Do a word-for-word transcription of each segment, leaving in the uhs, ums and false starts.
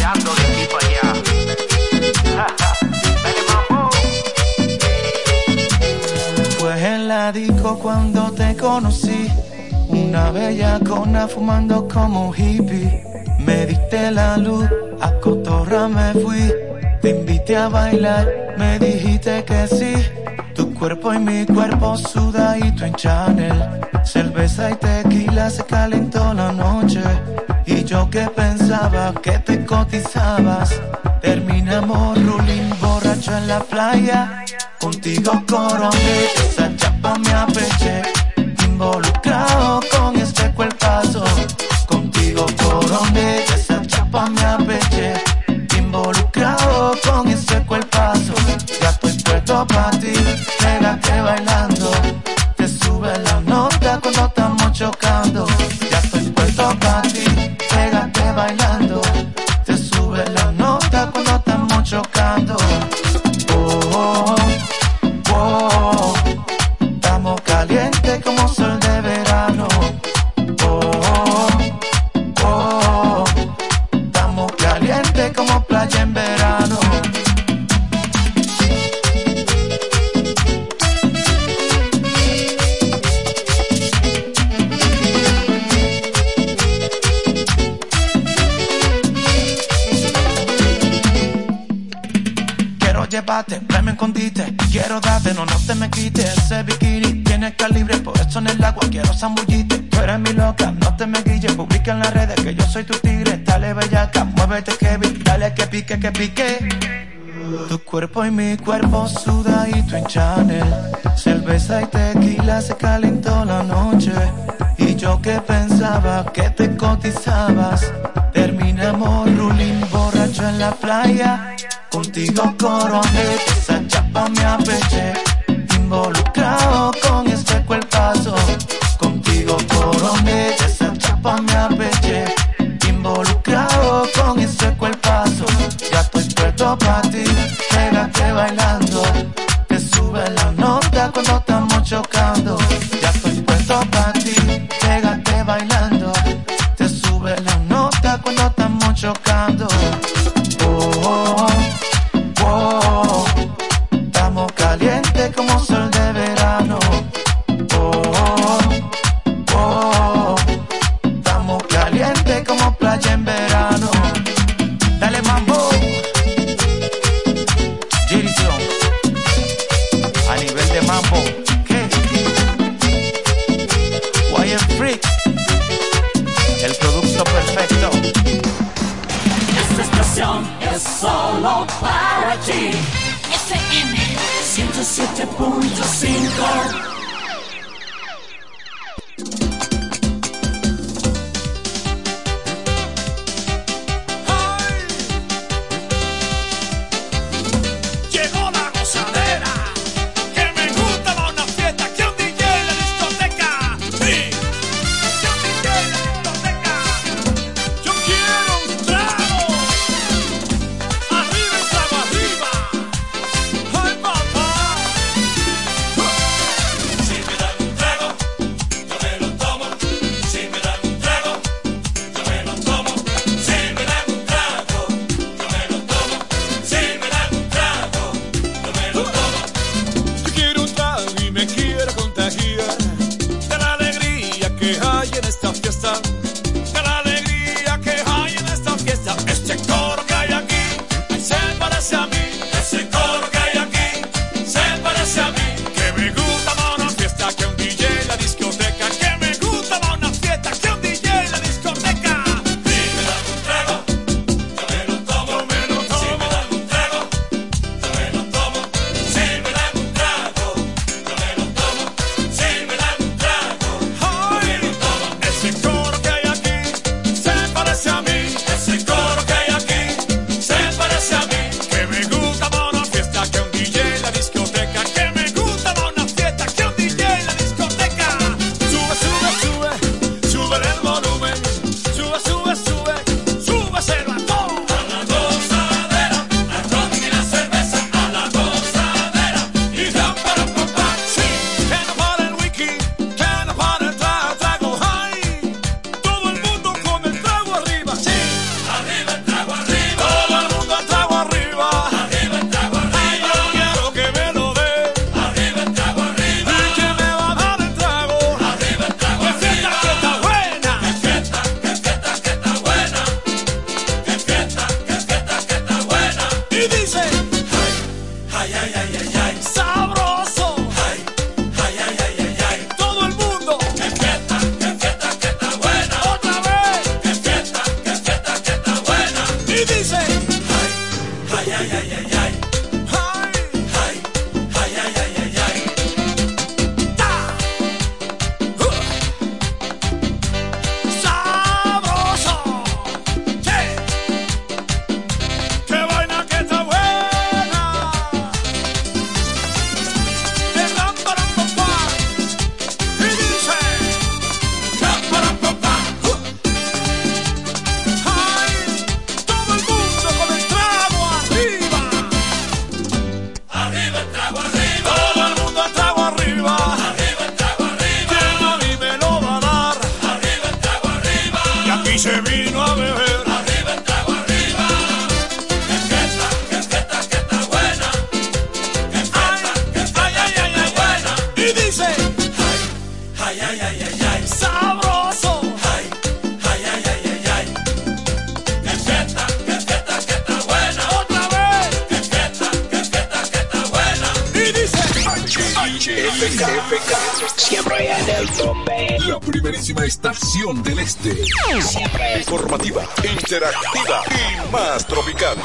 guayando de aquí para allá. Dale mambo. Pues en la disco cuando te conocí, una bellacona fumando como hippie. Me diste la luz, a cotorra me fui. Te invité a bailar, me dijiste que sí. Tu cuerpo y mi cuerpo sudadito en Chanel. Cerveza y tequila se calentó la noche. Y yo que pensaba que te cotizabas. Terminamos ruling borracho en la playa. Contigo coroné, esa chapa me apeché. Involucrado con este cuerpazo. Contigo coroné, esa chapa me apeché. Involucrado con ese cuerpazo. Ya estoy puesto pa' ti, pégate bailando. Te sube la nota cuando estamos chocando. Ya estoy puesto pa' ti, pégate bailando. Te sube la nota cuando estamos chocando. Oh, oh, oh. Estamos calientes como sol de verano. Oh, oh, oh. Estamos calientes como playa en verano. Quiero llevarte, me escondite. Quiero darte, no, no te me quites. Ese bikini tiene calibre, por eso en el agua quiero zambullirte. Tú eres mi loca, no te me guilles. Publica en las redes que yo soy tu tigre. Dale bellaca, muévete Kevin. Dale que pique, que pique. Tu cuerpo y mi cuerpo sudadito en Chanel. Cerveza y tequila se calentó la noche. Y yo que pensaba que te cotizabas. Terminamos ruling borracho en la playa. Contigo coroné, esa chapa me apeché. Involucrado con este cuerpazo. Contigo coroné, esa chapa me apeché. Involucrado con ese cuerpazo. Ya estoy puesto pa' ti, pégate bailando. Te sube la nota cuando estamos chocando. Ya estoy puesto pa' ti, pégate bailando. Te sube la nota cuando estamos chocando. Oh, oh, oh. Estamos calientes como sol de verano. Oh, oh, oh. Estamos calientes como playa en verano. Dale mambo. Jason, a nivel de mambo, ¿qué? Wire Freak, el producto perfecto. Esta estación es solo para ti. F M ciento siete punto cinco. Llegó la gozadera, que me gusta va una fiesta, que un D J en la discoteca, sí, que un D J en la discoteca, yo quiero un trago, arriba el trago arriba, ay papá, F K, siempre en el tope. La primerísima estación del este. Siempre informativa, interactiva y más tropical.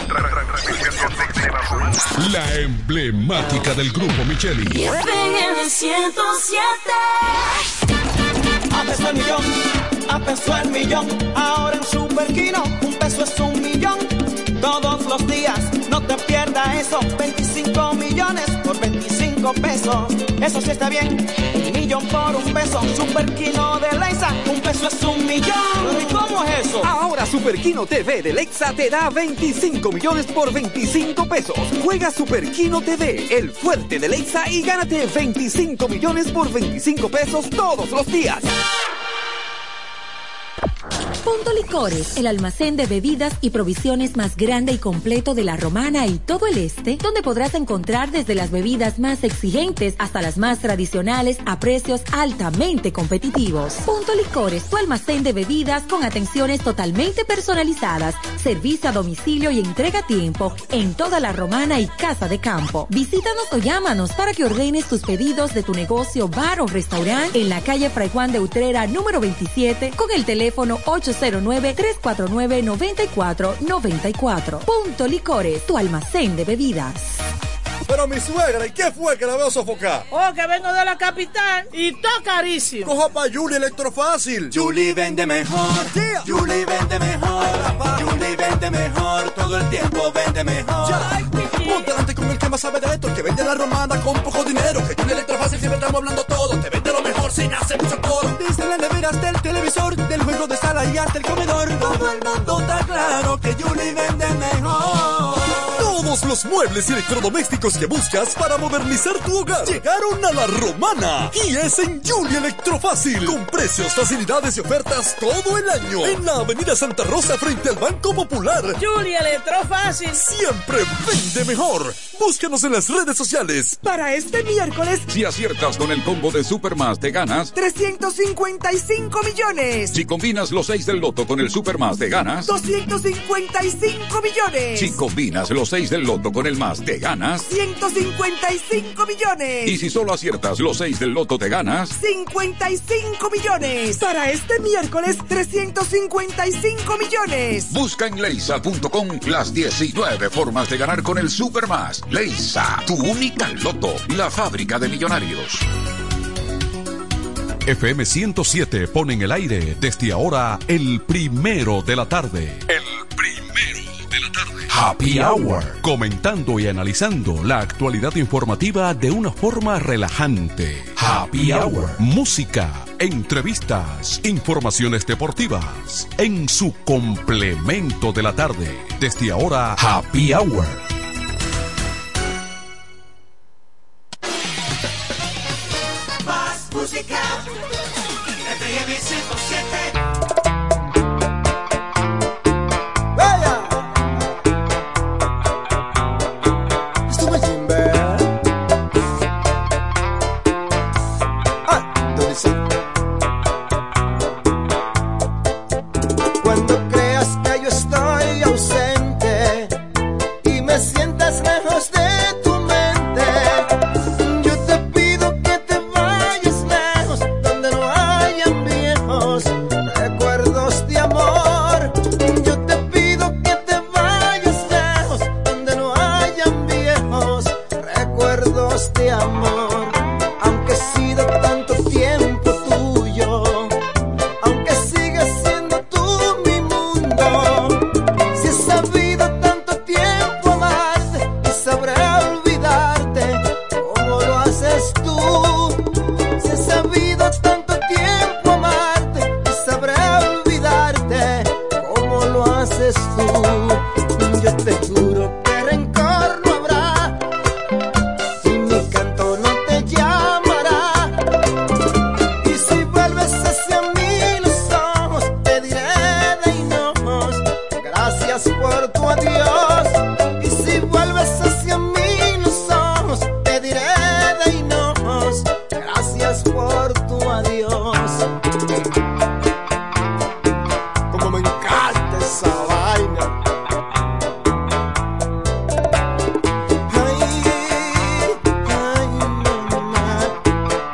La emblemática del grupo Micheli. F M ciento siete. Apesó el millón, apesó el millón. Ahora en Super Kino, un peso es un millón. Todos los días, no te pierdas eso. veinticinco millones por veinticinco pesos. Eso sí está bien. Un millón por un peso. Super Kino de Leisa, un peso es un millón. ¿Y cómo es eso? Ahora Super Kino T V de Lexa te da veinticinco millones por veinticinco pesos. Juega Super Kino T V, el fuerte de Lexa, y gánate veinticinco millones por veinticinco pesos todos los días. Punto Licores, el almacén de bebidas y provisiones más grande y completo de La Romana y todo el este, donde podrás encontrar desde las bebidas más exigentes hasta las más tradicionales a precios altamente competitivos. Punto Licores, tu almacén de bebidas con atenciones totalmente personalizadas, servicio a domicilio y entrega a tiempo en toda La Romana y Casa de Campo. Visítanos o llámanos para que ordenes tus pedidos de tu negocio, bar o restaurante en la calle Fray Juan de Utrera número veintisiete con el teléfono ocho cero nueve, tres cuatro nueve, nueve cuatro nueve cuatro. Punto Licores, tu almacén de bebidas. Pero mi suegra, ¿y qué fue que la veo sofocar? Oh, que vengo de la capital y todo carísimo. Coja pa' Julie Electrofácil. Julie vende mejor. Yeah. Julie vende mejor. Ay, Julie vende mejor. Todo el tiempo vende mejor. Ponte delante con el que más sabe de esto, el que vende la romana con poco dinero. Que Julie Electrofácil siempre estamos hablando todo. Te vende lo mejor sin hacer mucho coro. Desde la nevera hasta el televisor, del juego de sala y hasta el comedor. Todo el mundo está claro que Julie vende mejor. Todos los muebles y electrodomésticos que buscas para modernizar tu hogar llegaron a La Romana y es en Julie Electrofácil, con precios, facilidades y ofertas todo el año en la avenida Santa Rosa frente al Banco Popular. Julie Electrofácil Siempre vende mejor. Búscanos en las redes sociales. Para este miércoles, Si aciertas con el combo de Supermás, te ganas. trescientos cincuenta y cinco millones. Si combinas los seis del loto con el Supermás, te ganas. doscientos cincuenta y cinco millones. Si combinas los seis del loto con el más, te ganas. ciento cincuenta y cinco millones. Y si solo aciertas los seis del loto, te ganas. cincuenta y cinco millones. Para este miércoles, trescientos cincuenta y cinco millones. Busca en leisa punto com las diecinueve formas de ganar con el Supermás. Leisa, tu única loto, la fábrica de millonarios. F M ciento siete pone en el aire desde ahora el primero de la tarde. El primero de la tarde. Happy Hour. Comentando y analizando la actualidad informativa de una forma relajante. Happy Hour. Música, entrevistas, informaciones deportivas. En su complemento de la tarde. Desde ahora, Happy Hour. Más música. F M ciento siete. Cuando creas que yo estoy ausente y me sientas lejos de tu mente, yo te pido que te vayas lejos, donde no hayan viejos recuerdos de amor. Yo te pido que te vayas lejos, donde no hayan viejos recuerdos de amor. Aunque he sido tanto tiempo tuyo, aunque sigas siendo tú mi mundo, si he sabido tanto tiempo amarte y sabré olvidarte como lo haces tú. Si he sabido tanto tiempo amarte y sabré olvidarte como lo haces tú. Yo te juro que rencor no habrá y mi canto no te llamará. Y si vuelves hacia mí los ojos, te diré de hinojos, gracias por tu adiós. Y si vuelves hacia mí los ojos, te diré de hinojos, gracias por tu adiós. Como me encanta esa vaina. Ay, ay, mamá.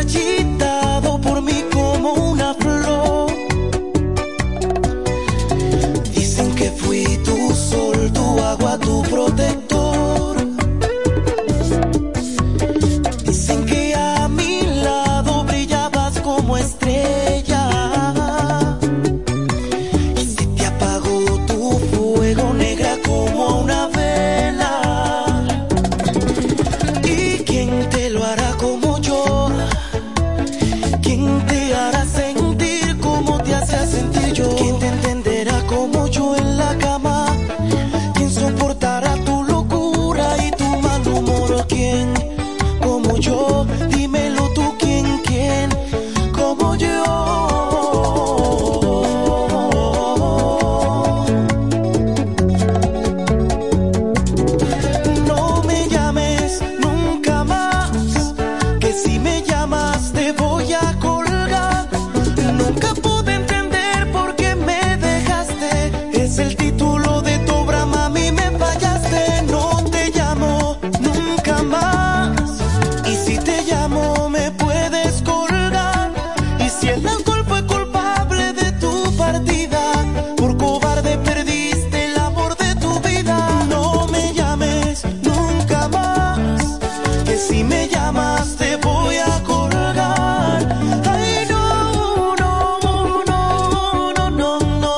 marchitado por mí como una flor. Dicen que fui tu sol, tu agua, tu protector. Dicen que a mi lado brillabas como estrella. Y se te apagó tu fuego, negra como una vela. ¿Y quién te lo hará como yo? ¿Quién te hará sentir como te hacía sentir yo? ¿Quién te entenderá como yo en la cama? ¿Quién soportará tu locura y tu mal humor? ¿Quién como yo? Dímelo tú, ¿quién, quién como yo? No me llames nunca más, que si me llamas te voy a colgar. Nunca pude entender por qué me dejaste. Es el título de tu obra, mami, me fallaste. No te llamo nunca más. Y si te llamo me puedes colgar. Y si el alcohol fue culpable de tu partida, por cobarde perdiste el amor de tu vida. No me llames nunca más, que si me llamas te voy a colgar. Ay, no, no, no, no, no, no.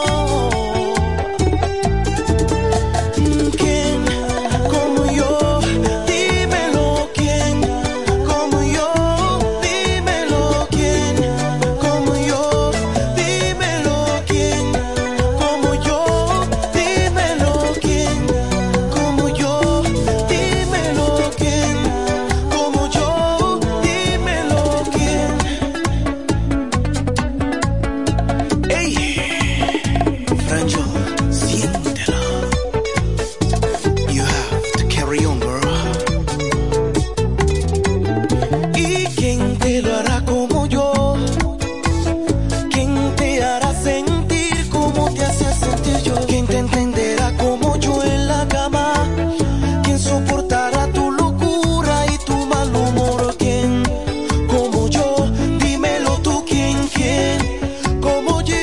¿Quién como yo? Dímelo, ¿quién como yo? Dímelo, ¿quién como yo? Dímelo, ¿quién como yo? Dímelo, ¿quién como yo? Dímelo, ¿quién como yo? Dímelo, ¿quién? Ey, Francho, siéntelo. You have to carry on, girl. ¿Y quién te lo hará como yo? ¿Quién te hará sentir como te hacía sentir yo? ¿Quién te entenderá como yo en la cama? ¿Quién soportará tu locura y tu mal humor? ¿Quién como yo? Dímelo tú, ¿quién, quién como yo?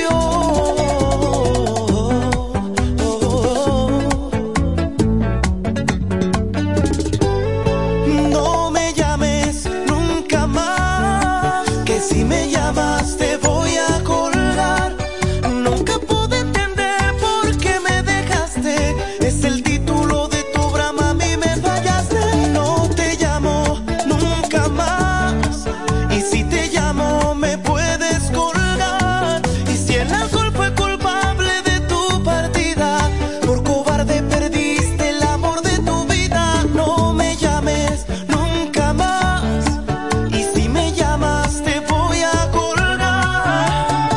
No me llames nunca más, que si me llamas te voy a colgar. Nunca pude entender por qué me dejaste. Es el título de tu obra, mami, me fallaste. No te llamo nunca más. Y si te llamo me puedes colgar. Y si el alcohol fue culpable de tu partida, por cobarde perdiste el amor de tu vida. No me llames nunca más. Y si me llamas te voy a colgar.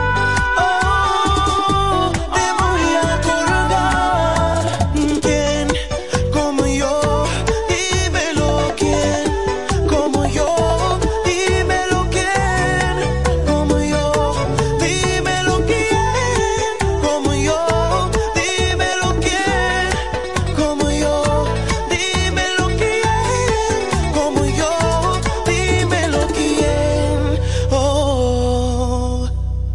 Oh, te voy a colgar. ¿Quién como yo? Dímelo, ¿quién como yo? Dímelo, ¿quién como yo? Dímelo, ¿quién como yo? Dímelo, ¿quién como yo? Dímelo, ¿quién como yo? Dímelo, ¿quién? Oh.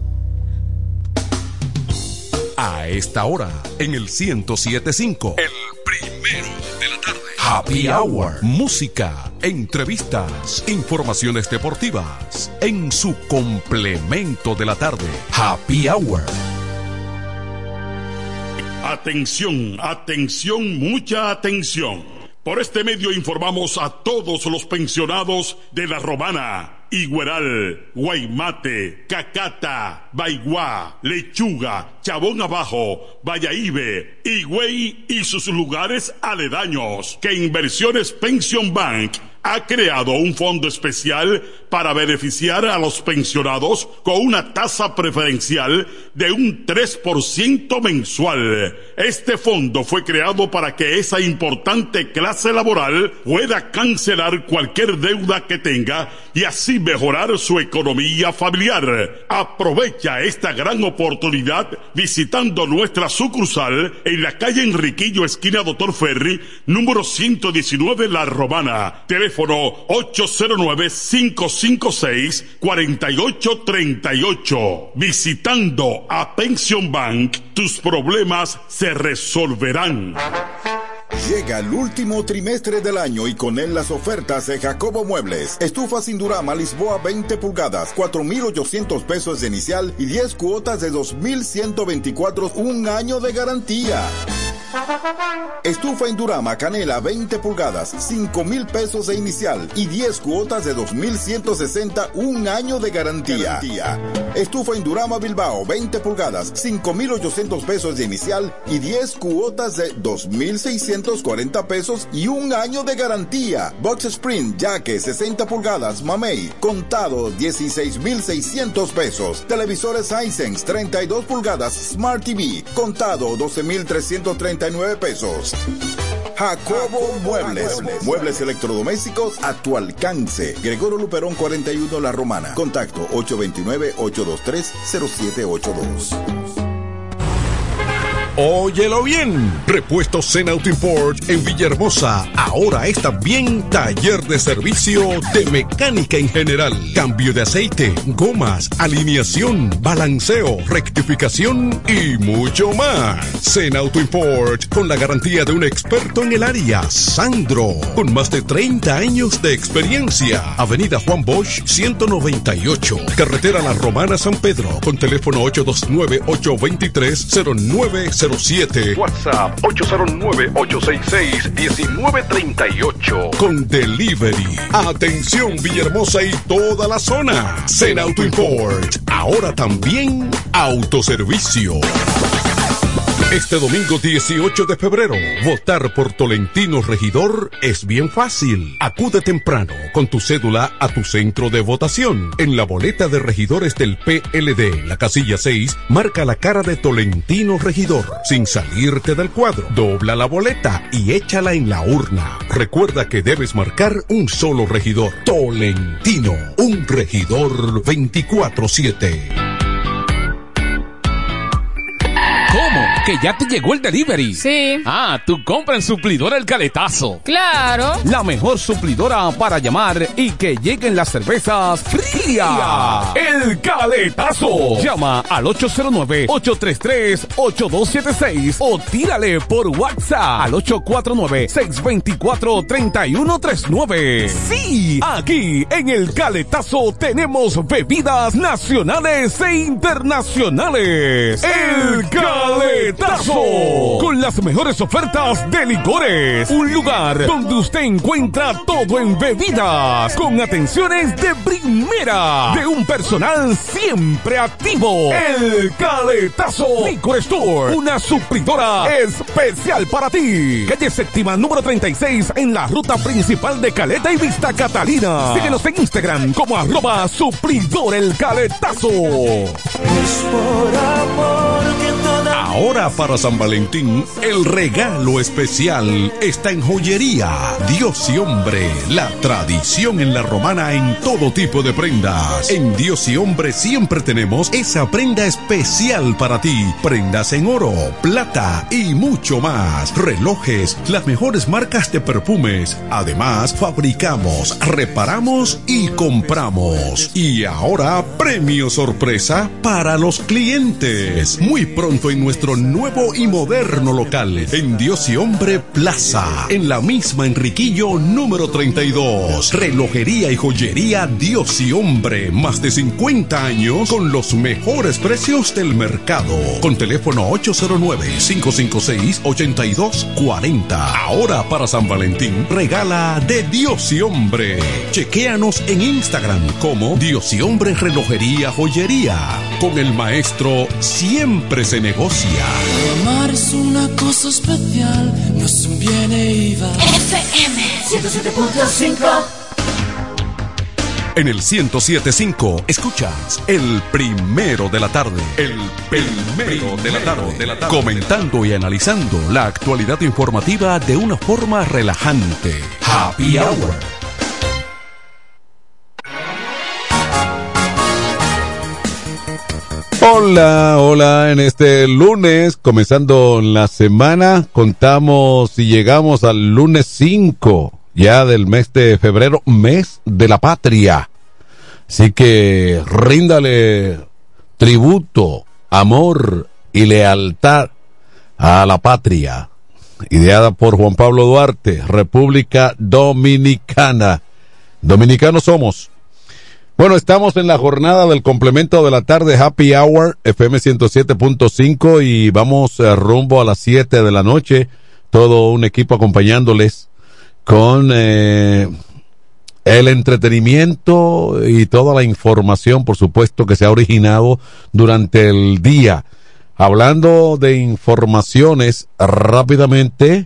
A esta hora, en el ciento siete punto cinco, el primero de la tarde. Happy Hour. Música, entrevistas, informaciones deportivas. En su complemento de la tarde. Happy Hour. Atención, atención, mucha atención. Por este medio informamos a todos los pensionados de La Romana, Igueral, Guaymate, Cacata, Baigua, Lechuga, Chabón Abajo, Valladolid, Higüey y sus lugares aledaños, que Inversiones Pension Bank ha creado un fondo especial para beneficiar a los pensionados con una tasa preferencial de un tres por ciento mensual. Este fondo fue creado para que esa importante clase laboral pueda cancelar cualquier deuda que tenga y así mejorar su economía familiar. Aprovecha esta gran oportunidad visitando nuestra sucursal en la calle Enriquillo, esquina Doctor Ferry, número ciento diecinueve, La Romana. Teléfono Teléfono ocho cero nueve, cinco cinco seis, cuatro ocho tres ocho. Visitando a Pension Bank, tus problemas se resolverán. Llega el último trimestre del año y con él las ofertas de Jacobo Muebles. Estufa sin Durama Lisboa veinte pulgadas, cuatro mil ochocientos pesos de inicial y diez cuotas de dos mil ciento veinticuatro, un año de garantía. Estufa Indurama Canela veinte pulgadas, cinco mil pesos de inicial y diez cuotas de dos mil ciento sesenta, un año de garantía. garantía. Estufa Indurama Bilbao veinte pulgadas, cinco mil ochocientos pesos de inicial y diez cuotas de dos mil seiscientos cuarenta pesos y un año de garantía. Box Spring Yaque sesenta pulgadas Mamey, contado dieciséis mil seiscientos pesos. Televisores Hisense treinta y dos pulgadas Smart T V, contado doce mil trescientos treinta y nueve pesos. Jacobo Muebles. Muebles electrodomésticos a tu alcance. Gregorio Luperón cuarenta y uno La Romana. Contacto ocho dos nueve, ocho dos tres, cero siete ocho dos. Óyelo bien, Repuestos Zen Auto Import en Villahermosa ahora es también taller de servicio de mecánica en general, cambio de aceite, gomas, alineación, balanceo, rectificación y mucho más. Zen Auto Import con la garantía de un experto en el área, Sandro, con más de treinta años de experiencia. Avenida Juan Bosch ciento noventa y ocho, carretera La Romana San Pedro, con teléfono ocho dos nueve, ocho dos tres, cero nueve cero siete. WhatsApp ocho cero nueve, ocho seis seis, uno nueve tres ocho. Con delivery. Atención Villahermosa y toda la zona. Zen Auto Import. Ahora también autoservicio. Este domingo dieciocho de febrero, votar por Tolentino Regidor es bien fácil. Acude temprano con tu cédula a tu centro de votación. En la boleta de regidores del P L D, la casilla seis, marca la cara de Tolentino Regidor. Sin salirte del cuadro, dobla la boleta y échala en la urna. Recuerda que debes marcar un solo regidor. Tolentino, un regidor veinticuatro siete. ¿Cómo? ¿Que ya te llegó el delivery? Sí. Ah, tu compra en Suplidora El Caletazo. Claro. La mejor suplidora para llamar y que lleguen las cervezas frías. El Caletazo. Llama al ocho cero nueve, ocho tres tres, ocho dos siete seis o tírale por WhatsApp al ocho cuatro nueve, seis dos cuatro, tres uno tres nueve. Sí, aquí en El Caletazo tenemos bebidas nacionales e internacionales. El Caletazo. Con las mejores ofertas de licores. Un lugar donde usted encuentra todo en bebidas. Con atenciones de primera. De un personal siempre activo. El Caletazo Liquor Store. Una suplidora especial para ti. Calle Séptima, número treinta y seis, en la ruta principal de Caleta y Vista Catalina. Síguenos en Instagram como arroba suplidor El Caletazo. Es por amor que toda Ahora para San Valentín, el regalo especial está en Joyería Dios y Hombre, la tradición en La Romana en todo tipo de prendas. En Dios y Hombre siempre tenemos esa prenda especial para ti. Prendas en oro, plata y mucho más. Relojes, las mejores marcas de perfumes. Además, fabricamos, reparamos y compramos. Y ahora, premio sorpresa para los clientes. Muy pronto en nuestro nuevo y moderno local, en Dios y Hombre Plaza, en la misma Enriquillo número treinta y dos. Relojería y joyería Dios y Hombre, más de cincuenta años con los mejores precios del mercado. Con teléfono ocho cero nueve, cinco cinco seis, ocho dos cuatro cero. Ahora para San Valentín, regala de Dios y Hombre. Chequéanos en Instagram como Dios y Hombre Relojería Joyería. Con el maestro siempre se negocia. amar es una cosa especial, no es un viene y va. F M ciento siete punto cinco. En el ciento siete punto cinco escuchas el primero de la tarde. El primero de la tarde, de la tarde. Comentando y analizando la actualidad informativa de una forma relajante. Happy Hour. Hola, hola, en este lunes, comenzando la semana, contamos y llegamos al lunes cinco ya del mes de febrero, mes de la patria. Así que ríndale tributo, amor y lealtad a la patria. Ideada por Juan Pablo Duarte, República Dominicana. Dominicanos somos. Bueno, estamos en la jornada del complemento de la tarde, Happy Hour, F M ciento siete punto cinco, y vamos eh, rumbo a las siete de la noche. Todo un equipo acompañándoles con eh, el entretenimiento y toda la información, por supuesto, que se ha originado durante el día. Hablando de informaciones, rápidamente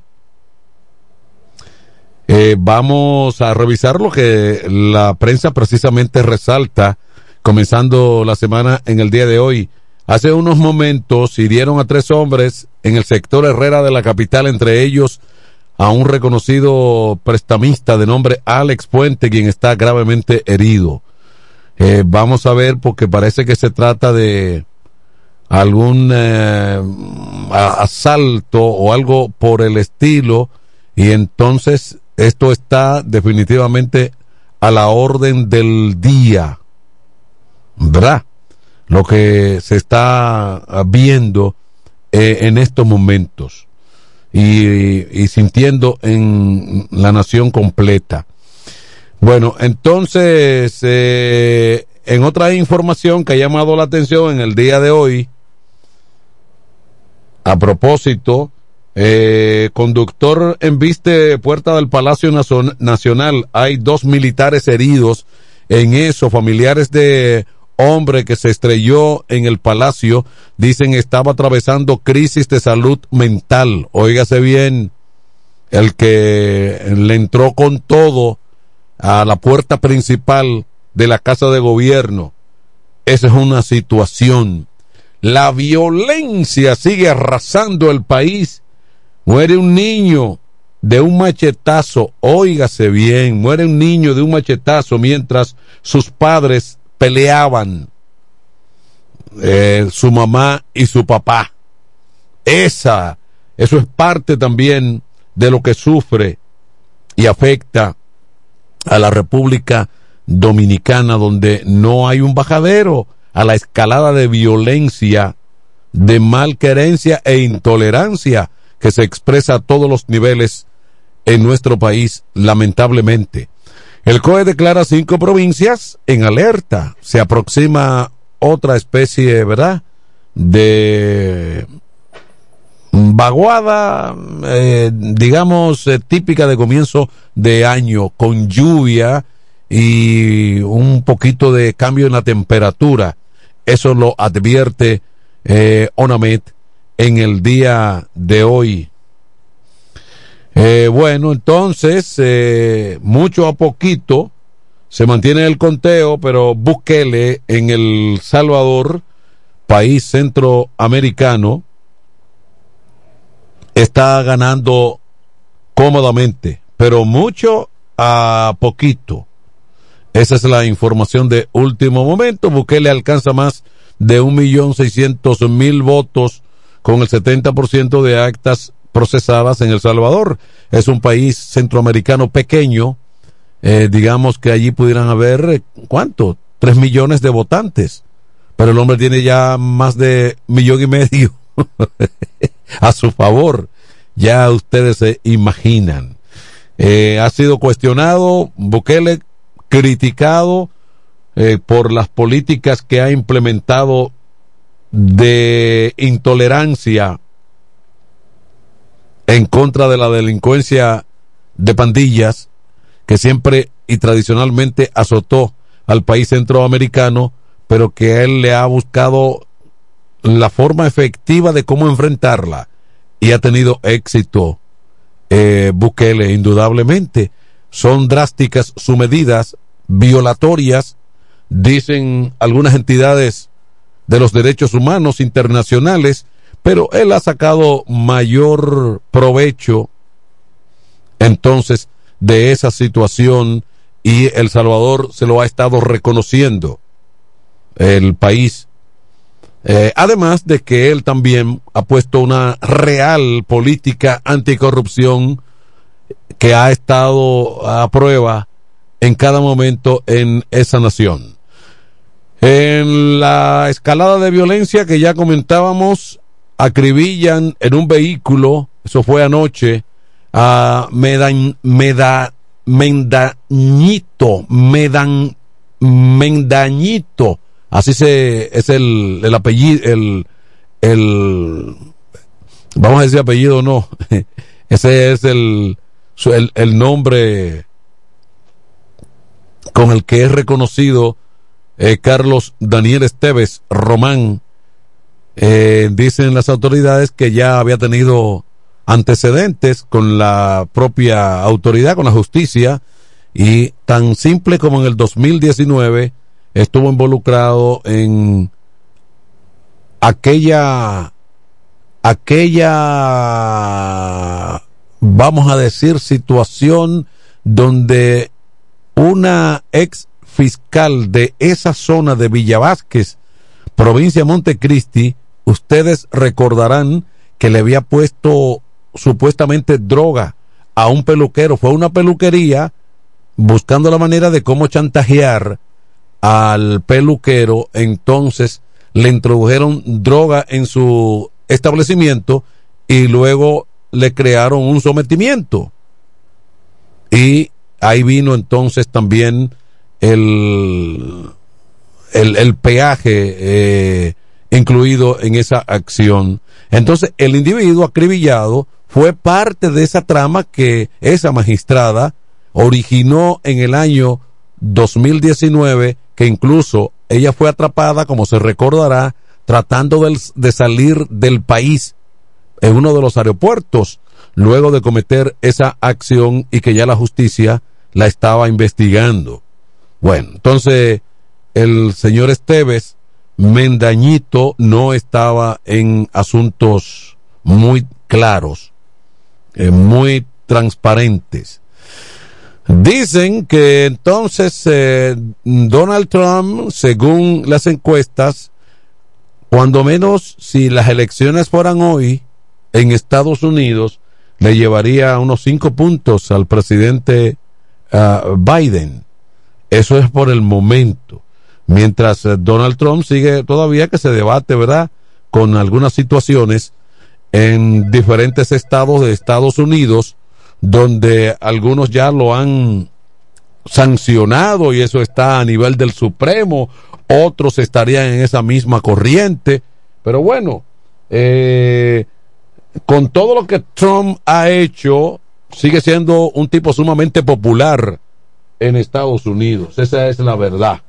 eh, vamos a revisar lo que la prensa precisamente resalta, comenzando la semana en el día de hoy. Hace unos momentos hirieron a tres hombres en el sector Herrera de la capital, entre ellos a un reconocido prestamista de nombre Alex Puente, quien está gravemente herido. Eh, vamos a ver, porque parece que se trata de algún eh, asalto o algo por el estilo, y entonces esto está definitivamente a la orden del día, ¿verdad? Lo que se está viendo eh, en estos momentos y, y sintiendo en la nación completa. Bueno, entonces eh, en otra información que ha llamado la atención en el día de hoy, a propósito, eh, conductor embiste puerta del Palacio Nacional. Hay dos militares heridos en eso. Familiares de hombre que se estrelló en el Palacio dicen estaba atravesando crisis de salud mental. Óigase bien, el que le entró con todo a la puerta principal de la Casa de Gobierno. Esa es una situación. La violencia sigue arrasando el país. Muere un niño de un machetazo, óigase bien, muere un niño de un machetazo mientras sus padres peleaban, eh, su mamá y su papá. Esa, eso es parte también de lo que sufre y afecta a la República Dominicana, donde no hay un bajadero a la escalada de violencia, de malquerencia e intolerancia que se expresa a todos los niveles en nuestro país, lamentablemente. El C O E declara cinco provincias en alerta. Se aproxima otra especie, ¿verdad?, de vaguada, eh, digamos, eh, típica de comienzo de año, con lluvia y un poquito de cambio en la temperatura. Eso lo advierte eh, ONAMED en el día de hoy. Eh, bueno, entonces, eh, mucho a poquito se mantiene el conteo, pero Bukele en El Salvador, país centroamericano, está ganando cómodamente, pero mucho a poquito. Esa es la información de último momento. Bukele alcanza más de un millón seiscientos mil votos con el setenta por ciento de actas procesadas en El Salvador. Es un país centroamericano pequeño, eh, digamos que allí pudieran haber, ¿cuánto? Tres millones de votantes, pero el hombre tiene ya más de millón y medio a su favor. Ya ustedes se imaginan. Eh, ha sido cuestionado, Bukele criticado eh, por las políticas que ha implementado de intolerancia en contra de la delincuencia de pandillas, que siempre y tradicionalmente azotó al país centroamericano, pero que él le ha buscado la forma efectiva de cómo enfrentarla, y ha tenido éxito. eh, Bukele, indudablemente. Son drásticas sus medidas, violatorias, dicen algunas entidades de los derechos humanos internacionales, pero él ha sacado mayor provecho entonces de esa situación, y El Salvador se lo ha estado reconociendo, el país. Eh, además de que él también ha puesto una real política anticorrupción que ha estado a prueba en cada momento en esa nación. En la escalada de violencia que ya comentábamos, acribillan en un vehículo, eso fue anoche, a Medan, Meda, Mendañito, Medan, Mendañito, así se, es el, el apellido, el, el, vamos a decir apellido, no, ese es el, el, el nombre con el que es reconocido eh, Carlos Daniel Esteves Román. Eh, dicen las autoridades que ya había tenido antecedentes con la propia autoridad, con la justicia, y tan simple como en el dos mil diecinueve estuvo involucrado en aquella aquella vamos a decir situación donde una ex fiscal de esa zona de Villa Vázquez, provincia de Montecristi, ustedes recordarán que le había puesto supuestamente droga a un peluquero. Fue una peluquería buscando la manera de cómo chantajear al peluquero. Entonces le introdujeron droga en su establecimiento y luego le crearon un sometimiento, y ahí vino entonces también el el, el peaje eh, incluido en esa acción. Entonces el individuo acribillado fue parte de esa trama que esa magistrada originó en el año dos mil diecinueve, que incluso ella fue atrapada, como se recordará, tratando de, de salir del país en uno de los aeropuertos, luego de cometer esa acción, y que ya la justicia la estaba investigando. Bueno, entonces el señor Esteves Mendañito no estaba en asuntos muy claros, eh, muy transparentes. Dicen que entonces eh, Donald Trump, según las encuestas, cuando menos si las elecciones fueran hoy en Estados Unidos, le llevaría unos cinco puntos al presidente uh, Biden. Eso es por el momento. Mientras uh, Donald Trump sigue todavía que se debate, ¿verdad?, con algunas situaciones en diferentes estados de Estados Unidos, donde algunos ya lo han sancionado y eso está a nivel del Supremo, otros estarían en esa misma corriente, pero bueno, eh, con todo lo que Trump ha hecho, sigue siendo un tipo sumamente popular en Estados Unidos, esa es la verdad.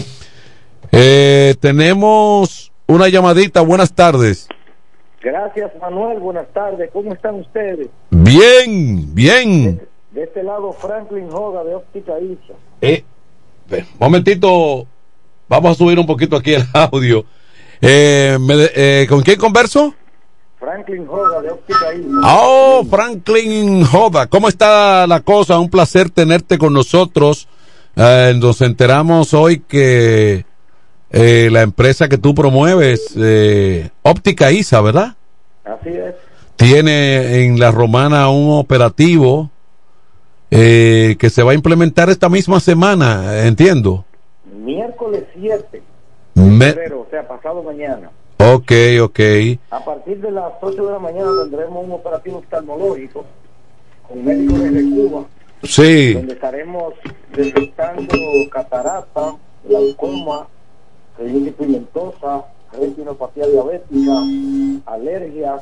Eh, tenemos una llamadita, buenas tardes. Gracias, Manuel, buenas tardes, ¿cómo están ustedes? Bien, bien. De, de este lado, Franklin Joga de Óptica Isa. Eh, momentito, vamos a subir un poquito aquí el audio. Eh, me, eh, ¿Con quién converso? Franklin Joga de Óptica Isa. Oh, Franklin Joga, ¿cómo está la cosa? Un placer tenerte con nosotros. Eh, nos enteramos hoy que eh, la empresa que tú promueves, eh, Óptica Isa, ¿verdad? Así es. Tiene en La Romana un operativo eh, que se va a implementar esta misma semana, entiendo. Miércoles siete Me... de febrero, o sea, pasado mañana. Ok, ok. A partir de las ocho de la mañana tendremos un operativo oftalmológico con médicos desde Cuba. Sí. Donde estaremos detectando catarata, glaucoma, rinitis pigmentosa, retinopatía diabética, alergias,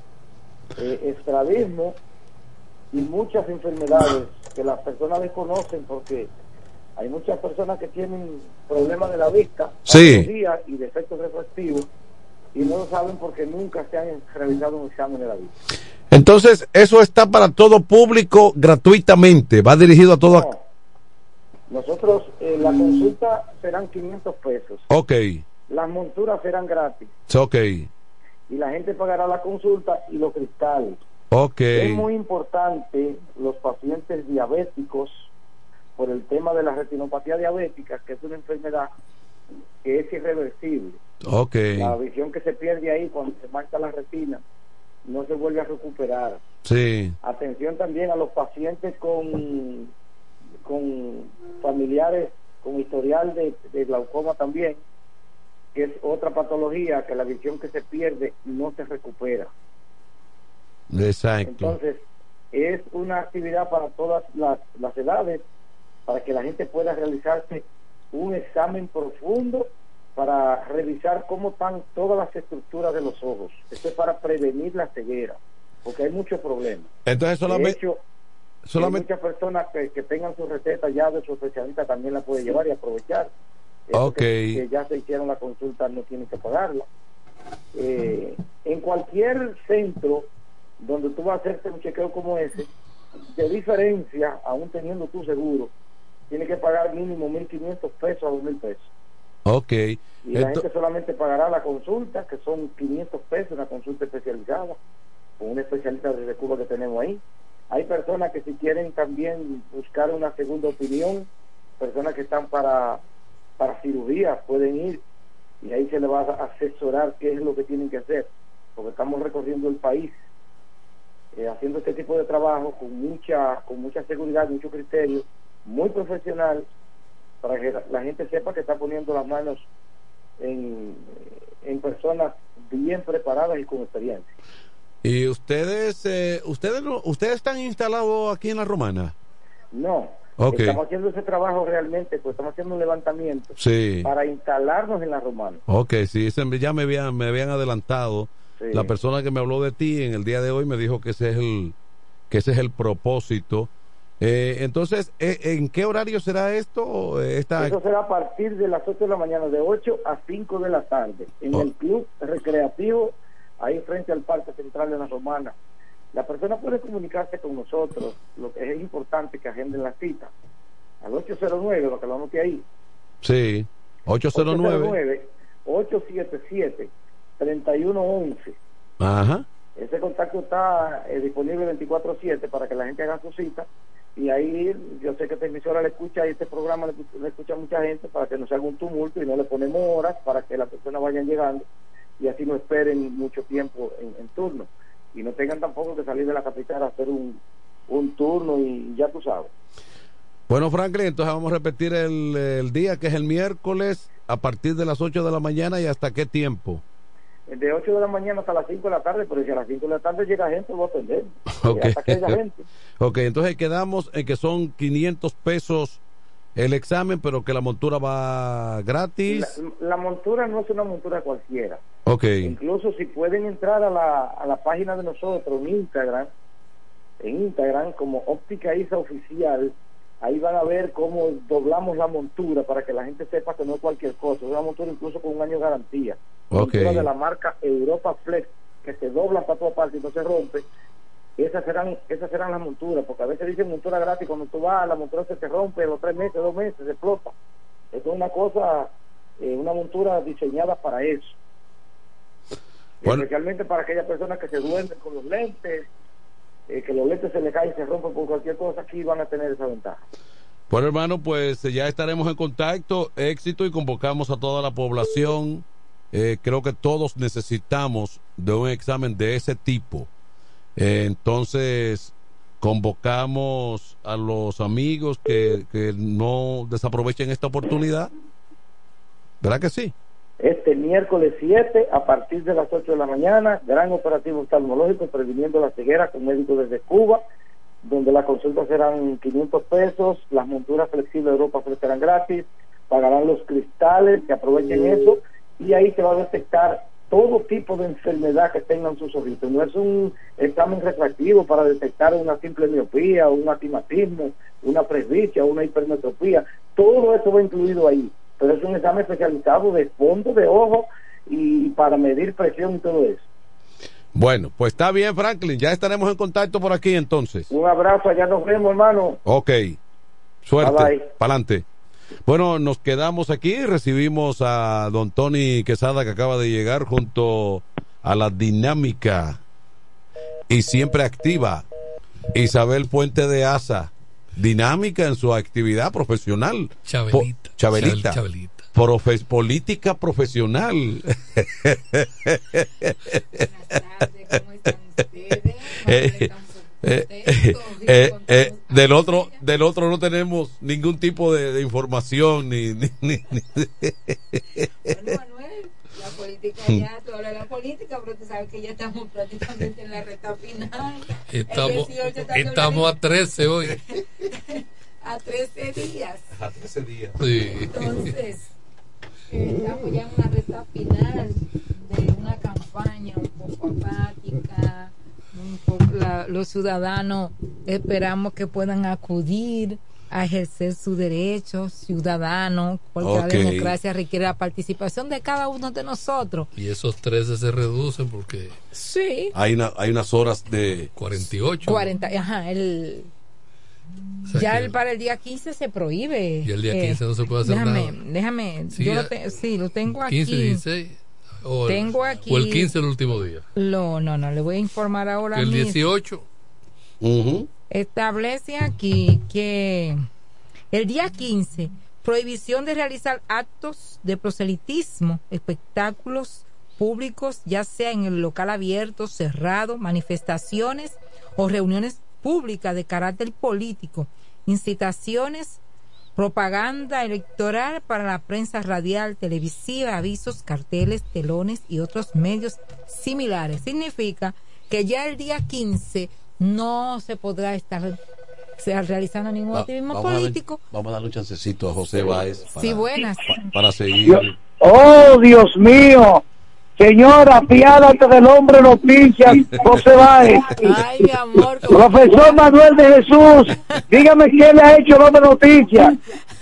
eh, estrabismo y muchas enfermedades que las personas desconocen, porque hay muchas personas que tienen problemas de la vista, sí, y defectos refractivos, y no lo saben porque nunca se han realizado un examen de la vista. Entonces, eso está para todo público gratuitamente, va dirigido a todo. No. Nosotros, eh, la consulta serán quinientos pesos. Ok. Las monturas serán gratis. Ok. Y la gente pagará la consulta y los cristales. Ok. Es muy importante los pacientes diabéticos por el tema de la retinopatía diabética, que es una enfermedad que es irreversible. Ok. La visión que se pierde ahí cuando se marca la retina no se vuelve a recuperar. Sí. Atención también a los pacientes con, con familiares con historial de, de glaucoma también, que es otra patología que la visión que se pierde no se recupera. Exacto. Entonces, es una actividad para todas las, las edades, para que la gente pueda realizarse un examen profundo para revisar cómo están todas las estructuras de los ojos. Esto es para prevenir la ceguera, porque hay muchos problemas. Entonces solamente... De hecho, solamente... hay muchas personas que, que tengan su receta ya de su especialista también la puede llevar y aprovechar. Ok. Que, que ya se hicieron la consulta, no tienen que pagarla. Eh, en cualquier centro donde tú vas a hacerte un chequeo como ese, de diferencia, aún teniendo tu seguro, tienes que pagar mínimo mil quinientos pesos a dos mil pesos. Ok. Y la Ento... gente solamente pagará la consulta, que son quinientos pesos, una consulta especializada, con un especialista de Cuba que tenemos ahí. Hay personas que si quieren también buscar una segunda opinión, personas que están para, para cirugía, pueden ir y ahí se les va a asesorar qué es lo que tienen que hacer, porque estamos recorriendo el país eh, haciendo este tipo de trabajo con mucha, con mucha seguridad, mucho criterio, muy profesional, para que la, la gente sepa que está poniendo las manos en, en personas bien preparadas y con experiencia. ¿Y ustedes eh, ustedes no, ustedes están instalados aquí en La Romana? No, okay. Estamos haciendo ese trabajo realmente, pues estamos haciendo un levantamiento sí. para instalarnos en La Romana. Ok, sí, ya me habían, me habían adelantado. Sí. La persona que me habló de ti en el día de hoy me dijo que ese es el, que ese es el propósito. Eh, entonces, ¿en qué horario será esto? Esta... Eso será a partir de las ocho de la mañana, de ocho a cinco de la tarde, en oh. el club recreativo, ahí frente al Parque Central de La Romana. La persona puede comunicarse con nosotros, lo que es importante que agenden la cita, al ocho cero nueve, lo que lo anoté ahí. Sí, ocho cero nueve, ocho siete siete, tres uno uno uno. Ajá. Ese contacto está eh, disponible veinticuatro siete para que la gente haga su cita. Y ahí yo sé que esta emisora le escucha y este programa le, le escucha a mucha gente para que no se haga un tumulto y no le ponemos horas para que las personas vayan llegando y así no esperen mucho tiempo en, en turno y no tengan tampoco que salir de la capital a hacer un, un turno y ya tú sabes. Bueno, Franklin, entonces vamos a repetir el, el día, que es el miércoles, a partir de las ocho de la mañana. ¿Y hasta qué tiempo? De ocho de la mañana hasta las cinco de la tarde, pero si a las cinco de la tarde llega gente, lo voy a atender. Okay. Hasta que haya gente. Ok, entonces quedamos en que son quinientos pesos el examen, pero que la montura va gratis. La, la montura no es una montura cualquiera. Ok. Incluso si pueden entrar a la, a la página de nosotros en Instagram, en Instagram como Óptica Isa Oficial, ahí van a ver cómo doblamos la montura para que la gente sepa que no es cualquier cosa. Es una montura incluso con un año de garantía. Okay. Montura de la marca Europa Flex, que se dobla para toda parte y no se rompe. Esas serán esas serán las monturas, porque a veces dicen montura gratis, cuando tú vas, la montura se te rompe a los tres meses, dos meses, se explota. Esto es una cosa, eh, una montura diseñada para eso. Bueno. Especialmente para aquellas personas que se duermen con los lentes, eh, que los lentes se les caen y se rompen por cualquier cosa, aquí van a tener esa ventaja. Bueno, hermano, pues ya estaremos en contacto, éxito, y convocamos a toda la población. Eh, creo que todos necesitamos de un examen de ese tipo. Eh, entonces, convocamos a los amigos que, que no desaprovechen esta oportunidad. ¿Verdad que sí? Este miércoles siete, a partir de las ocho de la mañana, gran operativo oftalmológico previniendo la ceguera con médicos desde Cuba, donde las consultas serán quinientos pesos, las monturas flexibles de Europa serán gratis, pagarán los cristales, que aprovechen eso, y ahí se va a detectar todo tipo de enfermedad que tengan sus ojitos. No es un examen refractivo para detectar una simple miopía, un astigmatismo, una presbicia, una hipermetropía. Todo eso va incluido ahí, pero es un examen especializado de fondo de ojo y para medir presión y todo eso. Bueno, pues está bien, Franklin, ya estaremos en contacto por aquí entonces. Un abrazo, allá nos vemos, hermano. Ok, suerte, bye bye. Pa'lante. Bueno, nos quedamos aquí, recibimos a don Tony Quesada, que acaba de llegar, junto a la dinámica y siempre activa Isabel Puente de Asa, dinámica en su actividad profesional. Chabelita. Po- Chabelita. Chabelita. Profe- política profesional. Buenas tardes, ¿cómo están eh, eh, eh, eh, eh, del otro del otro no tenemos ningún tipo de, de información ni, ni, ni, ni. Bueno, Manuel, la política ya, tú hablas de la política, pero tú sabes que ya estamos prácticamente en la recta final. Estamos, estamos a trece hoy. A trece días. A trece días. Sí. Entonces, eh, estamos ya en una recta final de una campaña un poco apática. Un poco, la, los ciudadanos esperamos que puedan acudir a ejercer sus derechos ciudadanos, porque okay. La democracia requiere la participación de cada uno de nosotros. Y esos trece se reducen porque sí hay una hay unas horas de cuarenta y ocho. cuarenta, ajá, el o sea ya el, para el día quince se prohíbe. Y el día quince eh, no se puede hacer déjame, nada. Déjame, sí, yo lo, te, sí, lo tengo aquí. quince, dieciséis o el, tengo aquí. O el quince el último día. No, no, no, le voy a informar ahora el mismo. dieciocho. Uh-huh. Establece aquí que el día quince, prohibición de realizar actos de proselitismo, espectáculos públicos, ya sea en el local abierto, cerrado, manifestaciones o reuniones públicas de carácter político, incitaciones, propaganda electoral para la prensa radial, televisiva, avisos, carteles, telones y otros medios similares. Significa que ya el día quince no se podrá estar sea, realizando ningún Va, activismo vamos político. A ver, vamos a darle un chancecito a José Báez para, sí, buenas. Pa, para seguir. Oh, Dios mío. Señora, apiádate del hombre noticias, José Báez. Ay, mi amor. Profesor Manuel de Jesús, dígame qué le ha hecho el hombre noticias.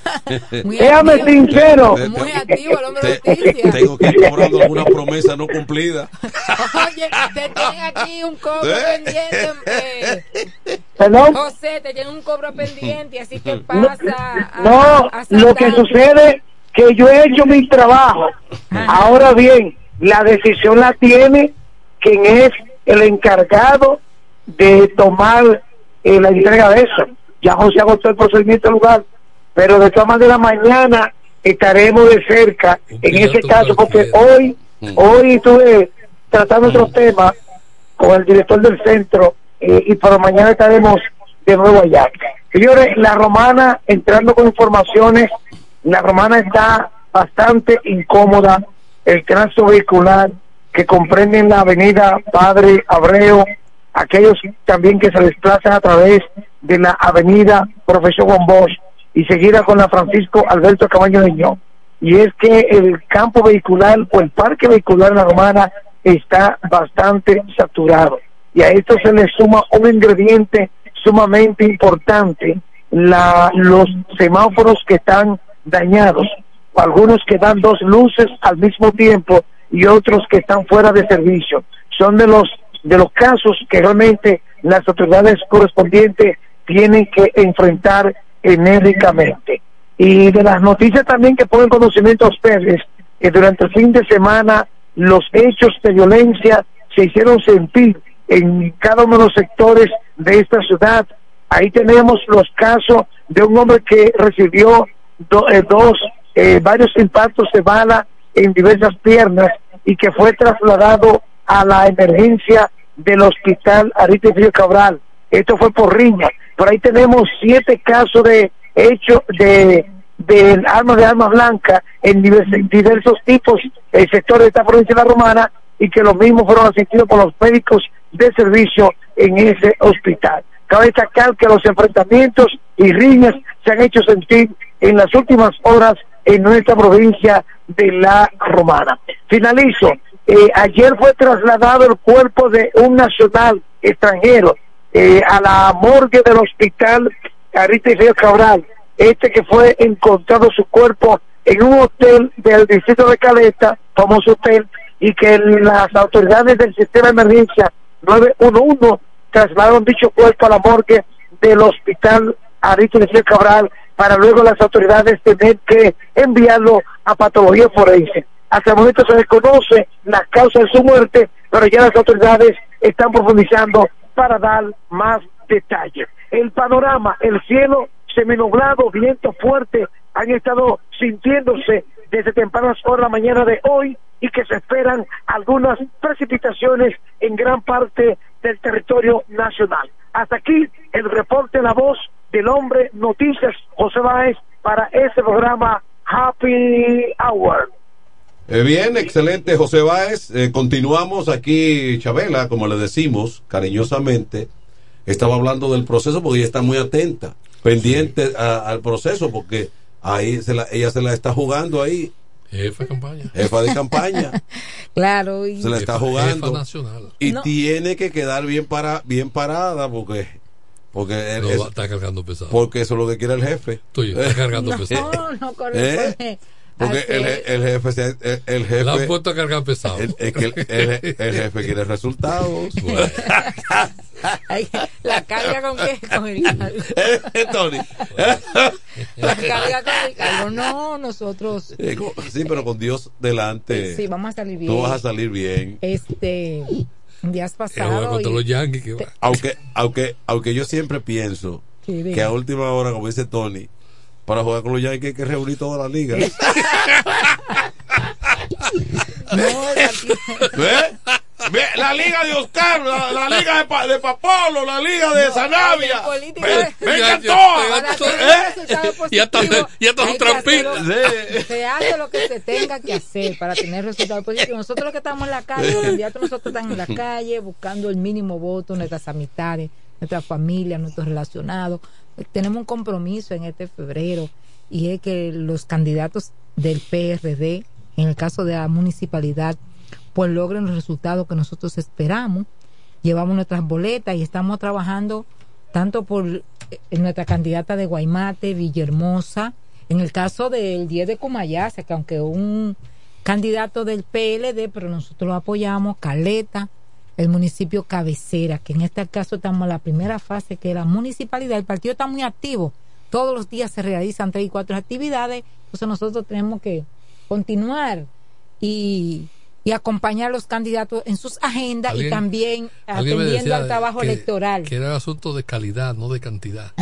Déjame sincero. Muy activo el hombre noticias. Tengo que ir cobrando alguna promesa no cumplida. Oye, te tienen aquí un cobro ¿Eh? pendiente. Eh. ¿Perdón? José, te tienen un cobro pendiente, así que pasa. No, a, a lo que sucede que yo he hecho mi trabajo. Ajá. Ahora bien, la decisión la tiene quien es el encargado de tomar eh, la entrega de eso. Ya José agotó el procedimiento del lugar, pero de todas maneras mañana estaremos de cerca en ese caso, porque hoy mm. hoy estuve tratando mm. otros temas con el director del centro eh, y para mañana estaremos de nuevo allá. Señores, la Romana, entrando con informaciones, la Romana está bastante incómoda. El tránsito vehicular que comprenden la avenida Padre Abreu, aquellos también que se desplazan a través de la avenida Profesor Juan Bosch y seguida con la Francisco Alberto Camaño Niño. Y es que el campo vehicular o el parque vehicular en la Romana está bastante saturado. Y a esto se le suma un ingrediente sumamente importante, la, los semáforos que están dañados. Algunos que dan dos luces al mismo tiempo y otros que están fuera de servicio. Son de los de los casos que realmente las autoridades correspondientes tienen que enfrentar enérgicamente. Y de las noticias también que ponen conocimiento a ustedes, que durante el fin de semana los hechos de violencia se hicieron sentir en cada uno de los sectores de esta ciudad. Ahí tenemos los casos de un hombre que recibió do, eh, dos Eh, varios impactos de bala en diversas piernas y que fue trasladado a la emergencia del hospital Arite Frío Cabral. Esto fue por riña. Por ahí tenemos siete casos de hecho de de armas de armas blancas en diversos, diversos tipos de sectores de esta provincia de la Romana, y que los mismos fueron asistidos por los médicos de servicio en ese hospital. Cabe destacar que los enfrentamientos y riñas se han hecho sentir en las últimas horas en nuestra provincia de la Romana. Finalizo. Eh, ayer fue trasladado el cuerpo de un nacional extranjero eh, a la morgue del hospital Arite Río Cabral. Este que fue encontrado su cuerpo en un hotel del distrito de Caleta, famoso hotel, y que las autoridades del sistema de emergencia nueve uno uno trasladaron dicho cuerpo a la morgue del hospital Arite Río Cabral, para luego las autoridades tener que enviarlo a patología forense. Hasta el momento se desconoce la causa de su muerte, pero ya las autoridades están profundizando para dar más detalles. El panorama, el cielo seminublado, viento fuerte, han estado sintiéndose desde tempranas horas de la mañana de hoy, y que se esperan algunas precipitaciones en gran parte del territorio nacional. Hasta aquí el reporte en la voz del hombre noticias José Báez para este programa Happy Hour. Eh, bien, excelente José Báez. Eh, continuamos aquí, Chabela, como le decimos cariñosamente. Estaba hablando del proceso porque ella está muy atenta, pendiente sí. a, al proceso, porque ahí se la, ella se la está jugando ahí. Jefa de campaña. Jefa de campaña. Claro. Y... se la está jugando. Jefa nacional. Y no. tiene que quedar bien para bien parada porque porque no, es, está cargando pesado. Porque eso es lo que quiere el jefe. Estoy, está cargando no, pesado. No, no corre, ¿Eh? Porque el, el jefe el, el jefe la han puesto a cargar pesado. El, es que el, el, el jefe quiere resultados. Bueno. La carga con qué, con el cargo. ¿Eh, Tony? La carga con el cargo. No, nosotros. Sí, pero con Dios delante. Sí, vamos a salir bien. Tú vas a salir bien. Este días pasados. Y... los Yankees que va. Aunque, aunque, aunque yo siempre pienso sí, que a última hora, como dice Tony, para jugar con los Yankees hay que reunir toda la liga. No, ¿Ves? La liga de Oscar, la, la liga de, pa, de Papolo, la liga de no, Sanavia. Vengan todas. Y hasta un trampito. Se hace lo que se tenga que hacer para tener resultados positivos. Nosotros los que estamos en la calle, los candidatos nosotros estamos en la calle buscando el mínimo voto, nuestras amistades, nuestra familia, nuestros relacionados. Tenemos un compromiso en este febrero y es que los candidatos del P R D, en el caso de la municipalidad, pues logren los resultados que nosotros esperamos. Llevamos nuestras boletas y estamos trabajando tanto por nuestra candidata de Guaymate, Villahermosa, en el caso del diez de Comayasa, que aunque un candidato del P L D, pero nosotros lo apoyamos, Caleta, el municipio cabecera, que en este caso estamos en la primera fase, que es la municipalidad. El partido está muy activo, todos los días se realizan tres y cuatro actividades, entonces nosotros tenemos que continuar y, y acompañar a los candidatos en sus agendas y también atendiendo al trabajo que, electoral. Que era asunto de calidad, no de cantidad.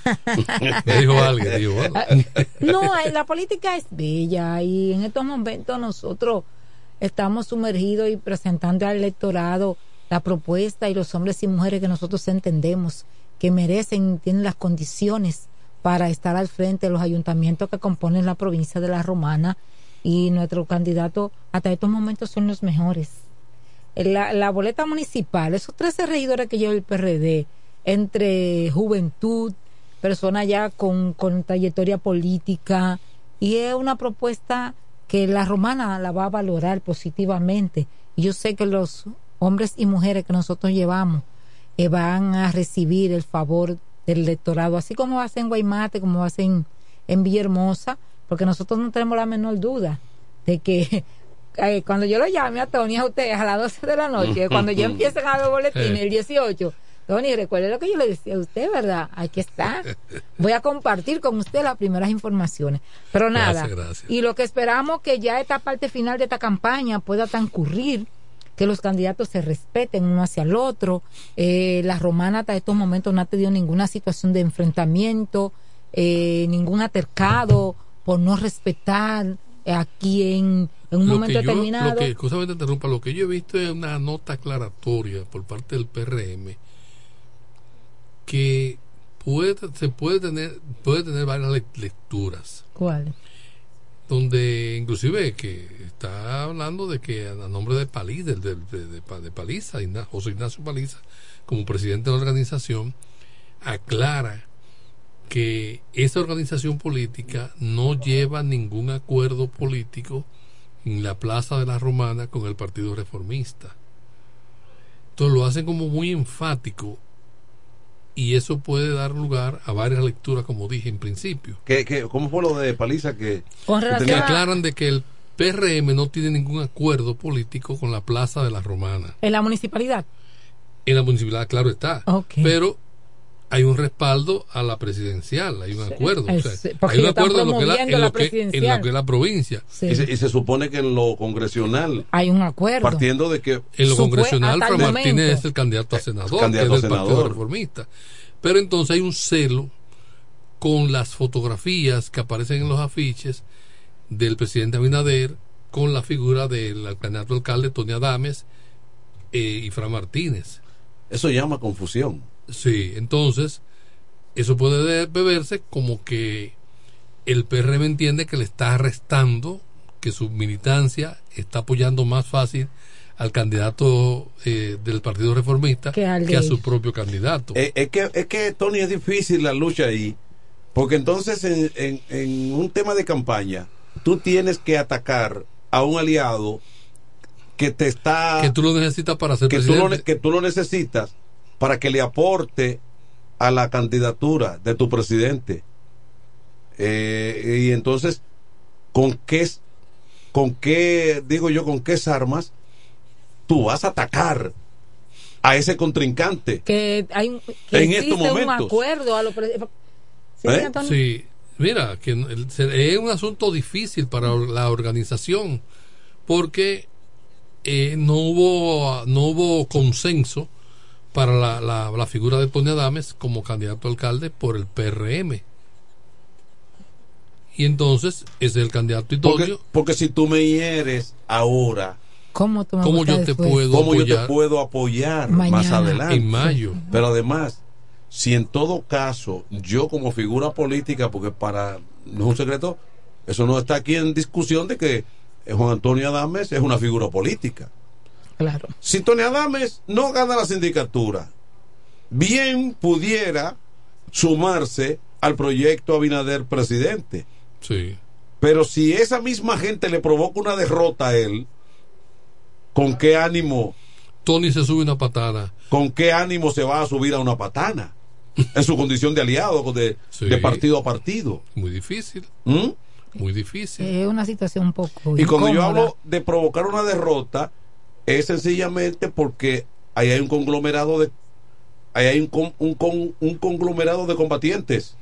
Me dijo alguien, dijo, bueno. No, la política es bella y en estos momentos nosotros estamos sumergidos y presentando al electorado la propuesta y los hombres y mujeres que nosotros entendemos que merecen, tienen las condiciones para estar al frente de los ayuntamientos que componen la provincia de La Romana, y nuestros candidatos hasta estos momentos son los mejores. La, la boleta municipal, esos trece regidores que lleva el P R D, entre juventud, personas ya con, con trayectoria política, y es una propuesta que La Romana la va a valorar positivamente, y yo sé que los hombres y mujeres que nosotros llevamos eh, van a recibir el favor del electorado, así como hacen en Guaymate, como hacen en Villahermosa, porque nosotros no tenemos la menor duda de que eh, cuando yo lo llame a Tony, a ustedes a las doce de la noche, cuando ya empiecen a ver boletines el dieciocho, Tony, recuerde lo que yo le decía a usted, ¿verdad? Aquí está. Voy a compartir con usted las primeras informaciones. Pero nada, gracias, gracias. Y lo que esperamos que ya esta parte final de esta campaña pueda transcurrir, que los candidatos se respeten uno hacia el otro. Eh, la Romana hasta estos momentos no ha tenido ninguna situación de enfrentamiento, eh, ningún altercado por no respetar aquí en, en un lo momento que yo, determinado. Lo que, excusamente interrumpa, lo que yo he visto es una nota aclaratoria por parte del P R M que puede, se puede tener, puede tener varias lecturas. ¿Cuál? Donde inclusive que está hablando de que a nombre de Paliza, de, de, de, de Paliza, José Ignacio Paliza, como presidente de la organización, aclara que esa organización política no lleva ningún acuerdo político en la Plaza de la Romana con el Partido Reformista. Entonces lo hacen como muy enfático y eso puede dar lugar a varias lecturas, como dije en principio. ¿Qué, qué, ¿Cómo fue lo de Paliza? Que, Con que relación a... aclaran de que el P R M no tiene ningún acuerdo político con la Plaza de la Romana. ¿En la municipalidad? En la municipalidad, claro está. Okay. Pero hay un respaldo a la presidencial, hay un acuerdo. O sea, sí, hay un acuerdo en lo que es la, en la, lo que, en lo que es la provincia. Sí. Y, se, y se supone que en lo congresional hay un acuerdo. Partiendo de que en lo Supue, congresional Fran Martínez momento. es el candidato a senador, candidato que es del senador. Partido Reformista. Pero entonces hay un celo con las fotografías que aparecen en los afiches del presidente Abinader con la figura del candidato alcalde Tony Adames eh, y Fran Martínez. Eso llama confusión. Sí, entonces, eso puede beberse como que el P R M entiende que le está restando, que su militancia está apoyando más fácil al candidato eh, del Partido Reformista que, que a su propio candidato. Eh, es, que, es que, Tony, es difícil la lucha ahí, porque entonces en, en, en un tema de campaña, tú tienes que atacar a un aliado que te está... Que tú lo necesitas para ser que presidente. Tú lo, que tú lo necesitas para que le aporte a la candidatura de tu presidente. Eh, y entonces, ¿con qué, con qué, digo yo, con qué armas tú vas a atacar a ese contrincante? Que hay que en estos momentos un acuerdo a lo pre... ¿Sí, ¿Eh? Sí, mira, que es un asunto difícil para la organización porque eh, no hubo no hubo consenso para la, la, la figura de Tony Adames como candidato a alcalde por el P R M. Y entonces ese es el candidato idóneo. Porque, porque si tú me hieres ahora, ¿cómo, tú me ¿cómo yo te puedo ¿Cómo apoyar? yo te puedo apoyar Mañana, más adelante? En mayo. Pero además, si en todo caso, yo como figura política, porque para no es un secreto, eso no está aquí en discusión de que Juan Antonio Adames es una figura política. Claro. Si Tony Adames no gana la sindicatura, bien pudiera sumarse al proyecto Abinader presidente. Sí. Pero si esa misma gente le provoca una derrota a él, ¿con qué ánimo? Tony se sube una patana. ¿Con qué ánimo se va a subir a una patana? En su condición de aliado, de, sí. de partido a partido. Muy difícil. ¿Mm? Muy difícil. Es una situación un poco Y cuando incómoda. yo hablo de provocar una derrota, es sencillamente porque ahí hay un conglomerado de ahí hay un, un, un conglomerado de combatientes.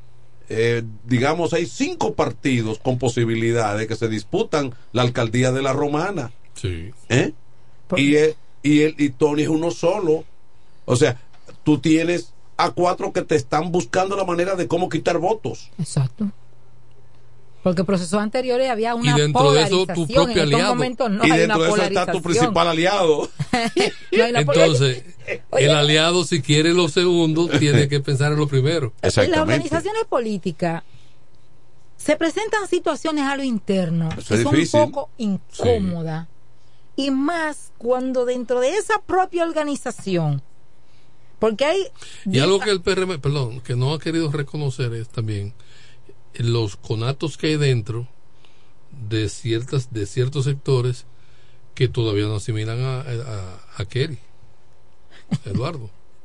Eh, digamos, hay cinco partidos con posibilidades que se disputan la alcaldía de la Romana. Sí. ¿Eh? Y, él, y, él, y Tony es uno solo. O sea, tú tienes a cuatro que te están buscando la manera de cómo quitar votos. Exacto. Porque en procesos anteriores había una y dentro polarización. De eso, tu propio en aliado. Momentos no y hay dentro una de eso está tu principal aliado. No hay una Entonces, Oye, el aliado, si quiere lo segundo, tiene que pensar en lo primero. En las organizaciones políticas se presentan situaciones a lo interno eso que es son difícil. un poco incómodas. Sí. Y más cuando dentro de esa propia organización, porque hay... Y algo que el P R M, perdón, que no ha querido reconocer es también los conatos que hay dentro de ciertas de ciertos sectores que todavía no asimilan a, a, a Kerry, Eduardo.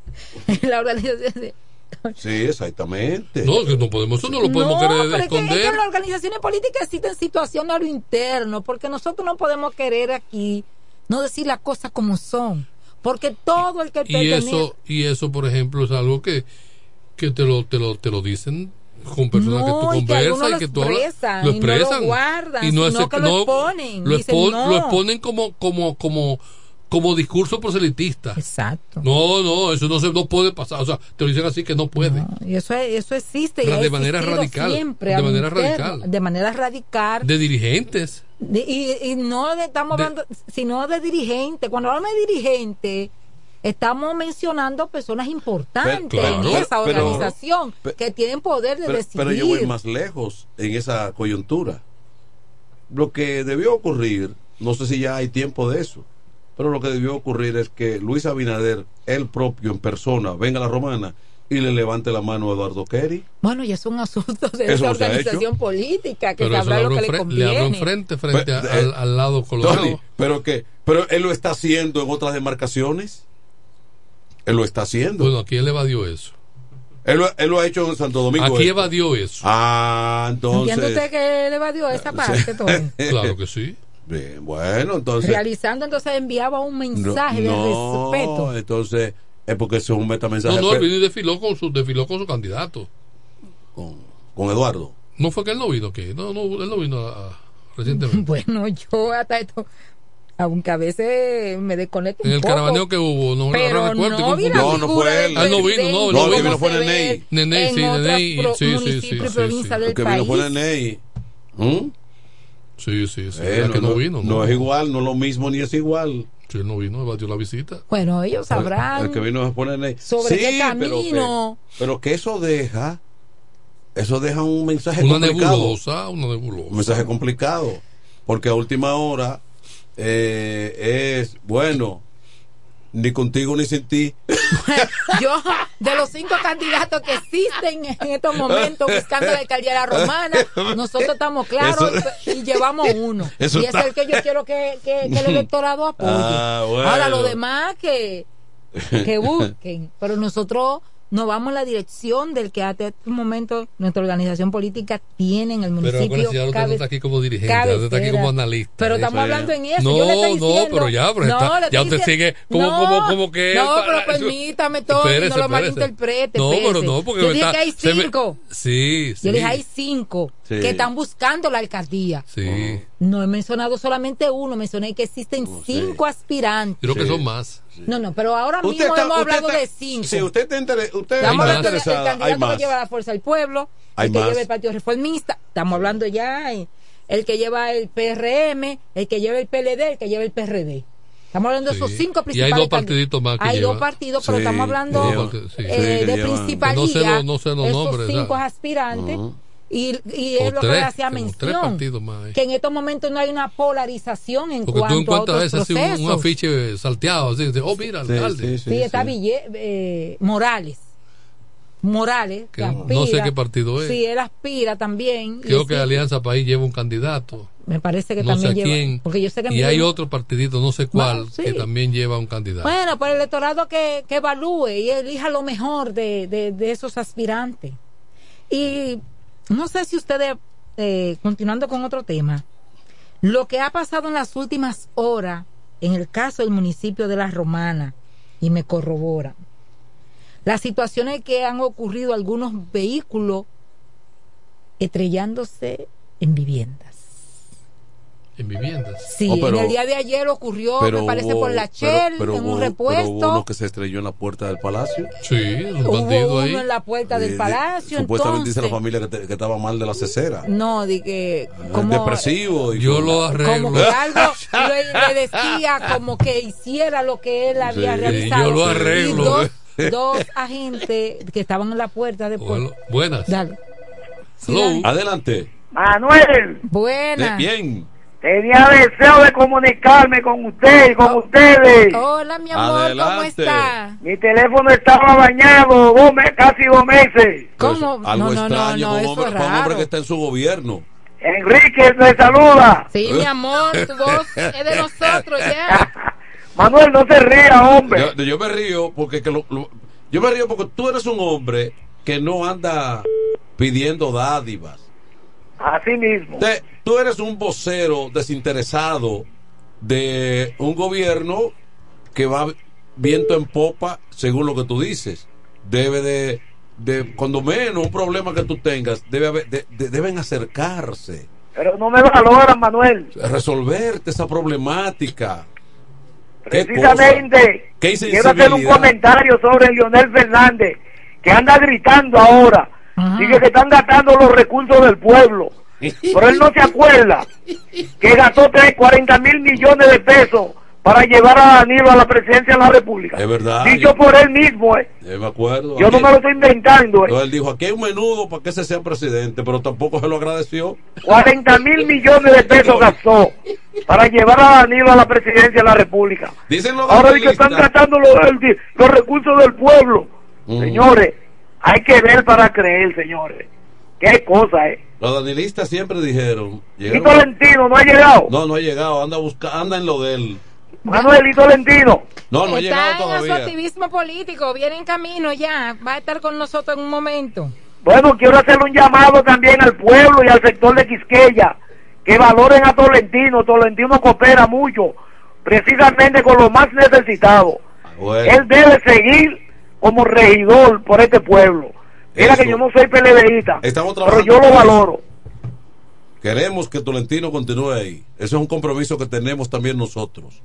La organización de... Sí, exactamente. No, que no podemos, eso no lo podemos no, querer pero esconder. Es que, es que en las organizaciones políticas existen situaciones a lo interno, porque nosotros no podemos querer aquí no decir las cosas como son, porque todo el que y pertenece... eso y eso por ejemplo es algo que que te lo te lo te lo dicen con personas no, que tú conversas y que, y que tú expresan, lo expresan y no lo guardan, y no, sino es, que no lo exponen, lo, dicen, expon, no. lo exponen como como como como discurso proselitista. Exacto. No, no, eso no se no puede pasar, o sea, te lo dicen así que no puede. No, y eso eso existe Pero y de manera radical, siempre, de manera interno, radical. De manera radical. De dirigentes. De, y, y no de, estamos de, hablando, sino de dirigentes. Cuando hablamos de dirigentes, estamos mencionando personas importantes pero, claro, en esa pero, organización pero, que tienen poder de pero, decidir. Pero yo voy más lejos en esa coyuntura. Lo que debió ocurrir, no sé si ya hay tiempo de eso, pero lo que debió ocurrir es que Luis Abinader, él propio en persona, venga a la Romana y le levante la mano a Eduardo Kerry. Bueno, y es un asunto de eso esa organización política que pero sabrá lo que le fre- conviene. Le abro frente frente pero, a, eh, al, al lado colorado. Tony, pero que pero él lo está haciendo en otras demarcaciones. Él lo está haciendo. Bueno, aquí él evadió eso. Él lo, él lo ha hecho en Santo Domingo. Aquí este. evadió eso. Ah, entonces. ¿Entiende usted que él evadió esa parte, Tony? Claro que sí. Bien, bueno, entonces. Realizando, entonces enviaba un mensaje no, de no, respeto. Entonces, es porque eso es un metamensaje. No, no, él vino y desfiló con su, desfiló con su candidato. Con, con Eduardo. No fue que él no vino, que no, no, él no vino a, a, recientemente. Bueno, yo hasta esto, aunque a veces me desconecto un en el poco, caravaneo que hubo, no, pero recuerdo. No, no, no fue él. Ah, no vino, no, no, no el que vino. vino fue Neney. Neney, sí, Neney. Pro, sí, sí, sí, y sí, provincia sí. del El que país. vino fue Neney. ¿Mm? Sí, sí, sí. Eh, no, que no, no vino. No, no es igual, no es lo mismo ni es igual. Si él no vino, evadió la visita. Bueno, ellos sabrán. El, el que vino a ponerle sobre sí, qué camino. Pero que, pero que eso deja, eso deja un mensaje una complicado. Nebulosa, una nebulosa. Un mensaje complicado. Porque a última hora eh, es, bueno, ni contigo ni sin ti. Yo, de los cinco candidatos que existen en estos momentos buscando la alcaldía de la Romana, nosotros estamos claros eso, y, y llevamos uno. Y es está... el que yo quiero que, que, que el electorado apoye. Ah, bueno. Ahora, lo demás que, que busquen. Pero nosotros nos vamos en la dirección del que hasta este momento nuestra organización política tiene en el municipio. Pero ya usted no está aquí como dirigente, usted está aquí como analista. Pero estamos hablando en eso. No, yo le estoy diciendo, no, pero ya, pero no, está, ya usted sigue como, no, como, como que. No, pero permítame todo, espérese, no lo malinterprete. No, pero no, porque yo dije que hay cinco. Me... Sí, sí. Yo dije hay cinco sí. que están buscando la alcaldía. Sí. No he mencionado solamente uno, mencioné que existen oh, cinco sí. aspirantes. Creo que sí. son más. Sí. No, no, pero ahora mismo está, hemos hablado está, de cinco. Si usted está inter... usted estamos hablando del candidato que lleva la Fuerza del Pueblo, hay el que más. lleva el Partido Reformista, estamos hablando ya el que lleva el P R M, el que lleva el P L D, el que lleva el P R D. Estamos hablando de esos sí. cinco principales. Y hay dos partiditos más que Hay lleva. dos partidos, pero sí, estamos hablando lleva, sí. Sí, eh, sí, de llevan. principalía. No sé los, no sé los esos nombres. cinco ¿sabes? aspirantes. Uh-huh. Y, y es lo tres, que hacía mención, más, eh. que en estos momentos no hay una polarización en porque cuanto tú a otros ese, procesos. Así, un, un afiche salteado, así, de, oh mira, sí, alcalde. Sí, sí, sí, está sí. Ville, eh, Morales. Morales, que que aspira, no sé qué partido es. Sí, él aspira también. Creo y que sí, Alianza País lleva un candidato. Me parece que no también sé lleva. Quién, porque yo sé que y hay lleva, otro partidito, no sé cuál, bueno, sí. que también lleva un candidato. Bueno, pues el electorado que, que evalúe y elija lo mejor de, de, de esos aspirantes. Y no sé si ustedes, eh, continuando con otro tema, lo que ha pasado en las últimas horas en el caso del municipio de La Romana, y me corroboran las situaciones que han ocurrido, algunos vehículos estrellándose en viviendas. En viviendas. Sí, oh, pero, en el día de ayer ocurrió, me parece hubo, por la Shell, pero, pero en un hubo, repuesto. Pero hubo uno que se estrelló en la puerta del palacio. Sí, un hubo bandido uno ahí. en la puerta del palacio. Supuestamente entonces, dice la familia que, te, que estaba mal de la cesera. No, de que como depresivo. Y yo lo arreglo. Como que algo le, le decía como que hiciera lo que él había sí, realizado. Yo lo arreglo. Y dos, dos agentes que estaban en la puerta de bueno, buenas. Dale. Sí, dale. Adelante. Manuel. Buenas. Bien. Tenía deseo de comunicarme con usted y con oh, ustedes. Hola, mi amor, Adelante. ¿cómo está? Mi teléfono estaba bañado dos me, casi dos meses. ¿Cómo? Pues, algo no, no, extraño no, no, con, eso hombre, es con un hombre raro. que está en su gobierno. Enrique te saluda. Sí, mi amor, tu voz es de nosotros ya. Manuel, no se ría, hombre. Yo, yo me río porque que lo, lo, yo me río porque tú eres un hombre que no anda pidiendo dádivas. Así mismo. Te, tú eres un vocero desinteresado de un gobierno que va viento en popa, según lo que tú dices. Debe de, de cuando menos un problema que tú tengas, debe haber, de, de, deben acercarse. Pero no me valoran, Manuel. Resolverte esa problemática. Precisamente, ¿Qué quiero hacer un comentario sobre Leonel Fernández, que anda gritando ahora. Uh-huh. Dice que están gastando los recursos del pueblo. Pero él no se acuerda que gastó cuarenta mil millones de pesos para llevar a Danilo a la presidencia de la República. Es verdad. Dicho yo, por él mismo, eh. Yo me acuerdo. Yo aquí, no me lo estoy inventando, eh. No, él dijo, aquí hay un menudo para que ese sea presidente, pero tampoco se lo agradeció. cuarenta mil millones de pesos gastó para llevar a Danilo a la presidencia de la República. Dicen los Ahora dice que están gastando los, los recursos del pueblo. Mm. Señores, hay que ver para creer, señores. Qué cosa, eh. Los danilistas siempre dijeron. ¿Y Tolentino no ha llegado? No, no ha llegado. Anda busca, anda en lo de él. Manuel y Tolentino. No, no ha está llegado todavía. Está en su activismo político, viene en camino ya. Va a estar con nosotros en un momento. Bueno, quiero hacerle un llamado también al pueblo y al sector de Quisqueya, que valoren a Tolentino. Tolentino coopera mucho, precisamente con los más necesitados. Bueno. Él debe seguir como regidor por este pueblo. Mira eso. Que yo no soy PLDista, pero yo lo valoro. Queremos que Tolentino continúe ahí. Ese es un compromiso que tenemos también nosotros.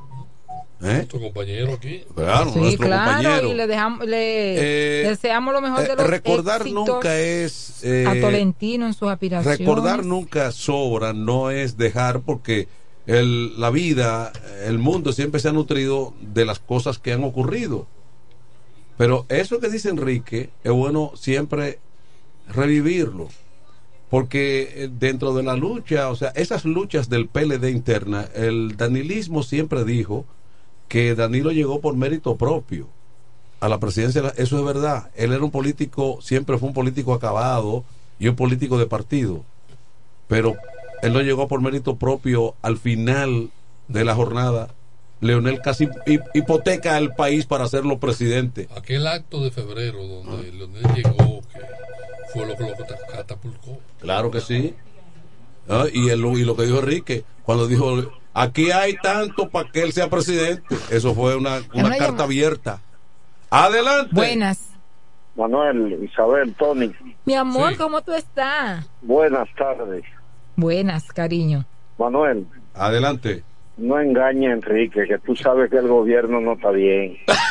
¿Eh? Nuestro compañero aquí. Claro, sí, nuestro claro, compañero. Y le, dejamos, le eh, deseamos lo mejor de los eh, recordar nunca es eh, a Tolentino en sus aspiraciones. Recordar nunca sobra, no es dejar, porque el, la vida, el mundo siempre se ha nutrido de las cosas que han ocurrido. Pero eso que dice Enrique, es bueno siempre revivirlo. Porque dentro de la lucha, o sea, esas luchas del P L D interna, el danilismo siempre dijo que Danilo llegó por mérito propio a la presidencia. Eso es verdad. Él era un político, siempre fue un político acabado y un político de partido. Pero él no llegó por mérito propio. Al final de la jornada, Leonel casi hipoteca al país para hacerlo presidente. Aquel acto de febrero donde Leonel llegó, que fue lo que lo catapultó. Claro que sí. ¿Ah? Y, el, y lo que dijo Enrique, cuando dijo, aquí hay tanto para que él sea presidente, eso fue una, una, una carta llamada abierta. Adelante. Buenas. Manuel, Isabel, Tony. Mi amor, Sí. ¿cómo tú estás? Buenas tardes. Buenas, cariño. Manuel. Adelante. No engañe a Enrique, que tú sabes que el gobierno no está bien.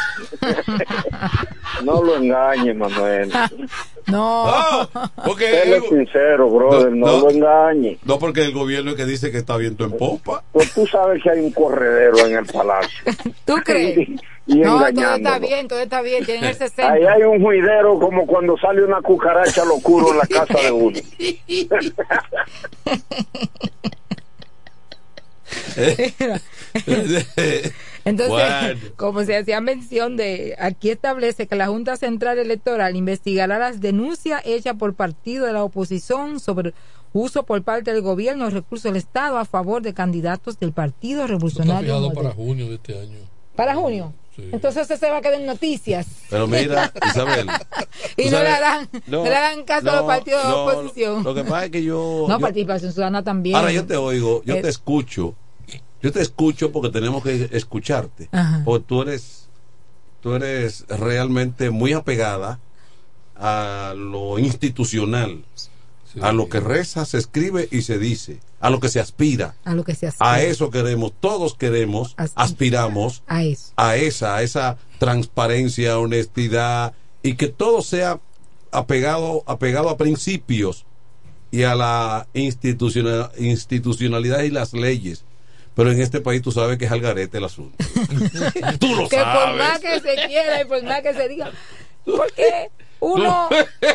No lo engañe, Manuel. No. No, porque Séle sincero, brother, no, no, no lo engañe. No, porque el gobierno es que dice que está viento en popa. Pues tú sabes que hay un corredero en el palacio. ¿Tú crees? Y no, todo engañándolo. está bien, todo está bien, tienen el sesenta. Ahí hay un juidero como cuando sale una cucaracha al oscuro en la casa de uno. Entonces, Bueno. como se hacía mención de, aquí establece que la Junta Central Electoral investigará las denuncias hechas por partidos de la oposición sobre uso por parte del gobierno de recursos del Estado a favor de candidatos del Partido Está Revolucionario fijado Moderno. para junio de este año. ¿Para junio? Sí. Entonces usted se va a quedar en noticias. Pero mira, Isabel. Y tú no le sabes- harán, no, le harán caso a los no, partidos de no, oposición. Lo que pasa es que yo. No, yo- Participación Ciudadana también. Ahora yo te oigo, yo Eh, te escucho. Yo te escucho porque tenemos que escucharte. Ajá. Porque tú eres, tú eres realmente muy apegada a lo institucional, a lo que reza, se escribe y se dice, a lo que se aspira. A lo que se hace. A eso queremos, todos queremos, Así. aspiramos A eso. a esa, a esa transparencia, honestidad y que todo sea apegado, apegado a principios y a la institucional, institucionalidad y las leyes. Pero en este país tú sabes que es al garete el asunto. Tú lo que por sabes. más que se quiera y por más que se diga, porque uno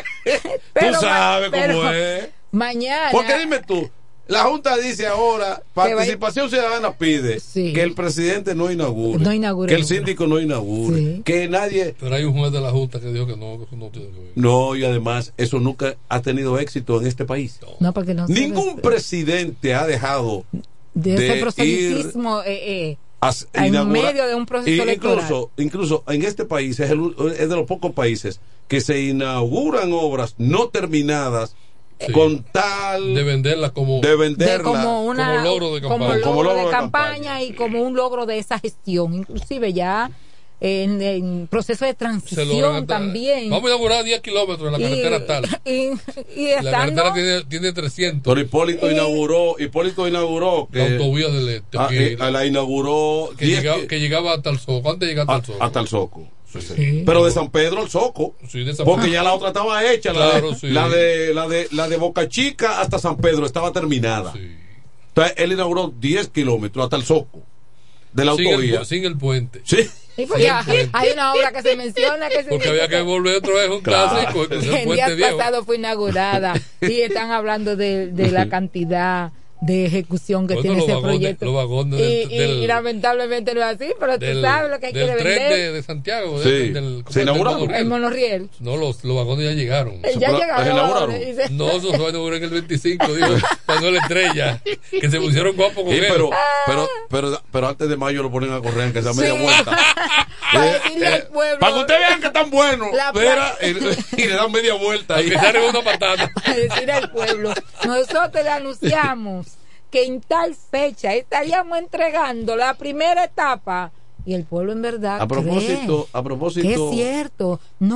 Tú sabes pero cómo es. mañana Porque dime tú, la Junta dice ahora, va- Participación Ciudadana pide Sí. que el presidente no inaugure, No inaugure que el nunca. síndico no inaugure, Sí. que nadie... Pero hay un juez de la Junta que dijo que no, que eso no tiene que ver. No, y además eso nunca ha tenido éxito en este país. no, porque no se Ningún respe- presidente ha dejado de ese de proselitismo eh, eh, a en inaugurar- medio de un proceso y electoral. incluso, incluso en este país es, el- es de los pocos países que se inauguran obras no terminadas con tal de venderla como de venderla de como una como logro de como campaña. logro Como logro de de campaña y como un logro de esa gestión, inclusive ya en, en proceso de se transición logran hasta- también. Vamos a inaugurar diez kilómetros en la Y- carretera tal. y, y La estando carretera tiene, tiene trescientos. Pero Hipólito Y- inauguró Hipólito inauguró La que, autovía del Este. ah, que, eh, la inauguró que diez llegaba, ki- que llegaba hasta el Soco. Antes de llegar hasta a- el Soco. hasta el Soco. Sí, sí. Sí. Pero de San Pedro al Soco. Sí, de San Porque Pedro. ya la otra estaba hecha, la, Claro, de, sí. la de la de la de Boca Chica hasta San Pedro estaba terminada. Sí. Entonces él inauguró diez kilómetros hasta el Soco de la Sin el, autovía. pu- sin el puente. Sí. y pues ya hay una obra que se menciona que se Porque había que volver otra vez un Claro. clásico. que El el puente día viejo. pasado fue inaugurada y están hablando de, de la cantidad de ejecución que Bueno, tiene los ese vagones- proyecto. los vagones y, del- y- del- y lamentablemente no es así, pero tú Del, sabes lo que del quiere tren vender. de, de Santiago. Sí. del- del- Se del inauguraron. monorriel. El monorriel. No, los, los vagones ya llegaron. Eh, ya pero- llegaron. ¿las inauguraron? dice- No, eso se va a inaugurar en el veinticinco, digo, cuando la estrella, que se pusieron guapos con Sí, él. pero, pero, pero, pero antes de mayo lo ponen a correr, aunque sea media Sí. vuelta. Para Eh, decirle eh, al pueblo. para que ustedes vean que están buenos. La Mira, y, y le dan media vuelta ahí. Aunque se arriba una patata. a decir al pueblo, nosotros le anunciamos que en tal fecha estaríamos entregando la primera etapa y el pueblo en verdad A propósito, cree a propósito, que es cierto.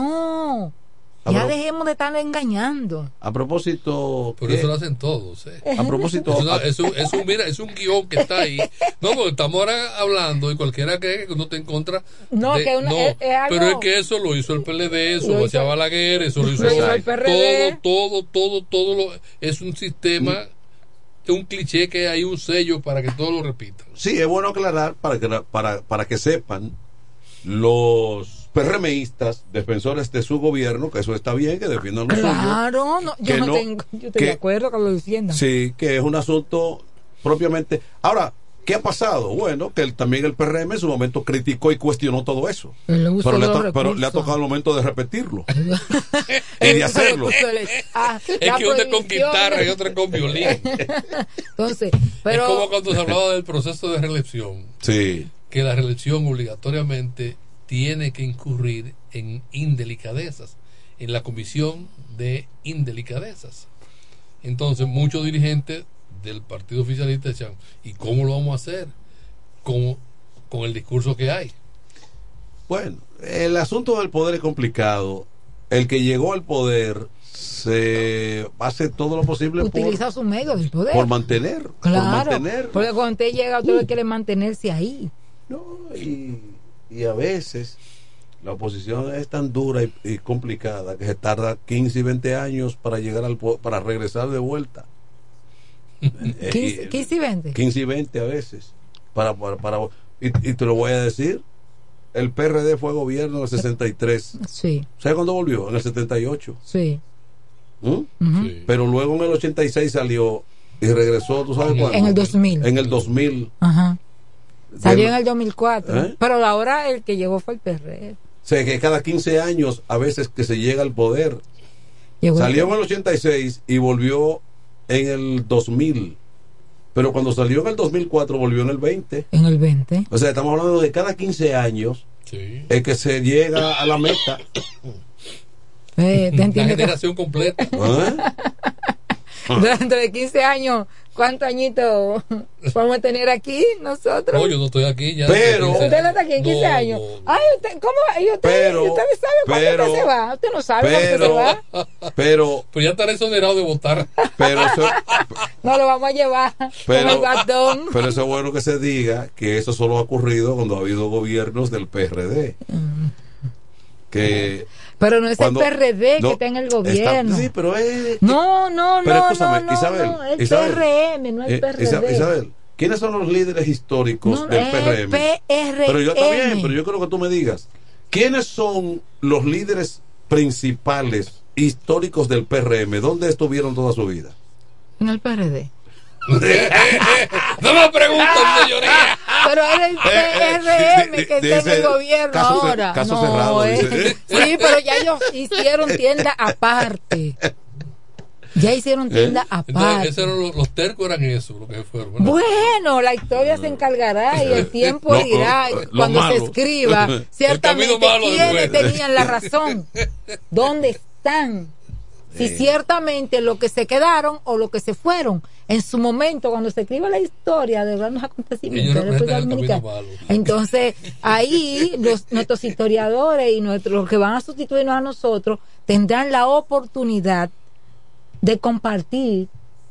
No, A ya pro- dejemos de estar engañando. a propósito, Pero ¿qué? eso lo hacen todos. ¿eh? a propósito, Es, una- es un, es un- mira, es un guión que está ahí. No, porque estamos ahora hablando y cualquiera cree que uno está en contra. No, de- que una- no, es- es algo- pero es que eso lo hizo el P L D, eso Lo lo hizo- hacía Balaguer, eso lo hizo, lo hizo el P R D. todo, todo, todo, todo lo, es un sistema un cliché que hay un sello para que todos lo repitan. Sí, es bueno aclarar para que, para, para que sepan los PRMistas, defensores de su gobierno, que eso está bien, que defiendan lo suyo. Claro, no, yo, no no, tengo, yo estoy que, de acuerdo que lo defiendan. Sí, que es un asunto propiamente. Ahora, ¿qué ha pasado? Bueno, que el, también el P R M en su momento criticó y cuestionó todo eso. El pero, le to, pero le ha tocado el momento de repetirlo y de hacerlo. Ah, es que uno es con guitarra y otro es con violín. Entonces, pero... es como cuando se hablaba del proceso de reelección. Sí. Que la reelección obligatoriamente tiene que incurrir en indelicadezas, en la comisión de indelicadezas. Entonces, muchos dirigentes del partido oficialista decían, ¿y cómo lo vamos a hacer? Con, con el discurso que hay. Bueno, el asunto del poder es complicado. El que llegó al poder se hace todo lo posible utiliza su medio del poder por mantener, claro, por mantener. Porque cuando usted llega, usted uh. quiere mantenerse ahí. No, y, y a veces la oposición es tan dura y, y complicada que se tarda quince y veinte años para llegar al para regresar de vuelta. quince, quince y veinte quince y veinte a veces para, para, para y, y te lo voy a decir, el P R D fue gobierno en el sesenta y tres. Sí. ¿Sabes cuándo volvió? En el setenta y ocho. Sí. ¿Mm? Uh-huh. Sí. Pero luego en el ochenta y seis salió y regresó, ¿tú sabes cuándo? En el dos mil. En el dos mil. Ajá. Salió de... en el dos mil cuatro. ¿Eh? Pero ahora el que llegó fue el P R D. O sea, que cada quince años a veces que se llega al poder. Llegó salió el... en el ochenta y seis y volvió en el dos mil, pero cuando salió en el dos mil cuatro volvió en el veinte. En el veinte. O sea, estamos hablando de cada quince años sí. Es que se llega a la meta. Eh, ¿te la generación que... completa. ¿Eh? Dentro de quince años, ¿cuántos añitos vamos a tener aquí nosotros? No, yo no estoy aquí ya. Pero usted no está aquí en quince no, años. No, no. Ay, usted, ¿cómo? ¿Y usted, pero, usted sabe cuándo pero, usted se va? Usted no sabe pero, cuándo se va. Pero, pues ya estaré exonerado de votar. Pero eso, no lo vamos a llevar pero, con el bastón. Pero eso es bueno que se diga que eso solo ha ocurrido cuando ha habido gobiernos del P R D. Mm. Que pero no es cuando, el P R D no, que está en el gobierno. Está, sí, pero es. No, no, pero no. Escúchame, no, Isabel, no, es Isabel, P R M, no es P R D. Isabel, ¿quiénes son los líderes históricos no, del P R M? P R M. Pero yo también, pero yo creo que tú me digas, ¿quiénes son los líderes principales históricos del P R M? ¿Dónde estuvieron toda su vida? En el P R D. No me pregunten, señoría. Pero era el P R M que está en el gobierno caso ahora. Caso no, cerrado. Eh. Sí, pero ya ellos hicieron tienda aparte. Ya hicieron tienda ¿Eh? aparte. Entonces, eran los, los tercos eran eso, lo que fueron. ¿Verdad? Bueno, la historia se encargará y el tiempo no, dirá lo, lo, cuando lo se escriba ciertamente quiénes tenían la razón, dónde están. Si sí, ciertamente lo que se quedaron o lo que se fueron en su momento cuando se escriba la historia de grandes acontecimientos de la República Dominicana. Entonces ahí los, nuestros historiadores y nuestros los que van a sustituirnos a nosotros tendrán la oportunidad de compartir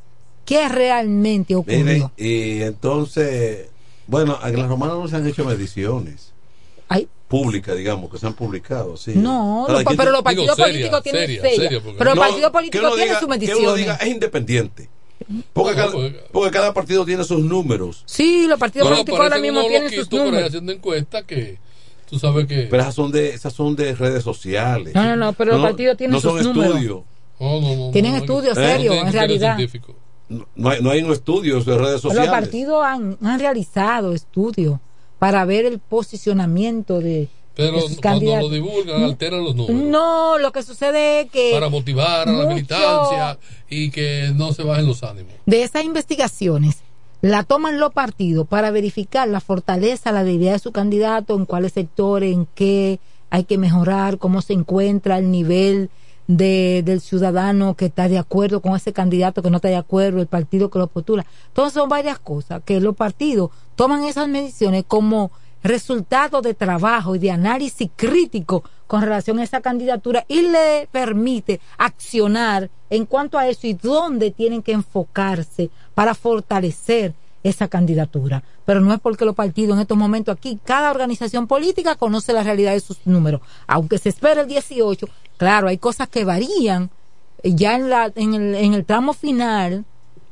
qué realmente ocurrió. Miren, y entonces, bueno, en las romanas no se han hecho mediciones. Ay. Públicas, digamos, que se han publicado, sí. No, no pero los partidos digo, políticos seria, tienen seria, seria pero los no, partidos políticos tienen diga, sus mediciones. Que uno diga, es independiente. Porque, no, cada, porque, porque cada partido tiene sus números. Sí, los partidos no, políticos ahora mismo tienen sus números. Haciendo encuestas que tú sabes que pero esas son de esas son de redes sociales. No, no, no, pero los partidos tienen no sus son números. Estudios. No, no, no, tienen no, estudios no, serios, no en realidad. No hay, no hay estudios de redes sociales. Los partidos han, han realizado estudios para ver el posicionamiento de pero cuando lo divulgan alteran los números. No, lo que sucede es que para motivar a la militancia y que no se bajen los ánimos. De esas investigaciones la toman los partidos para verificar la fortaleza, la debilidad de su candidato, en cuáles sectores, en qué hay que mejorar, cómo se encuentra el nivel de, del ciudadano que está de acuerdo con ese candidato, que no está de acuerdo, el partido que lo postula. Entonces son varias cosas que los partidos toman esas mediciones como resultado de trabajo y de análisis crítico con relación a esa candidatura y le permite accionar en cuanto a eso y dónde tienen que enfocarse para fortalecer esa candidatura. Pero no es porque los partidos en estos momentos aquí, cada organización política conoce la realidad de sus números, aunque se espera el dieciocho, claro, hay cosas que varían ya en, la, en, el, en el tramo final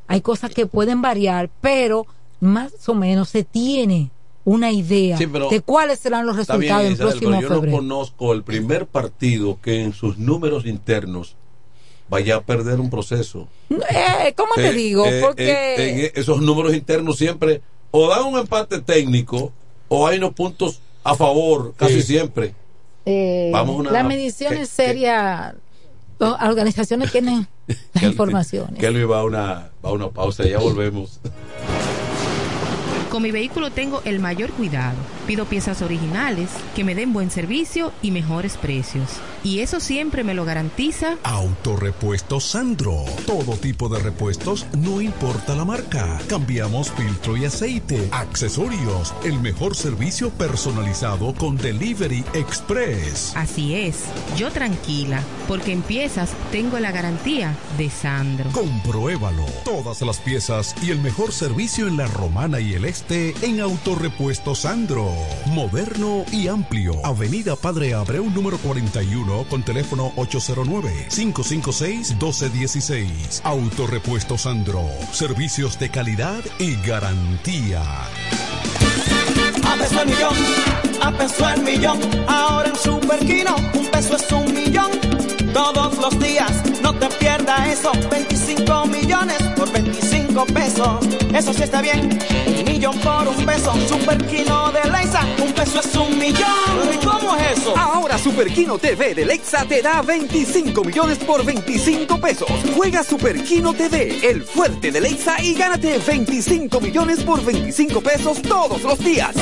hay cosas que pueden variar, pero más o menos se tiene una idea Sí, pero- de cuáles serán los Está bien, resultados en Isabel, próximo pero yo no febrero. conozco el primer partido que en sus números internos vaya a perder un proceso. Eh, ¿Cómo te Eh, digo? eh, Porque eh, en esos números internos siempre o dan un empate técnico o hay unos puntos a favor casi Sí. siempre. eh, Vamos a una- las mediciones que- serias, las organizaciones tienen las Que- informaciones. Que él va a una, va a una pausa, ya volvemos. Con mi vehículo tengo el mayor cuidado. Pido piezas originales, que me den buen servicio y mejores precios. Y eso siempre me lo garantiza Autorepuesto Sandro. Todo tipo de repuestos, no importa la marca. Cambiamos filtro y aceite, accesorios, el mejor servicio personalizado con Delivery Express. Así es, yo tranquila, porque en piezas tengo la garantía de Sandro. Compruébalo. Todas las piezas y el mejor servicio en la Romana y el Este en Autorepuesto Sandro. Moderno y amplio. Avenida Padre Abreu número cuarenta y uno con teléfono ocho cero nueve, cinco cinco seis, uno dos uno seis. Autorepuesto Sandro. Servicios de calidad y garantía. A peso el millón, a peso el millón. Ahora en Super Kino, un peso es un millón. Todos los días, no te pierdas eso. veinticinco millones por veinticinco pesos. Eso sí está bien. Un millón por un peso. Super Kino de Leisa, un peso es un millón. ¿Y cómo es eso? Ahora Super Kino T V de Lexa te da veinticinco millones por veinticinco pesos. Juega Super Kino T V, el fuerte de Lexa, y gánate veinticinco millones por veinticinco pesos todos los días.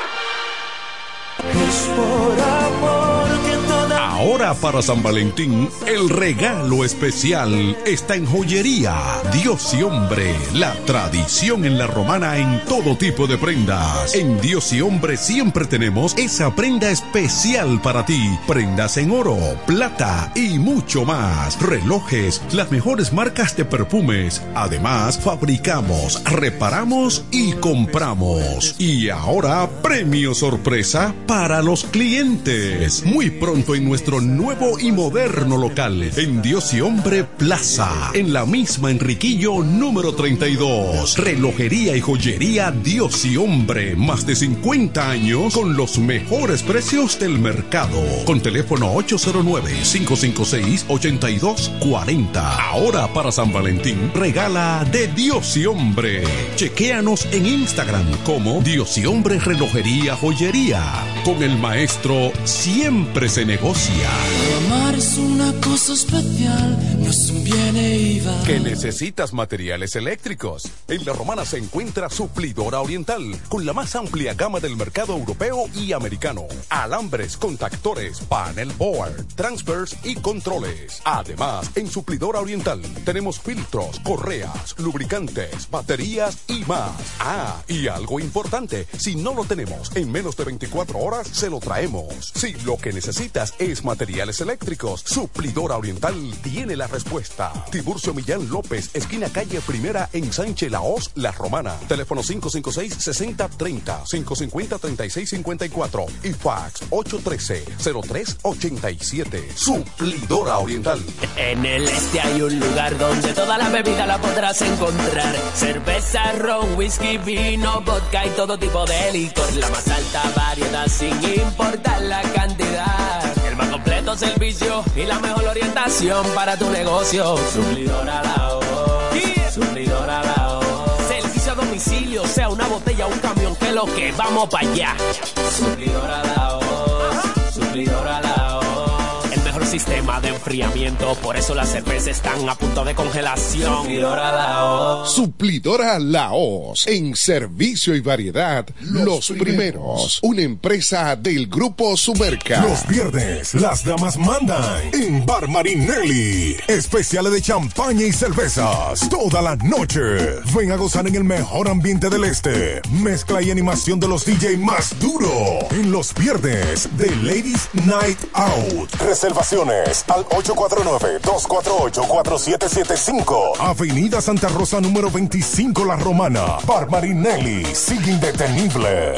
Es por amor que toda Ahora para San Valentín, el regalo especial está en Joyería Dios y Hombre, la tradición en la Romana en todo tipo de prendas. En Dios y Hombre siempre tenemos esa prenda especial para ti. Prendas en oro, plata y mucho más. Relojes, las mejores marcas de perfumes. Además, fabricamos, reparamos y compramos. Y ahora, premio sorpresa para los clientes. Muy pronto en nuestro nuevo y moderno local, en Dios y Hombre Plaza, en la misma Enriquillo número treinta y dos. Relojería y joyería Dios y Hombre, más de cincuenta años con los mejores precios del mercado. Con teléfono ocho cero nueve, cinco cinco seis, ocho dos cuatro cero. Ahora para San Valentín, regala de Dios y Hombre. Chequéanos en Instagram como Dios y Hombre Relojería Joyería. Con el maestro siempre se negocia. amar es una cosa especial, no es un bien e iba. ¿Que necesitas materiales eléctricos? En La Romana se encuentra Suplidora Oriental, con la más amplia gama del mercado europeo y americano. Alambres, contactores, panel board, transfers y controles. Además, en Suplidora Oriental tenemos filtros, correas, lubricantes, baterías y más. Ah, y algo importante, si no lo tenemos en menos de veinticuatro horas, se lo traemos. Si lo que necesitas es materiales eléctricos, Suplidora Oriental tiene la respuesta. Tiburcio Millán López, esquina calle Primera en Sánchez Laos, La Romana. Teléfono cinco cinco seis, seis cero tres cero, cinco cinco cero, tres seis cinco cuatro y fax ocho uno tres, cero tres ocho siete. Suplidora Oriental. En el este hay un lugar donde toda la bebida la podrás encontrar. Cerveza, ron, whisky, vino, vodka y todo tipo de licor. La más alta variedad sin importar la cantidad. El más completo servicio y la mejor orientación para tu negocio. Suplidora La Hoz. Suplidora La Hoz. Servicio a domicilio, sea una botella o un camión, que lo que vamos para allá. Suplidora La Hoz. Suplidora La Hoz. El mejor sistema de enfriamiento, por eso las cervezas están a punto de congelación. Suplidora La Hoz. Suplidora La Hoz. En servicio y variedad, los, los primeros. primeros. Una empresa del Grupo Sumerca. Los viernes, las damas mandan en Bar Marinelli. Especiales de champaña y cervezas. Toda la noche. Ven a gozar en el mejor ambiente del este. Mezcla y animación de los D J más duro. En los viernes de Ladies Night Out. Reservaciones al ocho cuatro nueve, dos cuatro ocho, cuatro siete siete cinco. Avenida Santa Rosa número veinticinco, La Romana. Bar Marinelli. Sigue indetenible.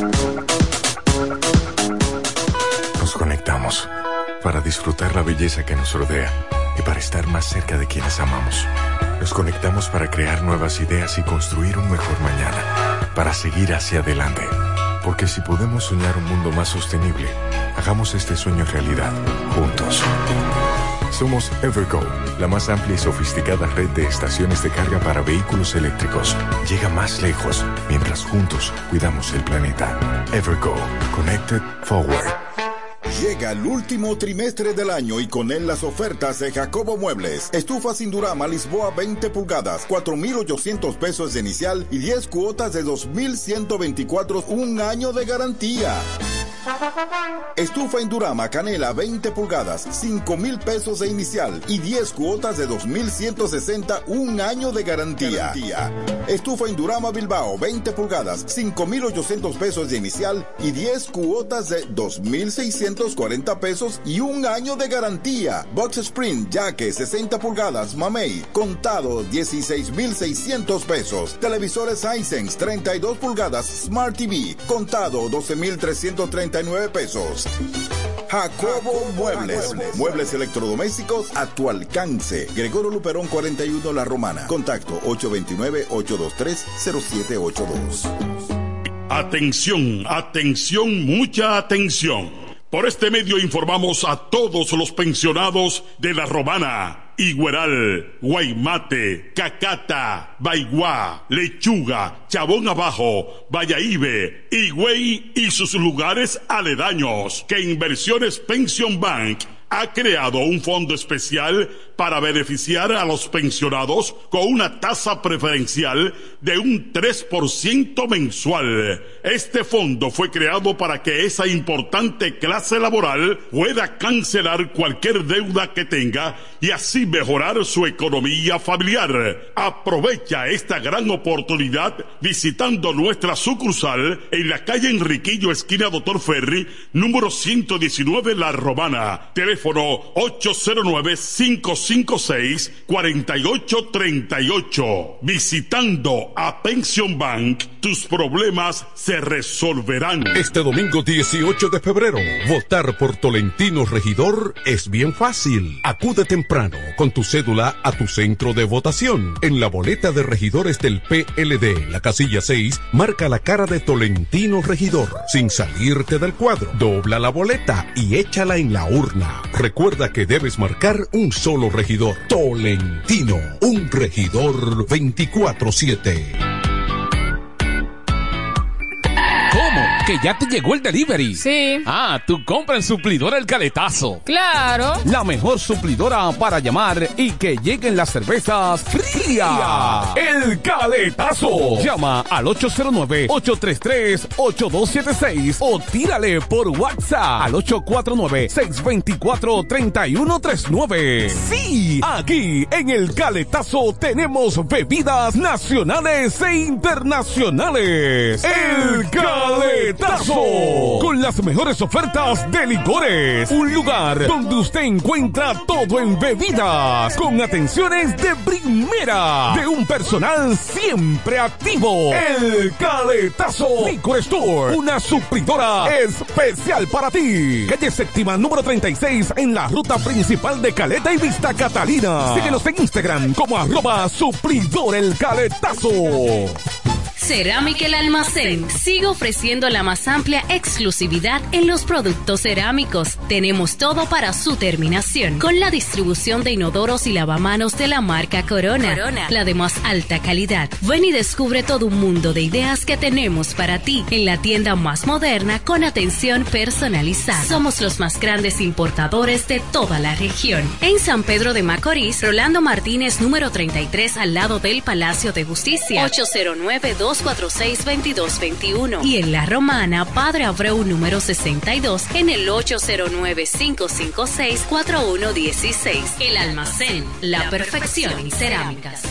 Nos conectamos para disfrutar la belleza que nos rodea y para estar más cerca de quienes amamos. Nos conectamos para crear nuevas ideas y construir un mejor mañana, para seguir hacia adelante. Porque si podemos soñar un mundo más sostenible, hagamos este sueño realidad, juntos. Somos Evergo, la más amplia y sofisticada red de estaciones de carga para vehículos eléctricos. Llega más lejos, mientras juntos cuidamos el planeta. Evergo, Connected Forward. Llega el último trimestre del año y con él las ofertas de Jacobo Muebles. Estufa sin Durama Lisboa veinte pulgadas, cuatro mil ochocientos pesos de inicial y diez cuotas de dos mil ciento veinticuatro, un año de garantía. Estufa Indurama Canela veinte pulgadas, cinco mil pesos de inicial y diez cuotas de dos mil ciento sesenta, un año de garantía. garantía. Estufa Indurama Bilbao veinte pulgadas, cinco mil ochocientos pesos de inicial y diez cuotas de dos mil seiscientos cuarenta pesos y un año de garantía. Box Sprint Yaque sesenta pulgadas Mamey, contado dieciséis mil seiscientos pesos. Televisores Hisense treinta y dos pulgadas Smart T V, contado doce mil trescientos treinta y nueve pesos. Jacobo Muebles. Muebles electrodomésticos a tu alcance. Gregorio Luperón cuarenta y uno La Romana. Contacto ocho dos nueve, ocho dos tres, cero siete ocho dos. Atención, atención, mucha atención. Por este medio informamos a todos los pensionados de La Romana, Igueral, Guaymate, Cacata, Baigua, Lechuga, Chabón Abajo, Valladolid, Higüey y sus lugares aledaños, que Inversiones Pension Bank ha creado un fondo especial para beneficiar a los pensionados con una tasa preferencial de un tres por ciento mensual. Este fondo fue creado para que esa importante clase laboral pueda cancelar cualquier deuda que tenga y así mejorar su economía familiar. Aprovecha esta gran oportunidad visitando nuestra sucursal en la calle Enriquillo, esquina Doctor Ferry, número ciento diecinueve, La Romana. Teléfono ocho cero nueve, cinco cinco seis, cuatro ocho tres ocho. Visitando a Pension Bank, tus problemas se resolverán. Este domingo dieciocho de febrero, votar por Tolentino Regidor es bien fácil. Acude temprano con tu cédula a tu centro de votación. En la boleta de regidores del P L D, la casilla seis, marca la cara de Tolentino Regidor. Sin salirte del cuadro, dobla la boleta y échala en la urna. Recuerda que debes marcar un solo regidor. Tolentino, un regidor veinticuatro siete. ¿Cómo? ¿Que ya te llegó el delivery? Sí. Ah, tú compra en Suplidora El Caletazo. Claro. La mejor suplidora para llamar y que lleguen las cervezas frías. El Caletazo. Llama al ocho cero nueve, ocho tres tres, ocho dos siete seis o tírale por WhatsApp al ocho cuatro nueve, seis dos cuatro, tres uno tres nueve. Sí, aquí en El Caletazo tenemos bebidas nacionales e internacionales. El Caletazo, con las mejores ofertas de licores. Un lugar donde usted encuentra todo en bebidas, con atenciones de primera, de un personal siempre activo. El Caletazo Liquor Store, una suplidora especial para ti. Calle Séptima, número treinta y seis, en la ruta principal de Caleta y Vista Catalina. Síguenos en Instagram como arroba suplidor El Caletazo. Cerámica El Almacén sigue ofreciendo la más amplia exclusividad en los productos cerámicos. Tenemos todo para su terminación, con la distribución de inodoros y lavamanos de la marca Corona, Corona, la de más alta calidad. Ven y descubre todo un mundo de ideas que tenemos para ti en la tienda más moderna con atención personalizada. Somos los más grandes importadores de toda la región. En San Pedro de Macorís, Rolando Martínez, número treinta y tres, al lado del Palacio de Justicia, ocho cero nueve, dos cuatro seis, veintidós veintiuno. Y en La Romana, Padre Abreu, número sesenta y dos, en el ocho cero nueve, cinco cinco seis, cuatro uno uno seis. El Almacén, la perfección en cerámicas.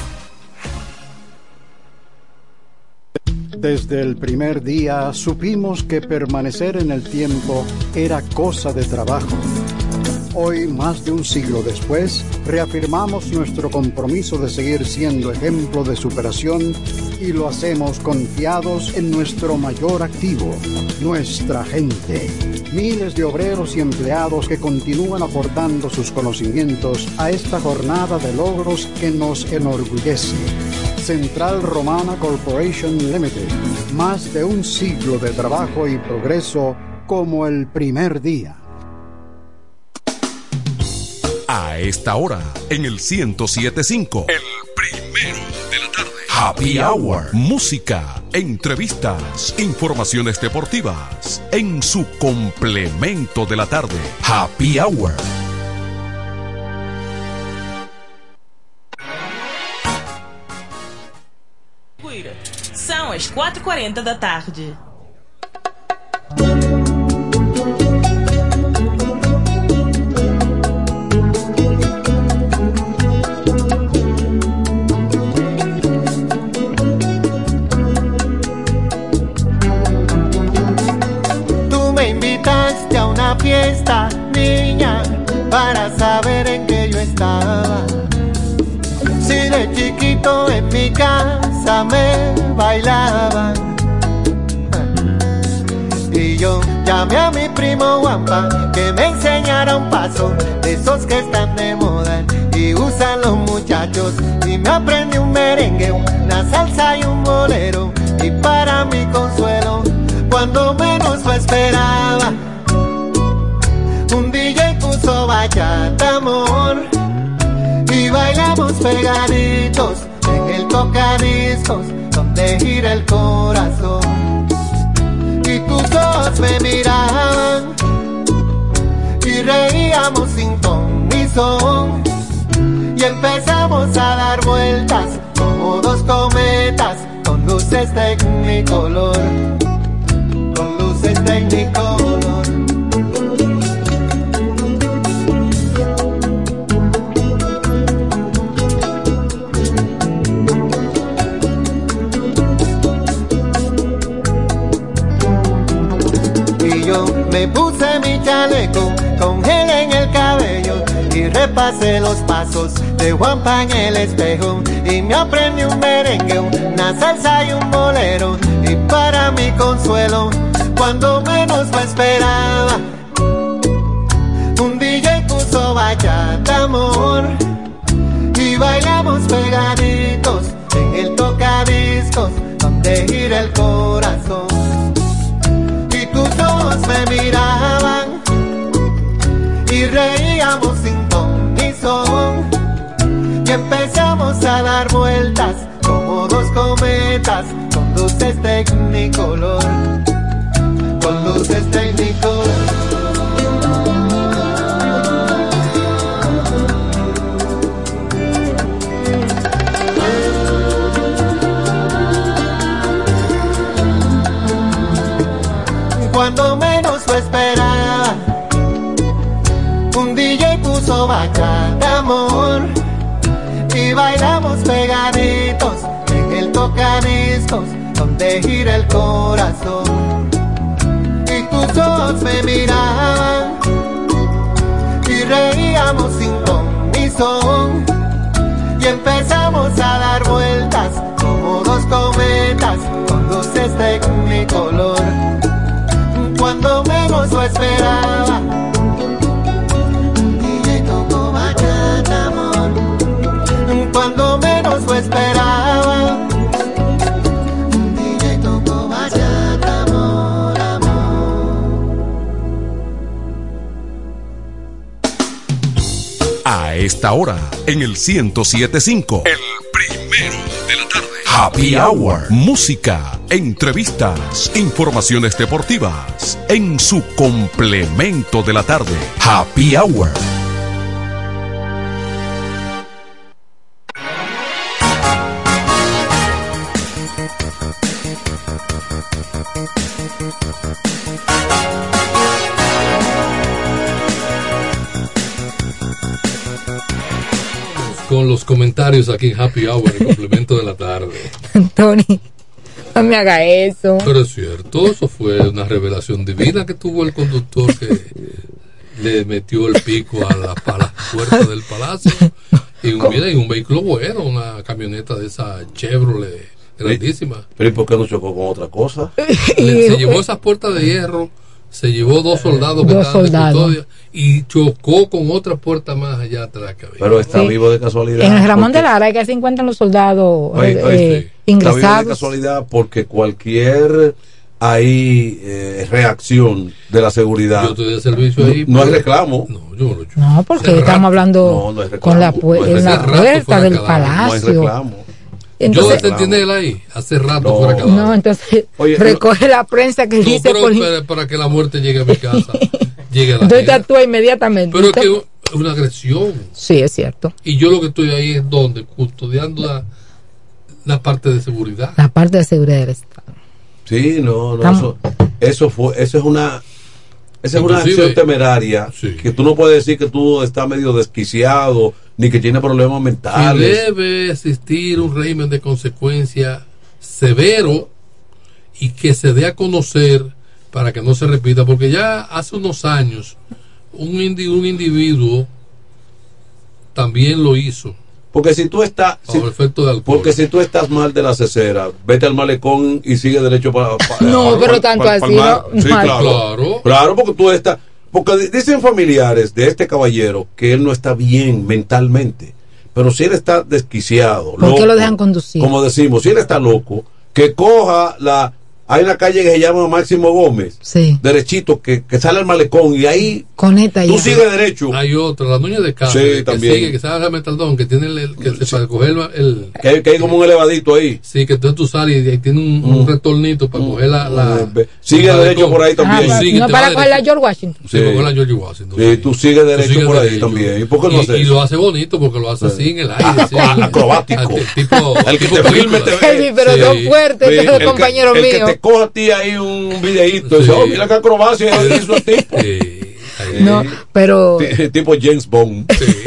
Desde el primer día supimos que permanecer en el tiempo era cosa de trabajo. Hoy, más de un siglo después, reafirmamos nuestro compromiso de seguir siendo ejemplo de superación y lo hacemos confiados en nuestro mayor activo, nuestra gente. Miles de obreros y empleados que continúan aportando sus conocimientos a esta jornada de logros que nos enorgullece. Central Romana Corporation Limited. Más de un siglo de trabajo y progreso como el primer día. A esta hora, en el ciento siete punto cinco, el primero de la tarde. Happy Hour. Música, entrevistas, informaciones deportivas. En su complemento de la tarde. Happy Hour. São as quatro e quarenta da tarde. Tú me invitaste a una fiesta, niña, para saber en qué yo estaba. Si de chiquito en mi casa me bailaban y yo llamé a mi primo Juanpa que me enseñara un paso de esos que están de moda y usan los muchachos, y me aprendí un merengue, una salsa y un bolero, y para mi consuelo, cuando menos lo esperaba, un D J puso bachata, amor, y bailamos pegaditos en el tocadiscos donde gira el corazón. Y tus ojos me miraban y reíamos sin ton ni son. Y empezamos a dar vueltas como dos cometas con luces tecnicolor, con luces tecnicolor. Me puse mi chaleco con gel en el cabello y repasé los pasos de Juanpa en el espejo, y me aprendí un merengue, una salsa y un bolero, y para mi consuelo, cuando menos lo esperaba, un D J puso bachata, amor, y bailamos pegaditos en el tocadiscos donde gira el corazón. Me miraban y reíamos sin ton ni son, y empezamos a dar vueltas como dos cometas con luces tecnicolor, con luces tecnicolor. Cuando menos lo esperaba, un D J puso bachata, amor, y bailamos pegaditos en el tocadiscos donde gira el corazón. Y tus ojos me miraban y reíamos sin ton ni son, y empezamos a dar vueltas como dos cometas con luces tecnicolor. Cuando menos lo esperaba, D J tocó bachata, amor. Cuando menos lo esperaba, D J tocó bachata, amor, amor. A esta hora, en el ciento siete punto cinco, el primero de la tarde. Happy Hour. Música, entrevistas, informaciones deportivas. En su complemento de la tarde. Happy Hour. Con los comentarios aquí en Happy Hour, el complemento de la tarde. Tony, no me haga eso. Pero es cierto, eso fue una revelación divina que tuvo el conductor que le metió el pico a la, a la puerta del palacio. Y un, mira, y un vehículo bueno, una camioneta de esa Chevrolet grandísima. Pero ¿y por qué no chocó con otra cosa? Le, se llevó esas puertas de hierro, se llevó dos soldados que dos estaban soldados. de custodia y chocó con otra puerta más allá atrás que había. Pero está Sí. vivo de casualidad. En el Ramón porque- de Lara hay que se encuentran los soldados Oye, eh, oye, eh, sí. Está vivo de ingresados. casualidad porque cualquier ahí eh, reacción de la seguridad. Yo estoy de servicio ahí. No, no hay reclamo. No, yo no lo No, porque estamos hablando No, no hay reclamo. con la, pu- No hay en la reclamo. puerta del No hay palacio. reclamo. Entonces, yo detener él ahí hace rato No. fuera cada no, entonces Oye, recoge la prensa que No, dice pero por para, para que la muerte llegue a mi casa, llegue a la entonces gente. actúa inmediatamente. Pero es que Entonces- es una agresión. sí, es cierto. Y yo lo que estoy ahí es donde, custodiando la, la parte de seguridad. La parte de seguridad del Estado. Sí, no, no, Estamos- eso, eso fue, eso es una, esa es una Inclusive- acción temeraria que tú no puedes decir que tú estás medio desquiciado ni que tienes problemas Y mentales. debe existir un régimen de consecuencia severo y que se dé a conocer para que no se repita, porque ya hace unos años un, indi- un individuo también lo hizo. Porque si tú estás, si- bajo el efecto de alcohol. porque si tú estás mal de la cesera, vete al malecón y sigue derecho para. No, pero tanto así, no, Sí, no. claro, Claro. claro, porque tú estás, porque di- dicen familiares de este caballero que él no está bien mentalmente, pero si él está desquiciado, ¿Por qué loco, lo dejan conducir? como decimos, si él está loco, que coja la, hay una calle que se llama Máximo Gómez, Sí. derechito, que, que sale al malecón y ahí Conecta tú ya. sigues derecho. Hay otra, la nuña de carne, Sí, que también. sigue, que sale a Metaldón, que tiene el, el- que se, para coger el, el- Que hay, que hay como un elevadito ahí. sí, que entonces tú sales y ahí tiene un, un retornito para coger la, la Sigue la derecho malecón. por ahí también. Ah, pa- Sigue, no te para va coger la derecho. George Washington. Sí, para coger la George Washington. Sí, tú sigues derecho sigues por ahí derecho. también. ¿Y por qué no Y, haces y eso? lo hace bonito porque lo hace así en el aire. sí, Acrobático. el tipo, El que tipo te filme película. te Elvi, pero Sí. son fuertes Sí, estos el que- compañeros el que míos. te coja a ti ahí un videíto y Sí. dice, oh, mira qué acrobacia hizo el tipo. Sí, ahí. No, pero Ti- tipo James Bond.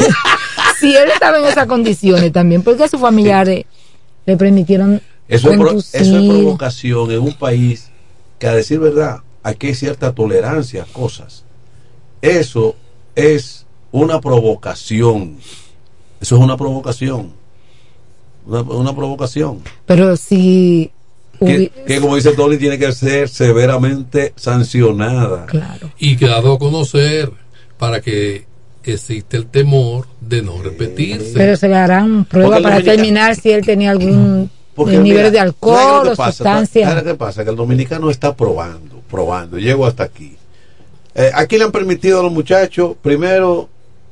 si él estaba en esas condiciones también, ¿por qué sus familiares le permitieron Eso es, pro- conducir? eso es provocación en un país que, a decir verdad, aquí hay cierta tolerancia a cosas. Eso es una provocación. Eso es una provocación. Una, una provocación. Pero si Que, hubi- que, como dice Tony, tiene que ser severamente sancionada. claro. Y que dado a conocer para que existe el temor de no repetirse. Pero se le harán pruebas Porque el para dominicano- determinar si él tenía algún Porque, nivel mira, de ¿sabes alcohol lo o que pasa? sustancia. ¿Sabes qué pasa? Que el dominicano está probando, probando. Llego hasta aquí. Eh, aquí le han permitido a los muchachos, primero,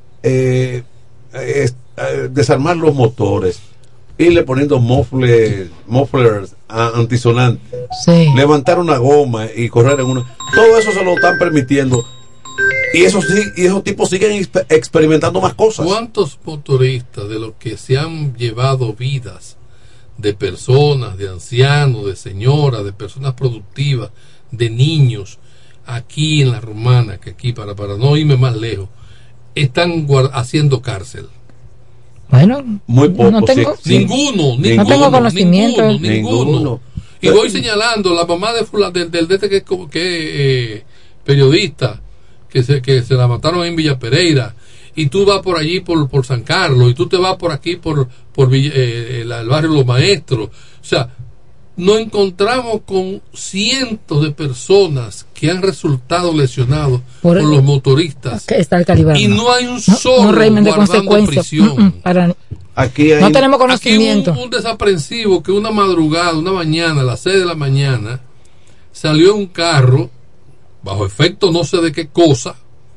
eh, eh, eh, desarmar los motores, irle poniendo mufflers, mufflers ah, antisonantes, Sí. levantar una goma y correr en una. Todo eso se lo están permitiendo. Y esos, sí, y esos tipos siguen exper- experimentando más cosas. ¿Cuántos motoristas de los que se han llevado vidas de personas, de ancianos, de señoras, de personas productivas, de niños, aquí en la Romana, que aquí para, para no irme más lejos, están guard- haciendo cárcel? Bueno, Muy poco, no tengo, sí. Ninguno, ninguno, No tengo conocimiento. ninguno, ninguno. Ninguno. Y voy señalando la mamá de fula- del, del de este que es como que eh, periodista que se que se la mataron en Villa Pereira, y tú vas por allí por, por San Carlos, y tú te vas por aquí por por Villa- eh, el, el barrio Los Maestros. O sea, nos encontramos con cientos de personas que han resultado lesionados Por por, el- los motoristas, que está el calibre. y no hay un solo no régimen de guardando consecuencia. prisión. Mm, mm, para- Aquí hay no tenemos Aquí conocimiento. un, un desaprensivo que una madrugada, una mañana, a las seis de la mañana, salió en un carro, bajo efecto no sé de qué cosa,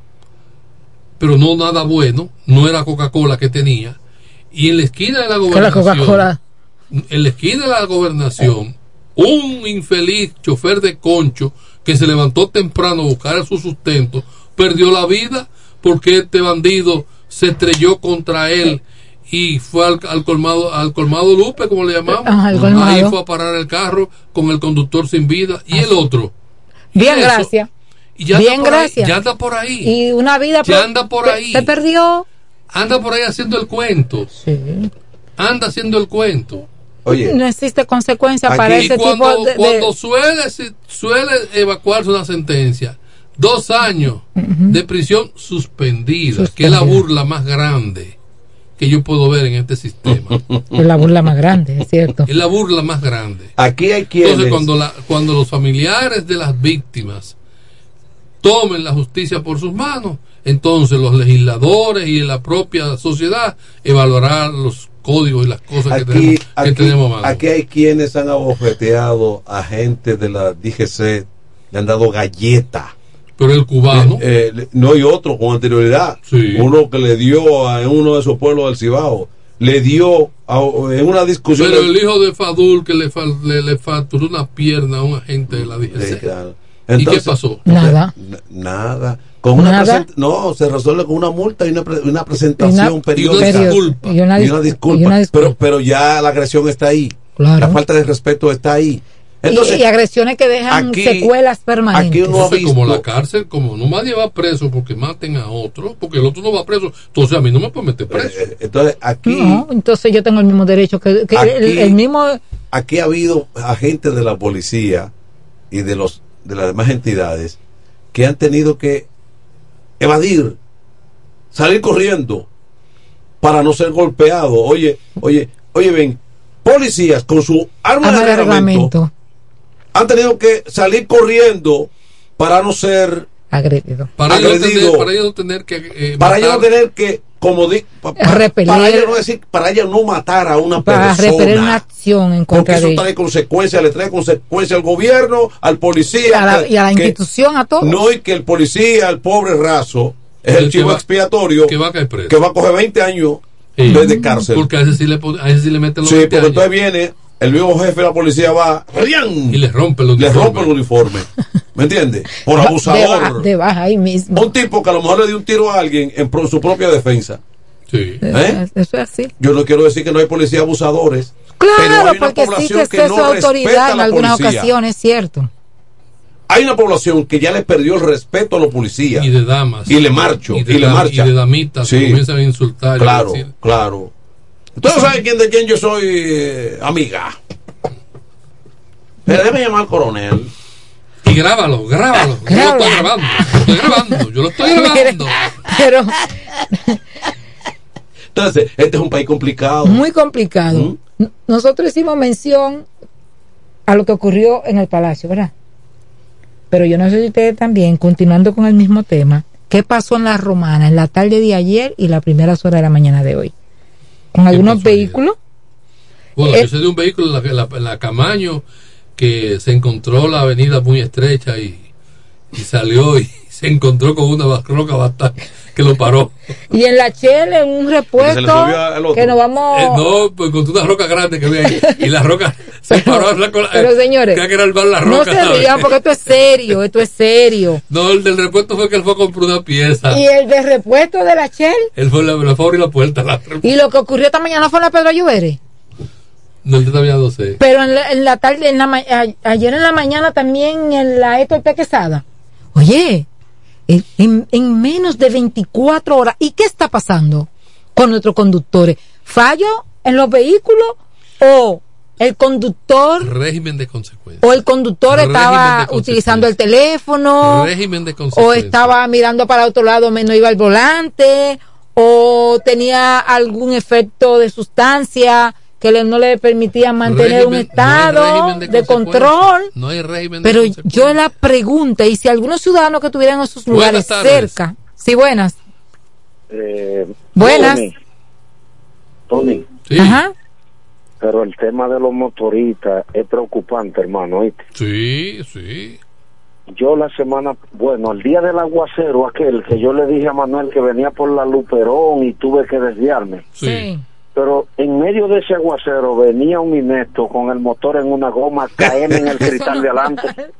pero no nada bueno, no era Coca-Cola que tenía, y en la esquina de la Que la gobernación, Coca-Cola. en la esquina de la gobernación, un infeliz chofer de concho que se levantó temprano a buscar su sustento, perdió la vida porque este bandido se estrelló contra él y fue al, al colmado al colmado Lupe, como le llamamos. Ajá, el colmado. Ahí fue a parar el carro con el conductor sin vida y el otro. Bien, Y eso, gracias. y ya Bien, anda por ahí, gracias. ya anda por ahí. Y una vida Ya per- anda por se- ahí. Se perdió. Anda por ahí haciendo el cuento. Sí. Anda haciendo el cuento. Oye, No existe consecuencia Aquí- para Y ese cuando, tipo de, de- cuando suele, se- suele evacuarse una sentencia, Dos años uh-huh. de prisión suspendida, suspendida, que es la burla más grande que yo puedo ver en este sistema. Es la burla más grande, es cierto. Es la burla más grande. Aquí hay quienes... Entonces, cuando, la, cuando los familiares de las víctimas tomen la justicia por sus manos, entonces los legisladores y la propia sociedad evaluarán los códigos y las cosas aquí, que tenemos, que aquí, tenemos a mano. Aquí hay quienes han abofeteado a gente de la D G C, le han dado galleta. Pero el cubano. Eh, eh, no hay otro con anterioridad. Sí. Uno que le dio a uno de esos pueblos del Cibao, le dio a, en una discusión. Pero el hijo de Fadul que le, le, le facturó una pierna a un agente de la D G C. Sí, claro. Entonces, ¿y qué pasó? Nada. Nada. Con una Nada. No, se resuelve con una multa y una, pre una presentación y una, periódica. Y una disculpa. Y una, y una disculpa. Y una disculpa. Pero, pero ya la agresión está ahí. Claro. La falta de respeto está ahí. Entonces, y, y agresiones que dejan aquí, secuelas permanentes. Aquí uno ha visto, como la cárcel, como no me va a llevar preso porque maten a otro, porque el otro no va preso, entonces a mí no me puede meter preso. Eh, entonces aquí, no, entonces yo tengo el mismo derecho que, que aquí, el, el mismo. Aquí ha habido agentes de la policía y de los de las demás entidades que han tenido que evadir, salir corriendo para no ser golpeados. Oye, oye, oye, ven, policías con su arma, arma de, de reglamento, reglamento han tenido que salir corriendo para no ser agredido. Para ellos no tener, para ellos no tener que eh, para ellos no tener que como di, pa, pa, repeler, para ellos no decir, para ellos no matar a una para persona. Para repeler una acción en contra porque eso de trae consecuencias, le trae consecuencias al gobierno, al policía a la, y a la que, institución, a todos. No, y que el policía, el pobre raso, es el, el chivo va, expiatorio que va a caer preso, que va a coger veinte años sí, de cárcel. Porque a ese sí le, a ese sí le meten los sí, porque años. Entonces viene el mismo jefe de la policía, va y le rompe el uniforme, le rompe el uniforme. ¿Me entiendes? Por abusador. De baja, de baja ahí mismo. Un tipo que a lo mejor le dio un tiro a alguien en pro, su propia defensa. Sí. ¿Eh? Eso es así. Yo no quiero decir que no hay policías abusadores. Claro, pero hay porque existe exceso no de autoridad en algunas policía. ocasiones, cierto. Hay una población que ya le perdió el respeto a los policías. Y de damas. Y le marcho. Y, de y le dam marcha. Y de damitas. Sí. Comienzan a insultar. Claro, y a decir. claro. Ustedes saben quién de quién yo soy eh, amiga. Pero debe llamar al coronel. Y grábalo, grábalo. Yo lo estoy grabando. Lo estoy grabando. Yo lo estoy grabando. Pero. Entonces, este es un país complicado. Muy complicado. ¿Mm? Nosotros hicimos mención a lo que ocurrió en el Palacio, ¿verdad? Pero yo no sé si ustedes también, continuando con el mismo tema, ¿qué pasó en la Romana en la tarde de ayer y las primeras horas de la mañana de hoy? Con algunos vehículos. Bueno, eh, yo sé de un vehículo en la, en, la, en la Camaño que se encontró la avenida muy estrecha y, y salió y se encontró con una roca bastante que lo paró. Y en la Chele, en un repuesto que nos vamos eh, no, pues con una roca grande que había ahí y la roca se pero, paró la, pero eh, señores, que era el bar la roca, no se rían porque esto es serio, esto es serio. No, el del repuesto fue que él fue a comprar una pieza. Y el de repuesto de la Chele, él fue la, la fue a abrir la puerta la... Y lo que ocurrió esta mañana fue en la Pedro Lluveres. No, yo todavía no sé. Pero en la, en la tarde, en la a, ayer en la mañana también en la Héctor P. Quesada. Oye, en, en menos de veinticuatro horas. ¿Y qué está pasando con nuestros conductores? ¿Fallo en los vehículos o el conductor? Régimen de consecuencias. O el conductor régimen estaba utilizando el teléfono. Régimen de consecuencias. O estaba mirando para otro lado, menos iba al volante. O tenía algún efecto de sustancia que le, no le permitía mantener régimen, un estado no de, de control. No hay régimen de Pero yo la pregunta, y si algunos ciudadanos que estuvieran en sus lugares cerca. Sí, buenas. Eh, buenas. Tony. Tony. Sí. Ajá. Pero el tema de los motoristas es preocupante, hermano, ¿oíste? Sí, sí. Yo la semana, bueno, el día del aguacero aquel que yo le dije a Manuel que venía por la Luperón y tuve que desviarme. Sí. sí. Pero en medio de ese aguacero venía un inepto con el motor en una goma, caerme en el cristal de adelante.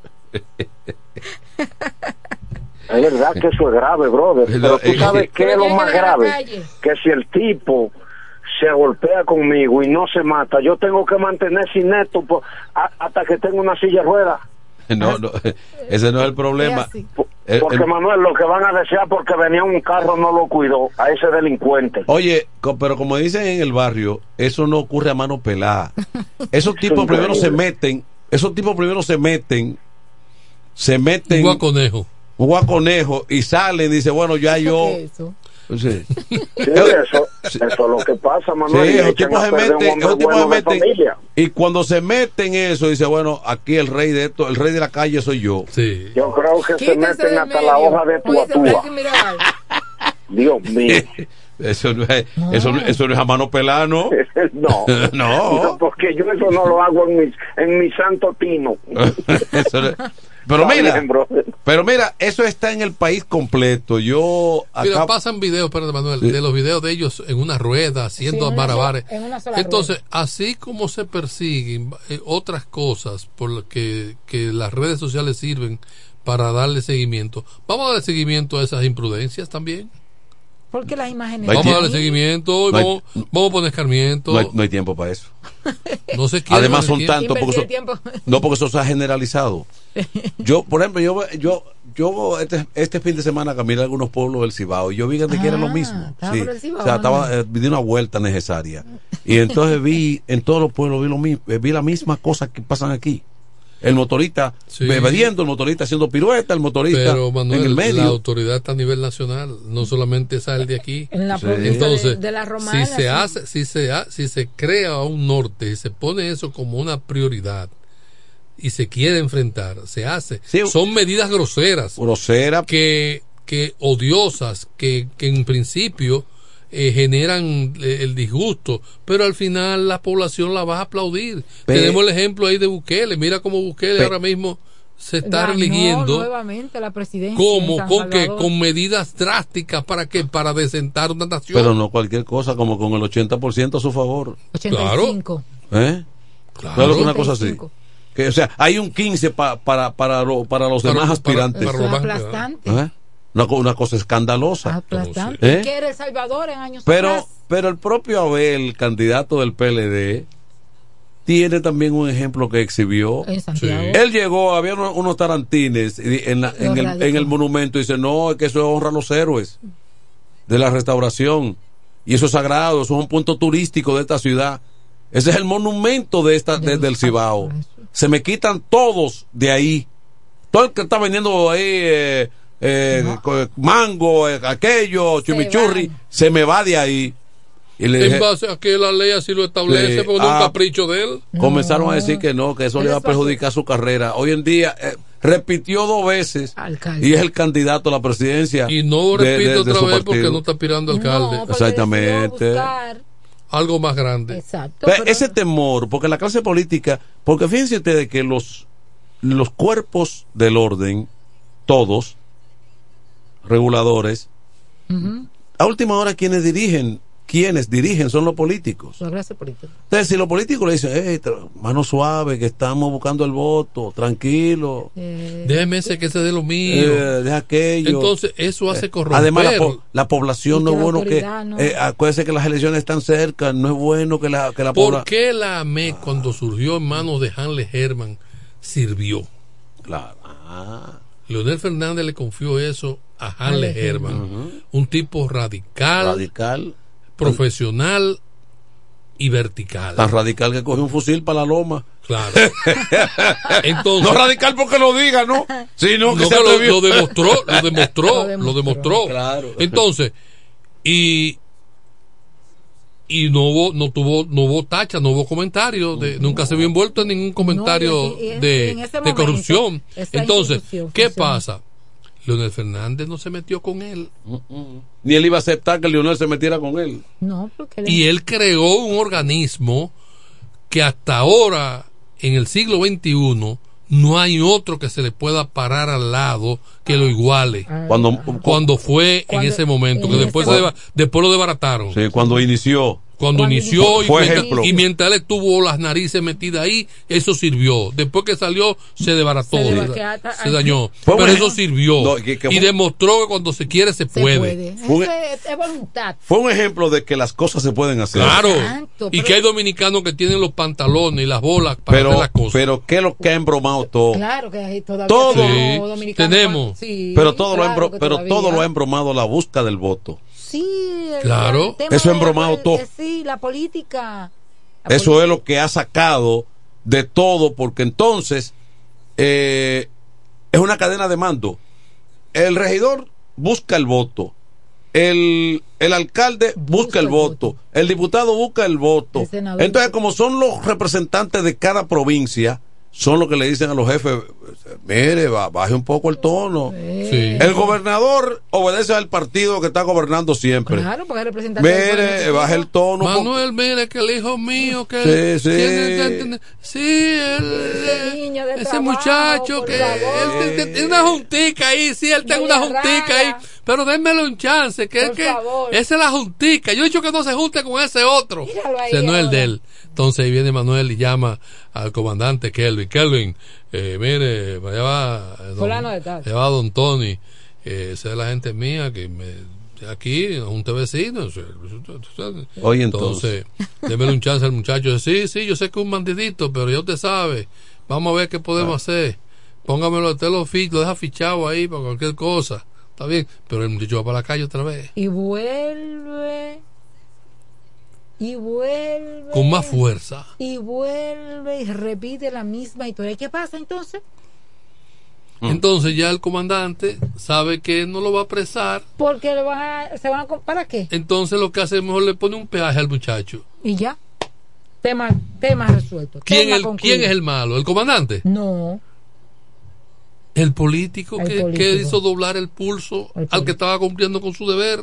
Es verdad que eso es grave, brother. Pero tú sabes qué es lo más grave, que si el tipo se golpea conmigo y no se mata, yo tengo que mantener sin esto por, a, hasta que tenga una silla de ruedas. No, no, ese no es el problema. El, porque el, Manuel, lo que van a desear porque venía un carro no lo cuidó a ese delincuente. Oye, pero como dicen en el barrio, eso no ocurre a mano pelada. Esos tipos primero se meten, esos tipos primero se meten, se meten Igual conejo. un guaconejo, y salen y dice, bueno, ya yo... Eso? Sí. Sí, eso, eso es lo que pasa, Manuel. Sí, y esos tipos se meten, esos tipos se meten, y cuando se meten en eso, dice, bueno, aquí el rey de esto, el rey de la calle soy yo. Sí. Yo creo que se meten hasta la hoja de tu atúa. Dios mío. Eso no es, eso, no- eso no es a mano pelada, ¿no? No, no. no, porque yo eso no lo hago en mi, en mi santo tino. Eso no- pero Está mira, bien, brother. pero mira, eso está en el país completo. Yo Mira, acá, pasan videos, espérate, Manuel, Sí. de los videos de ellos en una rueda, haciendo Sí, en una malabares. sola- en una sola Entonces, así como se persiguen eh, otras cosas por lo que, que las redes sociales sirven para darle seguimiento, vamos a darle seguimiento a esas imprudencias también. Porque las imágenes. No hay Vamos a tiempo. darle seguimiento y No hay- vamos, vamos a poner escarmiento. no hay, no hay tiempo para eso. No se quiere Además no son se quiere. tantos porque Invertir eso, tiempo. no porque eso se ha generalizado. Yo, por ejemplo, yo yo yo este, este fin de semana caminé a algunos pueblos del Cibao y yo vi que Ah, era lo mismo. estaba Sí. por el Cibao, O sea, estaba Manuel. eh, di una vuelta necesaria y entonces vi en todos los pueblos vi lo mismo, eh, vi la misma cosa que pasan aquí. El motorista Sí. bebiendo, el motorista haciendo pirueta, el motorista Pero Manuel, en el medio. la autoridad está a nivel nacional, no solamente sale de aquí. En la Sí. provincia Entonces, de, de la Romana. si se sí. hace, si se ha- si se crea un norte y se pone eso como una prioridad y se quiere enfrentar, se hace. Sí. Son medidas groseras, Grosera. que, que odiosas, que, que en principio eh, generan eh, el disgusto, pero al final la población la va a aplaudir. Pe- Tenemos el ejemplo ahí de Bukele, mira cómo Bukele Pe- ahora mismo se está Ganó religiendo. nuevamente la presidencia. ¿Cómo? en San ¿Con qué? Salvador. Con medidas drásticas para qué? Para desentar una nación. Pero no cualquier cosa, como con el ochenta por ciento a su favor. ochenta y cinco. ¿Eh? Claro. Claro que una cosa así. ochenta y cinco. Que, o sea, hay un quince pa- para, para, lo- para los Para- demás para- aspirantes. para Eso es Román, aplastante. ¿Eh? Una, co- una cosa escandalosa. Aplastante. ¿Eh? ¿Qué era El Salvador en años Pero, atrás? pero el propio Abel, candidato del P L D, tiene también un ejemplo que exhibió. En Santiago. Él llegó, había unos, unos tarantines y en, la- en, el, en el monumento y dice, no, es que eso honra a los héroes de la restauración. Y eso es sagrado, eso es un punto turístico de esta ciudad. Ese es el monumento de esta de- del Cibao. Se me quitan todos de ahí. Todo el que está vendiendo ahí eh, eh, co- mango, eh, aquello, chimichurri, se me va de ahí. Y le En dije- base a que la ley así lo establece, Sí, porque no es un ah, capricho de él. comenzaron a decir que no, que eso le va a perjudicar su carrera. Hoy en día eh, repitió dos veces Alcalde. y es el candidato a la presidencia. Y no de- repite de- de otra su vez porque partido. no está aspirando a alcalde. No, porque Exactamente. decidió buscar- Algo más grande. Exacto. Ve, pero- Ese temor, porque la clase política, porque fíjense ustedes que los, los cuerpos del orden, todos, reguladores, Ujú. a última hora quienes dirigen, quienes dirigen son los políticos. La clase política. Entonces, si los políticos le dicen, hey, tra- mano suave, que estamos buscando el voto, tranquilo, Eh, Déjeme ese que ese de lo mío. eh, deja aquello. Entonces, eso hace Eh, corromper. Además, la, po- la población Y no que es la bueno que. autoridad no- Eh, acuérdense que las elecciones están cerca, no es bueno que la, que la ¿Por población. qué la A M E C, cuando surgió en manos de Hanley Herman, sirvió? Claro. Ah. Leonel Fernández le confió eso a Hanley Hanley Herman, Ujú. un tipo radical, Radical. profesional y vertical. Tan radical que cogió un fusil para la loma. Claro. Entonces, No radical porque lo diga, ¿no? Sino que no, se que lo, atrevió. lo demostró, lo demostró, Lo lo demostró. demostró. Claro. Entonces, y y no hubo, no tuvo, no hubo tacha, no hubo comentario, de, nunca se vio envuelto en ningún comentario No, y- y- y de, en ese de momento, corrupción. esa Entonces, institución ¿qué funcionó. pasa? Leonel Fernández no se metió con él. Ni él iba a aceptar que Leonel se metiera con él. No, porque él- Y él creó un organismo que hasta ahora, en el siglo veintiuno, no hay otro que se le pueda parar al lado que lo iguale. Cuando, Cuando fue Cuando- en ese momento, que en después, ese- se deba- después lo desbarataron. sí, cuando inició. Cuando, Cuando inició y Fue mientras, ejemplo. y mientras él estuvo las narices metidas ahí, eso sirvió. Después que salió, se desbarató, Se se, deba- que hasta- se dañó. Fue Pero un eso ej- sirvió. No, que- que y fue- demostró que cuando se quiere se se puede. puede. Fue- Eso es, es voluntad. Fue un ejemplo de que las cosas se pueden hacer. Claro. Exacto, y pero- que hay dominicanos que tienen los pantalones y las bolas para Pero, hacer las cosas. pero ¿qué es lo que ha embromado todo? Claro que hay todavía Todo. tenemos Sí, dominicanos. tenemos. Sí, pero todo, lo ha claro embro- que pero todavía. todo lo ha embromado la busca del voto. Sí, el- Claro. el tema Eso ha de- embromado el- todo. eh, Sí, la política. La Eso es lo que ha sacado de todo, porque entonces eh, es una cadena de mando. el regidor busca el voto, el, el alcalde busca, busca el, el voto, voto, el diputado busca el voto. El Entonces, como son los representantes de cada provincia, son los que le dicen a los jefes, mire, baje un poco el tono. Sí. El gobernador obedece al partido que está gobernando siempre. Claro, porque representante. Mire, baje el tono. Manuel, porque... mire que el hijo mío, que sí, el, sí. sí, el, ese trabajo, muchacho que él, él tiene una juntica ahí, sí, él tiene una juntica ahí, pero démelo un chance, que es que esa es la juntica. Yo he dicho que no se junte con ese otro. Ese no es el de él. Entonces ahí viene Manuel y llama al comandante Kelvin. Kelvin, eh, mire, allá va, don, allá va don Tony, eh, esa es la gente mía que me, aquí, un vecino. Oye, entonces, démele un chance al muchacho. Sí, sí, yo sé que es un bandidito, pero ya usted sabe, vamos a ver qué podemos ah. hacer. Póngamelo, usted lo, fi, lo deja fichado ahí para cualquier cosa. Está bien, pero el muchacho va para la calle otra vez. Y vuelve... Y vuelve. Con más fuerza. Y vuelve y repite la misma historia. ¿Qué pasa entonces? Entonces ya el comandante sabe que no lo va a apresar. Porque le van a, se van a, ¿para qué? Entonces lo que hace es mejor le pone un peaje al muchacho. Y ya. Tema, tema resuelto. ¿Quién, el, ¿quién es el malo? ¿El comandante? No. El político, el que, político. que hizo doblar el pulso el al que estaba cumpliendo con su deber.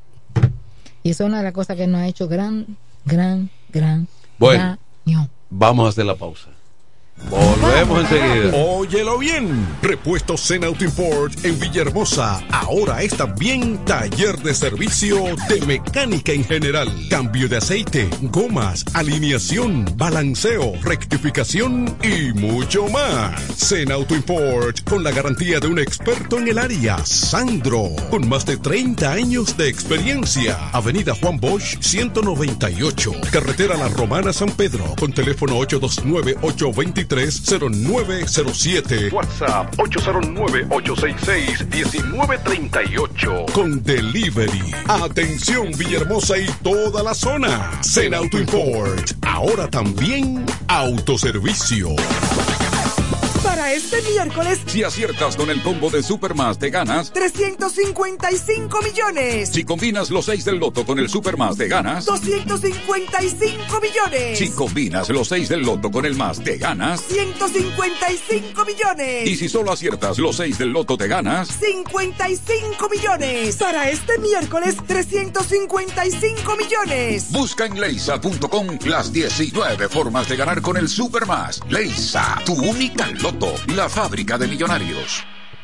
Y eso es una de las cosas que nos ha hecho gran, gran, gran bueno, daño. Vamos a hacer la pausa. Volvemos enseguida. Óyelo bien. Repuestos Zen Auto Import en Villahermosa. Ahora es también taller de servicio de mecánica en general. Cambio de aceite, gomas, alineación, balanceo, rectificación y mucho más. Zen Auto Import con la garantía de un experto en el área, Sandro, con más de treinta años de experiencia. Avenida Juan Bosch ciento noventa y ocho, carretera La Romana San Pedro, con teléfono ocho dos nueve, ocho dos tres, cero nueve cero siete. WhatsApp ocho cero nueve, ocho seis seis, uno nueve tres ocho. Con delivery. Atención Villahermosa y toda la zona. Zen Auto Import. Ahora también autoservicio. Para este miércoles, si aciertas con el combo de Supermás, te ganas trescientos cincuenta y cinco millones. Si combinas los seis del loto con el Supermás, te ganas doscientos cincuenta y cinco millones. Si combinas los seis del loto con el más, te ganas ciento cincuenta y cinco millones. Y si solo aciertas los seis del loto, te ganas cincuenta y cinco millones. Para este miércoles, trescientos cincuenta y cinco millones. Busca en leisa punto com las diecinueve formas de ganar con el Supermás. Leisa, tu única loto. La fábrica de millonarios.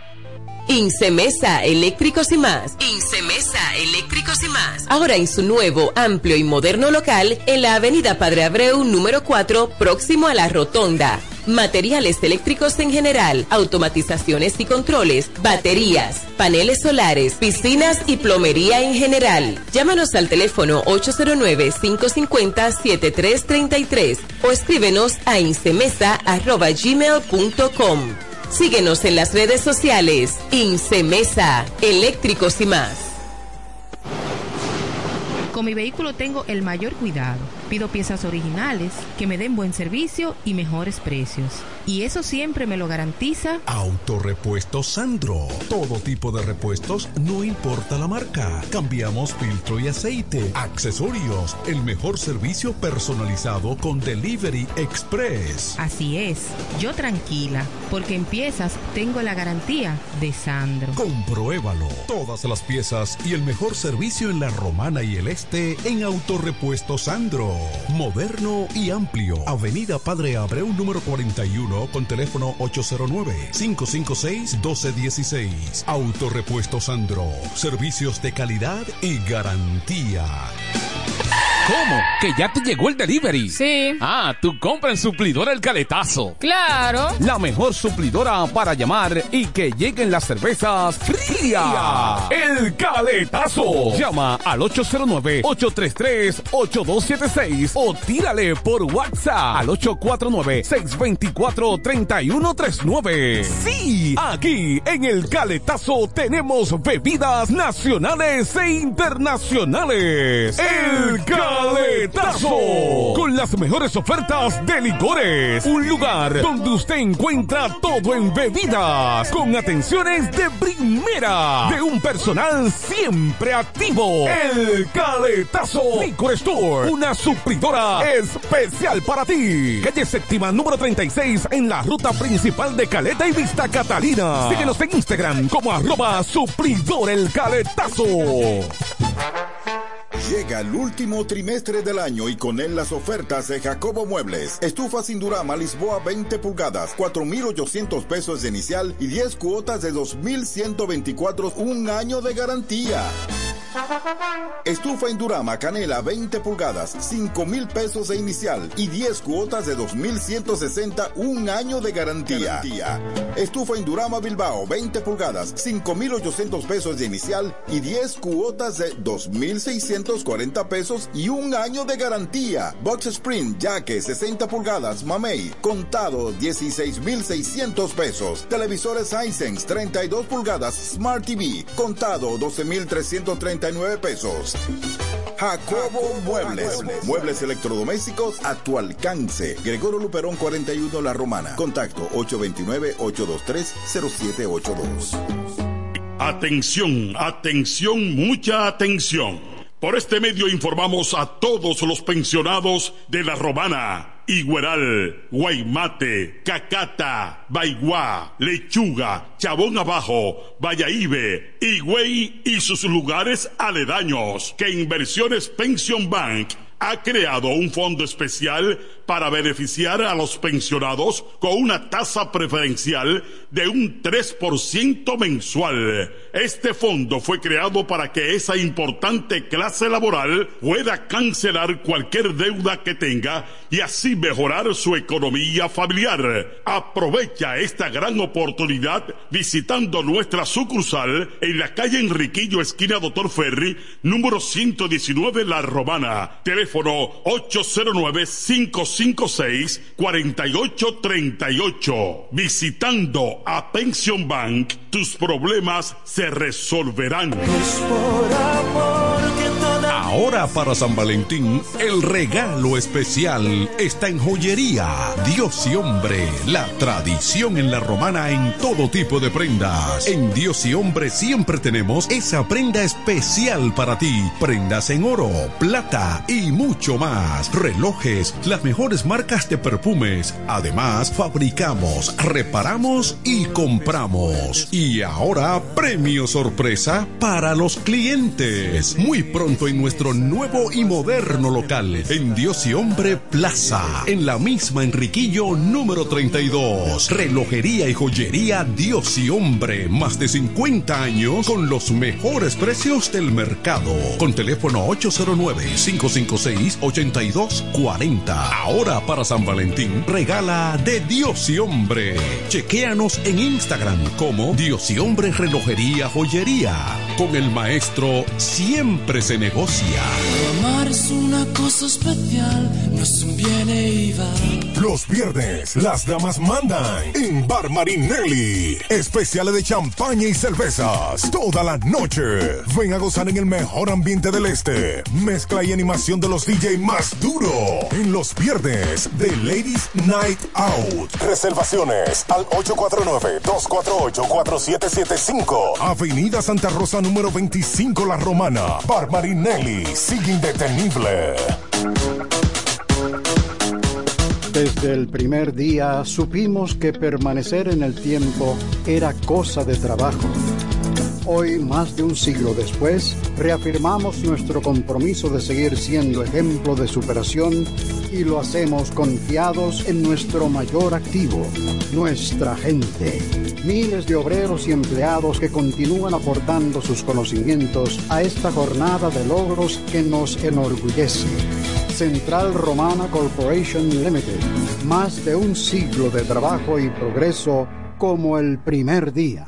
Incemesa Eléctricos y Más. Incemesa Eléctricos y Más. Ahora en su nuevo, amplio y moderno local en la avenida Padre Abreu número cuatro, próximo a la Rotonda. Materiales eléctricos en general, automatizaciones y controles, baterías, paneles solares, piscinas y plomería en general. Llámanos al teléfono ocho cero nueve, cinco cinco cero, siete tres tres tres o escríbenos a incemesa arroba gmail punto com. Síguenos en las redes sociales. Incemesa, Eléctricos y Más. Con mi vehículo tengo el mayor cuidado. Pido piezas originales, que me den buen servicio y mejores precios. Y eso siempre me lo garantiza Autorepuestos Sandro. Todo tipo de repuestos, no importa la marca. Cambiamos filtro y aceite, accesorios, el mejor servicio personalizado con Delivery Express. Así es, yo tranquila, porque en piezas tengo la garantía de Sandro. Compruébalo. Todas las piezas y el mejor servicio en La Romana y el Este en Autorepuestos Sandro. Moderno y amplio. Avenida Padre Abreu número cuarenta y uno con teléfono ocho cero nueve, cinco cinco seis, uno dos uno seis. Autorepuesto Sandro. Servicios de calidad y garantía. ¿Cómo? ¿Que ya te llegó el delivery? Sí. Ah, tú compras en Suplidora El Caletazo. Claro. La mejor suplidora para llamar y que lleguen las cervezas frías. El Caletazo. Llama al ocho cero nueve, ocho tres tres, ocho dos siete seis o tírale por WhatsApp al ocho cuatro nueve, seis dos cuatro, tres uno tres nueve. Sí, aquí en El Caletazo tenemos bebidas nacionales e internacionales. El Caletazo. Caletazo, con las mejores ofertas de licores. Un lugar donde usted encuentra todo en bebidas, con atenciones de primera, de un personal siempre activo. El Caletazo Licor Store, una supridora especial para ti. Calle Séptima, número treinta y seis, en la ruta principal de Caleta y Vista Catalina. Síguenos en Instagram como arroba supridor el Caletazo. Llega el último trimestre del año y con él las ofertas de Jacobo Muebles. Estufa sin Durama Lisboa veinte pulgadas, cuatro mil ochocientos pesos de inicial y diez cuotas de dos mil ciento veinticuatro, un año de garantía. Estufa Indurama Canela veinte pulgadas, cinco mil pesos de inicial y diez cuotas de dos mil ciento sesenta, un año de garantía. garantía. Estufa Indurama Bilbao veinte pulgadas, cinco mil ochocientos pesos de inicial y diez cuotas de dos mil seiscientos cuarenta pesos y un año de garantía. Box Spring Yaque sesenta pulgadas Mamey, contado dieciséis mil seiscientos pesos. Televisores Hisense treinta y dos pulgadas Smart T V, contado doce mil trescientos treinta y nueve pesos. Jacobo Muebles. Muebles electrodomésticos a tu alcance. Gregorio Luperón cuarenta y uno La Romana. Contacto ocho dos nueve, ocho dos tres, cero siete ocho dos. Atención, atención, mucha atención. Por este medio informamos a todos los pensionados de La Romana, Igueral, Guaymate, Cacata, Baigua, Lechuga, Chabón Abajo, Valladolid, Higüey y sus lugares aledaños, que Inversiones Pension Bank ha creado un fondo especial para beneficiar a los pensionados con una tasa preferencial de un tres por ciento mensual. Este fondo fue creado para que esa importante clase laboral pueda cancelar cualquier deuda que tenga y así mejorar su economía familiar. Aprovecha esta gran oportunidad visitando nuestra sucursal en la calle Enriquillo, esquina Doctor Ferry, número ciento diecinueve, La Romana. Teléfono ocho cero nueve, cinco cinco seis, cuatro ocho tres ocho. Visitando a Pension Bank, tus problemas se resolverán. Ahora para San Valentín, el regalo especial está en Joyería Dios y Hombre, la tradición en La Romana en todo tipo de prendas. En Dios y Hombre siempre tenemos esa prenda especial para ti. Prendas en oro, plata y mucho más. Relojes, las mejores marcas de perfumes. Además, fabricamos, reparamos y compramos. Y ahora, premio sorpresa para los clientes. Muy pronto en nuestro nuevo y moderno local, en Dios y Hombre Plaza, en la misma Enriquillo número treinta y dos. Relojería y joyería Dios y Hombre, más de cincuenta años con los mejores precios del mercado. Con teléfono ocho cero nueve, cinco cinco seis, ocho dos cuatro cero. Ahora para San Valentín, regala de Dios y Hombre. Chequéanos en Instagram como Dios y Hombre Relojería Joyería. Con el maestro siempre se negocia. Amar es una cosa especial, no es un viene y va. Los viernes, las damas mandan en Bar Marinelli. Especiales de champaña y cervezas toda la noche. Ven a gozar en el mejor ambiente del este. Mezcla y animación de los D J más duro. En los viernes de Ladies Night Out. Reservaciones al ocho cuatro nueve, dos cuatro ocho, cuatro siete siete cinco. Avenida Santa Rosa número veinticinco, La Romana. Bar Marinelli, sigue indetenible. Desde el primer día supimos que permanecer en el tiempo era cosa de trabajo. Hoy, más de un siglo después, reafirmamos nuestro compromiso de seguir siendo ejemplo de superación y lo hacemos confiados en nuestro mayor activo, nuestra gente. Miles de obreros y empleados que continúan aportando sus conocimientos a esta jornada de logros que nos enorgullece. Central Romana Corporation Limited. Más de un siglo de trabajo y progreso como el primer día.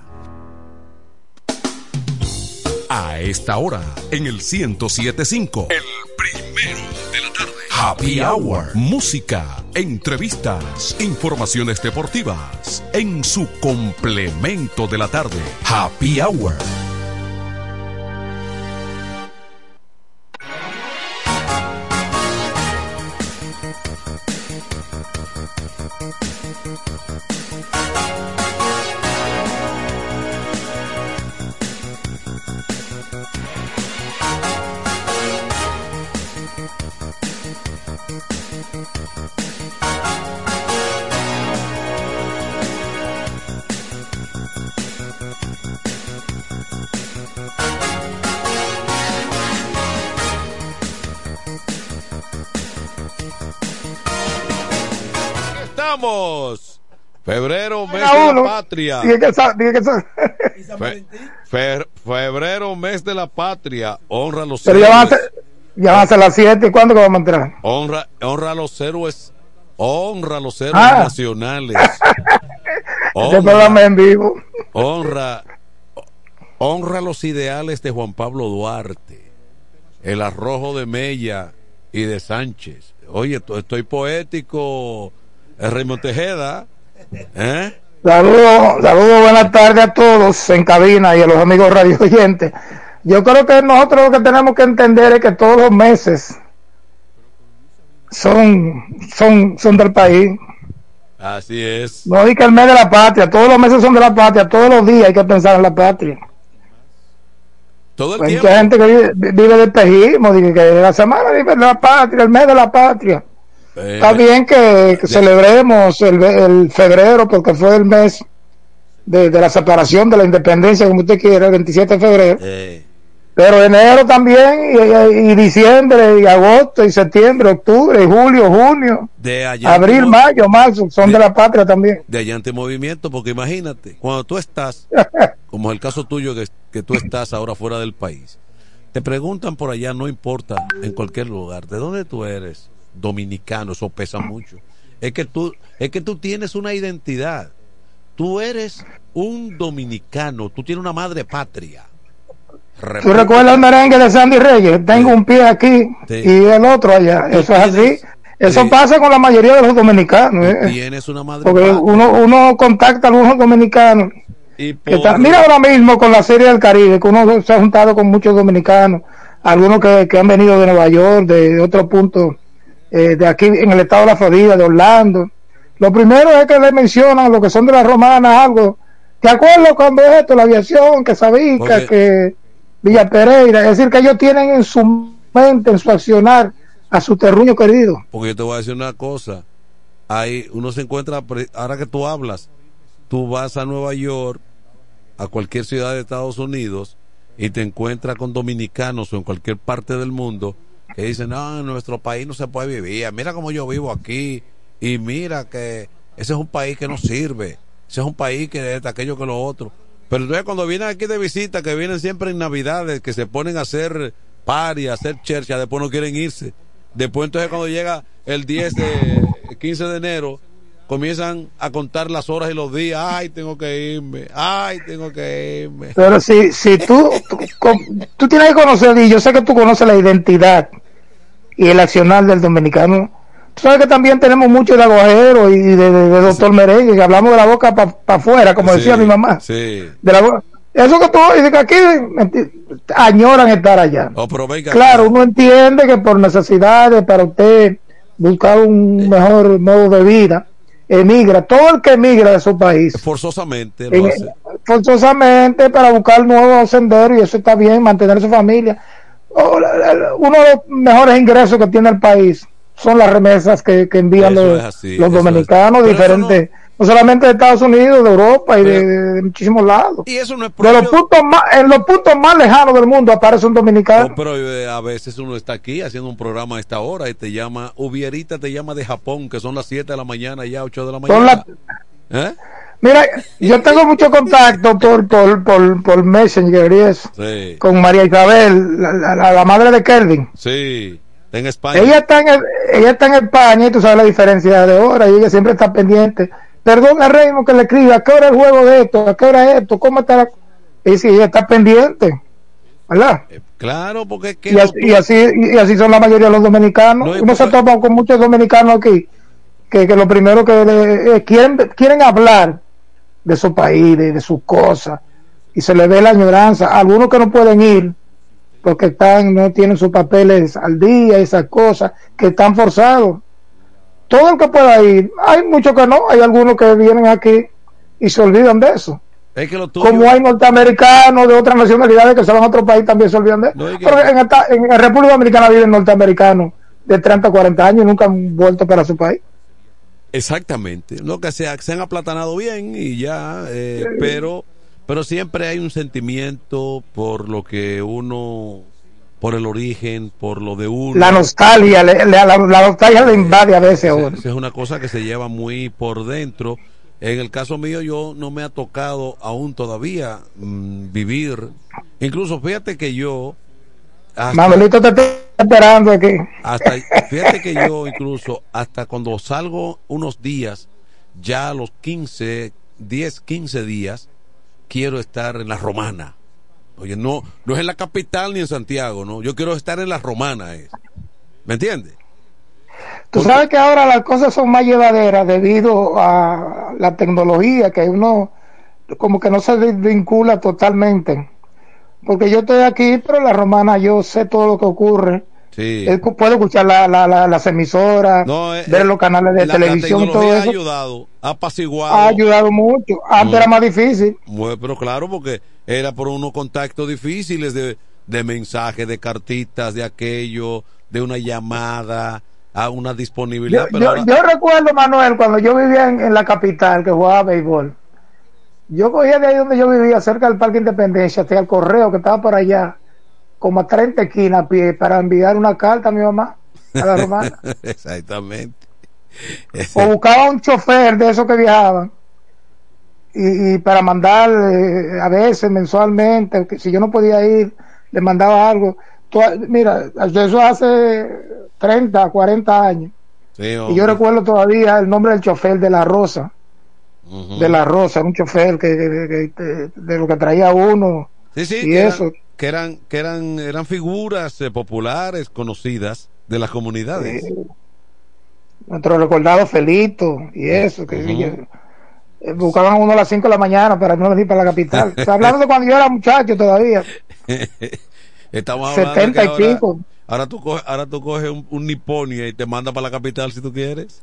A esta hora, en el ciento siete punto cinco, el primero de la tarde. Happy Hour. Música, entrevistas, informaciones deportivas. En su complemento de la tarde. Happy Hour. vamos. Febrero, mes de la patria. Dije que sa- dije que sa- Fe- fe- febrero, mes de la patria. Honra a los Pero ya van a héroes. ser, ya van a ser las siete. ¿Y cuándo que vamos a entrar? Honra, honra a los héroes. Honra a los héroes Ah. nacionales. Este programa en vivo. honra, honra los ideales de Juan Pablo Duarte, el arrojo de Mella y de Sánchez. Oye, to- estoy poético, eh, Raymond Tejeda. ¿Eh? Saludos, saludos, buenas tardes a todos en cabina y a los amigos radio oyentes. Yo creo que nosotros lo que tenemos que entender es que todos los meses son, son, son del país. Así es. No di que el mes de la patria, todos los meses son de la patria, todos los días hay que pensar en la patria. Todo el Hay tiempo. mucha gente que vive, vive del espejismo, dice que la semana vive de la patria, el mes de la patria. Eh, Está bien que, que celebremos el, el febrero porque fue el mes de, de la separación, de la independencia, como usted quiera, el veintisiete de febrero. eh, Pero enero también, y, y diciembre, y agosto, y septiembre, octubre, y julio, junio, de allá abril, ante- mayo, marzo, son de, de la patria también. de allá ante movimiento, porque imagínate, cuando tú estás, como es el caso tuyo, que, que tú estás ahora fuera del país, te preguntan por allá, no importa, en cualquier lugar, ¿de dónde tú eres? Dominicano, eso pesa mucho. Es que tú, es que tú tienes una identidad. Tú eres un dominicano, tú tienes una madre patria. ¿Tú recuerdas el merengue de Sandy Reyes? Tengo un pie aquí Sí. y el otro allá. Eso es así. Eso Sí. pasa con la mayoría de los dominicanos. Tú ¿eh? tienes una madre Porque patria. uno, uno contacta a algunos dominicanos. Y Que por- está- mira ahora mismo con la Serie del Caribe, que uno se ha juntado con muchos dominicanos, algunos que, que han venido de Nueva York, de otros puntos, eh, de aquí en el estado de la Florida, de Orlando. Lo primero es que le mencionan lo que son de las romanas, algo. ¿Te acuerdas cuando es esto? La aviación, que Sabica, Porque- que Villa Pereira. Es decir, que ellos tienen en su mente, en su accionar, a su terruño querido. Porque yo te voy a decir una cosa. Ahí uno se encuentra, pre- ahora que tú hablas, tú vas a Nueva York, a cualquier ciudad de Estados Unidos, y te encuentras con dominicanos o en cualquier parte del mundo que dicen, no, en nuestro país no se puede vivir, mira cómo yo vivo aquí, y mira que ese es un país que no sirve, ese es un país que es aquello que lo otro. Pero entonces cuando vienen aquí de visita, que vienen siempre en Navidades, que se ponen a hacer party, a hacer chercha, después no quieren irse. Después entonces cuando llega el diez de quince de enero, comienzan a contar las horas y los días. Ay, tengo que irme, ay, tengo que irme. Pero si, si tú, tú, con- tú tienes que conocer, y yo sé que tú conoces la identidad y el accionar del dominicano. Tú sabes que también tenemos mucho de agujero y de, de, de doctor Merengue, que hablamos de la boca para pa afuera, como decía Sí, mi mamá. Sí. De la bo- Eso que tú dices que aquí menti- añoran estar allá. Oh, pero venga, Claro, uno entiende que por necesidades, para usted buscar un mejor modo de vida, emigra. Todo el que emigra de su país, forzosamente lo en- hace. forzosamente para buscar nuevos senderos, y eso está bien, mantener su familia. O la- la- Uno de los mejores ingresos que tiene el país son las remesas que, que envían Eso los, es así, los eso dominicanos, es. Pero eso diferentes, no, solamente de Estados Unidos, de Europa y de, Pero- de muchísimos lados. Y eso no es De los propio. puntos más, en los puntos más lejanos del mundo aparece un dominicano. Oh, pero eh, a veces uno está aquí haciendo un programa a esta hora y te llama, Ubierita te llama de Japón, que son las siete de la mañana, ya ocho de la Son mañana. la- ¿Eh? Mira, yo tengo mucho contacto por, por, por, por Messenger y eso, Sí, con María Isabel, la, la- la madre de Kelvin. sí, está en España. Ella está en, ella está en España y tú sabes la diferencia de hora, y ella siempre está pendiente. Perdón a Raymond que le escriba, ¿a qué hora es el juego de esto? ¿A qué hora es esto? ¿Cómo está la... Y sí, ella está pendiente, ¿verdad? Claro, porque es que Y no así, tú- y así y así son la mayoría de los dominicanos. No, y Uno se porque- topa con muchos dominicanos aquí que, que lo primero que le- eh, quieren quieren hablar de su país, de, de sus cosas, y se le ve la añoranza. Algunos que no pueden ir porque están no tienen sus papeles al día, esas cosas, que están forzados. Todo el que pueda ir, hay muchos que no, hay algunos que vienen aquí y se olvidan de eso. es que lo tuyo- Como hay norteamericanos de otras nacionalidades que se van a otro país, también se olvidan de eso. No, y que- Pero en, esta, en la República Dominicana viven norteamericanos de treinta o cuarenta años y nunca han vuelto para su país. Exactamente, no que se, se han aplatanado bien y ya, eh, pero pero siempre hay un sentimiento por lo que uno por el origen, por lo de uno. La nostalgia, le, le, la, la nostalgia le invade a veces a uno. Es, es una cosa que se lleva muy por dentro. En el caso mío, yo no me ha tocado aún todavía mmm, vivir. Incluso fíjate que yo... Hasta, Manuelito te estoy esperando aquí. Hasta, fíjate que yo incluso, hasta cuando salgo unos días, ya a los quince, diez, quince días, quiero estar en la Romana. Oye, no, no es en la capital ni en Santiago, no. Yo quiero estar en la Romana, eh. ¿Me entiendes? Tú Porque... sabes que ahora las cosas son más llevaderas debido a la tecnología, que uno como que no se desvincula totalmente. Porque yo estoy aquí, pero en la Romana yo sé todo lo que ocurre. Sí. Puedo escuchar la, la, la, las emisoras, no, eh, ver los canales de la, televisión, la todo eso. ha ayudado, ha apaciguado. Ha ayudado mucho. Antes no. era más difícil. Bueno, pero claro, porque era por unos contactos difíciles de, de mensajes, de cartitas, de aquello, de una llamada, a una disponibilidad. Yo, pero yo, ahora... yo recuerdo, Manuel, cuando yo vivía en, en la capital, que jugaba béisbol. Yo cogía de ahí donde yo vivía, cerca del Parque Independencia, hasta el correo que estaba por allá, como a treinta esquinas a pie, para enviar una carta a mi mamá, a la Romana. Exactamente. O buscaba un chofer de esos que viajaban, y, y para mandar, eh, a veces, mensualmente, que si yo no podía ir, le mandaba algo. Tú, mira, eso hace treinta, cuarenta años. Sí, y yo recuerdo todavía el nombre del chofer de La Rosa. Uh-huh. De La Rosa, un chofer que, que, que, que de lo que traía uno. Sí, sí, y que eso. Eran, que eran que eran eran figuras eh, populares conocidas de las comunidades. Sí. Nuestro recordado Felito y eso, que uh-huh. ellos, eh, buscaban uno a las cinco de la mañana para no venir para la capital. Estoy hablando de cuando yo era muchacho todavía. Estamos hablando setenta y ahora, pico. Ahora tú coges, ahora tú coges un, un Niponia y te manda para la capital si tú quieres.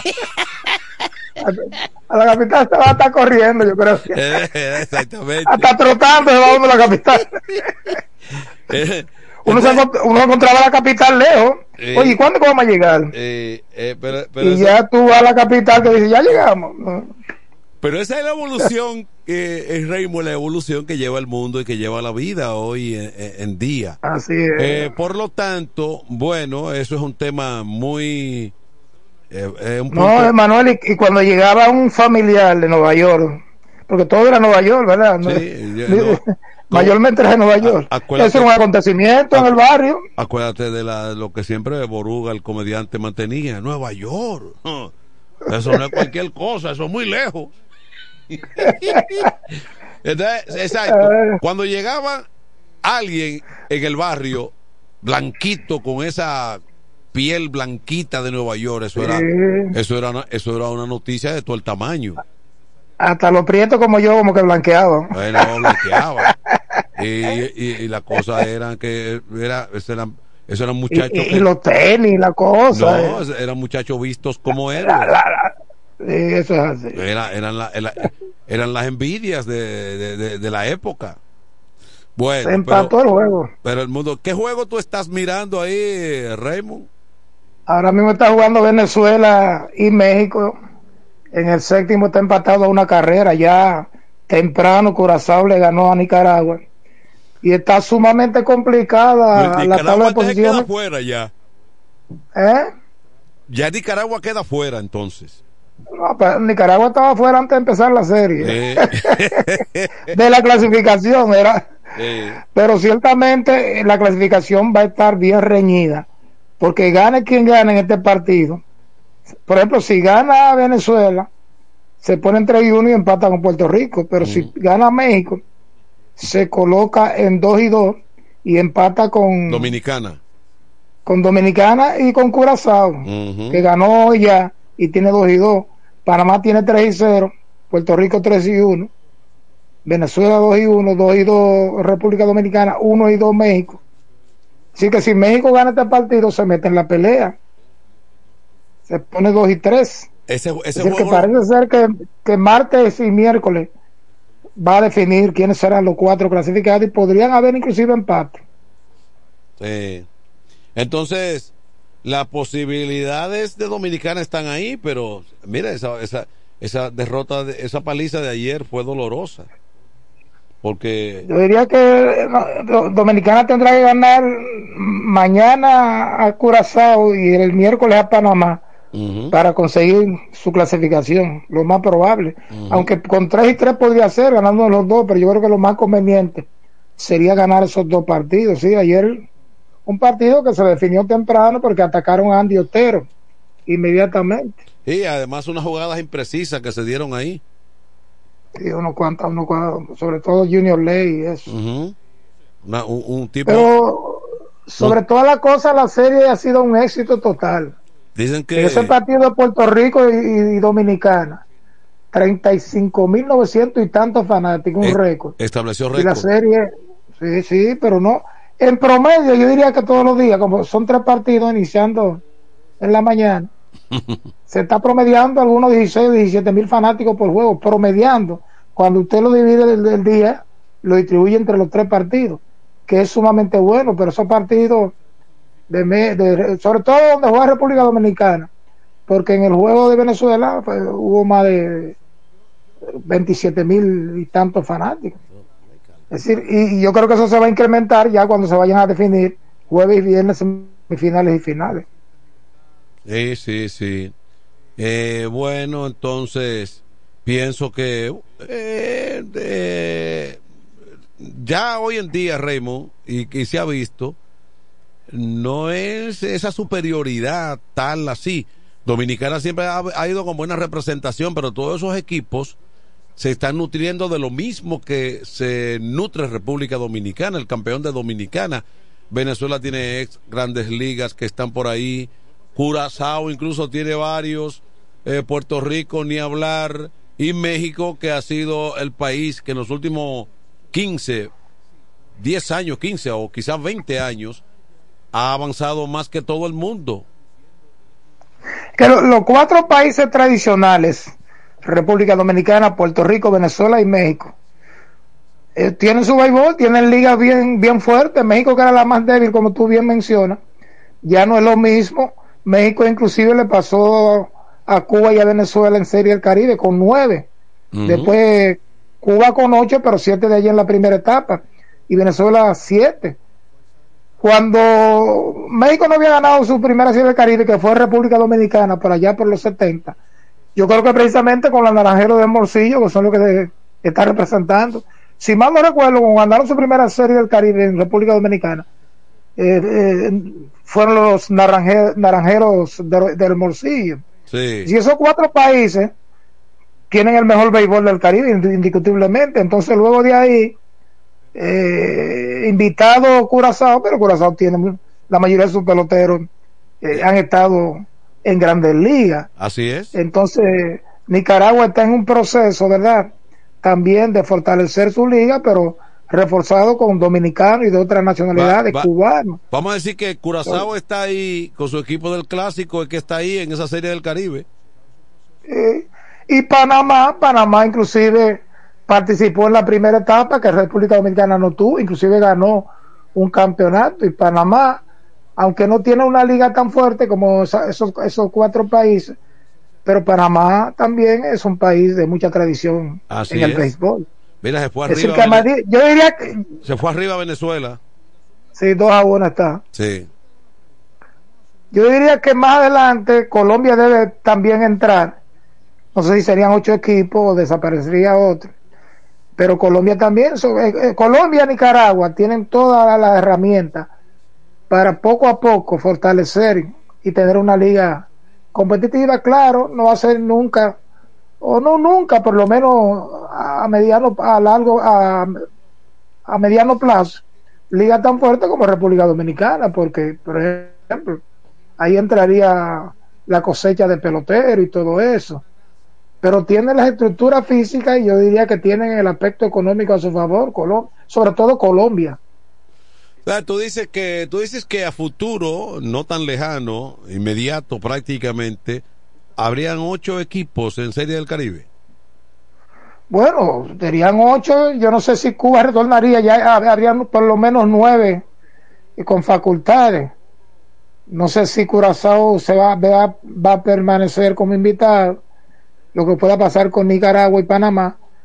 A la capital se va a estar corriendo, yo creo que. Eh, exactamente. Hasta trotando se va uno a la capital. Eh, uno, se, uno encontraba la capital lejos. Eh, Oye, ¿y cuándo vamos a llegar? Eh, eh, pero, pero y eso, ya tú vas a la capital que dice, ya llegamos. Pero esa es la evolución, eh, es Raymond, la evolución que lleva el mundo y que lleva la vida hoy en, en día. Así es. Eh, por lo tanto, bueno, eso es un tema muy... Eh, eh, un no, Emanuel, y, y cuando llegaba un familiar de Nueva York, porque todo era Nueva York, ¿verdad? Sí, yo, no, mayormente era de Nueva York. Eso era un acontecimiento en el barrio. Acuérdate de la, lo que siempre Boruga, el comediante, mantenía: Nueva York. Oh, eso no es cualquier cosa, eso es muy lejos. Entonces, exacto. Cuando llegaba alguien en el barrio blanquito con esa piel blanquita de Nueva York, eso era, sí. eso era, eso era una noticia de todo el tamaño. Hasta los prietos como yo como que blanqueaban. Bueno, blanqueaban. y, y, y la cosa era que era, eso eran, eso eran muchachos. Y, y, que, y los tenis, la cosa. No, eh. eran muchachos vistos como eran. La, la, la. Sí, eso es así. Era, eran, la, era, eran las envidias de, de, de, de la época. Bueno, se empató pero, el juego. Pero el mundo, ¿qué juego tú estás mirando ahí, Raymond? Ahora mismo está jugando Venezuela y México. En el séptimo está empatado a una carrera. Ya temprano Curazao le ganó a Nicaragua. Y está sumamente complicada pues la tabla de posiciones. Queda fuera ya. ¿Eh? Ya Nicaragua queda fuera entonces. No, pero Nicaragua estaba fuera antes de empezar la serie. Eh. De la clasificación era. Eh. Pero ciertamente la clasificación va a estar bien reñida. Porque gane quien gane en este partido. Por ejemplo, si gana Venezuela, se pone en tres y uno y empata con Puerto Rico. Pero mm. si gana México, se coloca en dos y dos y empata con Dominicana. Con Dominicana y con Curazao, uh-huh. que ganó ya y tiene dos y dos. Panamá tiene tres y cero, Puerto Rico tres y uno, Venezuela dos y uno, dos y dos República Dominicana, uno y dos México. Así que si México gana este partido, se mete en la pelea. Se pone dos y tres. Ese, ese es decir, juego... que parece ser que, que martes y miércoles va a definir quiénes serán los cuatro clasificados y podrían haber inclusive empate. Sí. Entonces, las posibilidades de Dominicana están ahí, pero mira, esa, esa, esa derrota, esa paliza de ayer fue dolorosa. Porque yo diría que no, Dominicana tendrá que ganar mañana a Curazao y el miércoles a Panamá uh-huh. para conseguir su clasificación, lo más probable. Uh-huh. Aunque con tres y tres podría ser, ganando los dos, pero yo creo que lo más conveniente sería ganar esos dos partidos. Sí, ayer un partido que se definió temprano porque atacaron a Andy Otero inmediatamente. Y además unas jugadas imprecisas que se dieron ahí. Sí, unos cuantos, unos cuantos, sobre todo Junior Ley y eso. Uh-huh. Una, un, un tipo... Pero sobre no. todas las cosas, la serie ha sido un éxito total. Dicen que... Ese partido de Puerto Rico y, y Dominicana, treinta y cinco mil novecientos y tantos fanáticos, un eh, récord. Estableció récord. Y la serie, sí, sí, pero no. En promedio, yo diría que todos los días, como son tres partidos iniciando en la mañana, se está promediando algunos dieciséis o diecisiete mil fanáticos por juego, promediando. Cuando usted lo divide del, del día, lo distribuye entre los tres partidos, que es sumamente bueno, pero esos partidos, de, de sobre todo donde juega República Dominicana, porque en el juego de Venezuela pues, hubo más de veintisiete mil y tantos fanáticos. Es decir, y, y yo creo que eso se va a incrementar ya cuando se vayan a definir jueves y viernes, semifinales y finales. Sí, sí, sí. Eh, bueno, entonces pienso que eh, eh, ya hoy en día, Raymond, y que se ha visto, no es esa superioridad tal así. Dominicana siempre ha, ha ido con buena representación, pero todos esos equipos se están nutriendo de lo mismo que se nutre República Dominicana, el campeón de Dominicana. Venezuela tiene ex grandes ligas que están por ahí. Curazao incluso tiene varios, eh, Puerto Rico ni hablar, y México, que ha sido el país que en los últimos quince, diez años, quince o quizás veinte años ha avanzado más que todo el mundo. Que lo, los cuatro países tradicionales, República Dominicana, Puerto Rico, Venezuela y México, eh, tienen su béisbol, tienen ligas bien, bien fuertes. México, que era la más débil, como tú bien mencionas, ya no es lo mismo. México inclusive le pasó a Cuba y a Venezuela en Serie del Caribe con nueve. Uh-huh. Después Cuba con ocho, pero siete de allí en la primera etapa. Y Venezuela siete. Cuando México no había ganado su primera Serie del Caribe, que fue República Dominicana, por allá por los setenta, yo creo que precisamente con los naranjeros de Hermosillo, que son los que está representando. Si mal no recuerdo, cuando ganaron su primera Serie del Caribe en República Dominicana, eh, eh, fueron los naranje, naranjeros de, de Hermosillo. Sí. Y esos cuatro países tienen el mejor béisbol del Caribe, indiscutiblemente. Entonces luego de ahí eh, invitado Curazao, pero Curazao tiene la mayoría de sus peloteros eh, han estado en Grandes Ligas. Así es. Entonces Nicaragua está en un proceso, ¿verdad?, también de fortalecer su liga, pero reforzado con dominicanos y de otras nacionalidades, va, va, cubanos. Vamos a decir que Curazao sí. está ahí con su equipo del Clásico, es que está ahí en esa Serie del Caribe. Eh, y Panamá, Panamá inclusive participó en la primera etapa que República Dominicana no tuvo, inclusive ganó un campeonato. Y Panamá, aunque no tiene una liga tan fuerte como esa, esos, esos cuatro países, pero Panamá también es un país de mucha tradición Así en el es. béisbol. Mira, se fue es arriba. Que Madrid, yo diría que se fue arriba Venezuela. Sí, dos a uno está. Sí. Yo diría que más adelante Colombia debe también entrar. No sé si serían ocho equipos o desaparecería otro. Pero Colombia también. So, eh, eh, Colombia y Nicaragua tienen todas las herramientas para poco a poco fortalecer y tener una liga competitiva. Claro, no va a ser nunca, o no nunca, por lo menos a mediano, a largo, a, a mediano plazo, liga tan fuerte como República Dominicana, porque, por ejemplo, ahí entraría la cosecha de pelotero y todo eso, pero tiene las estructuras físicas y yo diría que tienen el aspecto económico a su favor, Colom- sobre todo Colombia. Tú dices que tú dices que a futuro, no tan lejano, inmediato prácticamente, habrían ocho equipos en Serie del Caribe. Bueno, serían ocho. Yo no sé si Cuba retornaría, ya habrían por lo menos nueve con facultades. No sé si Curazao se va, va, va a permanecer como invitado, lo que pueda pasar con Nicaragua y Panamá.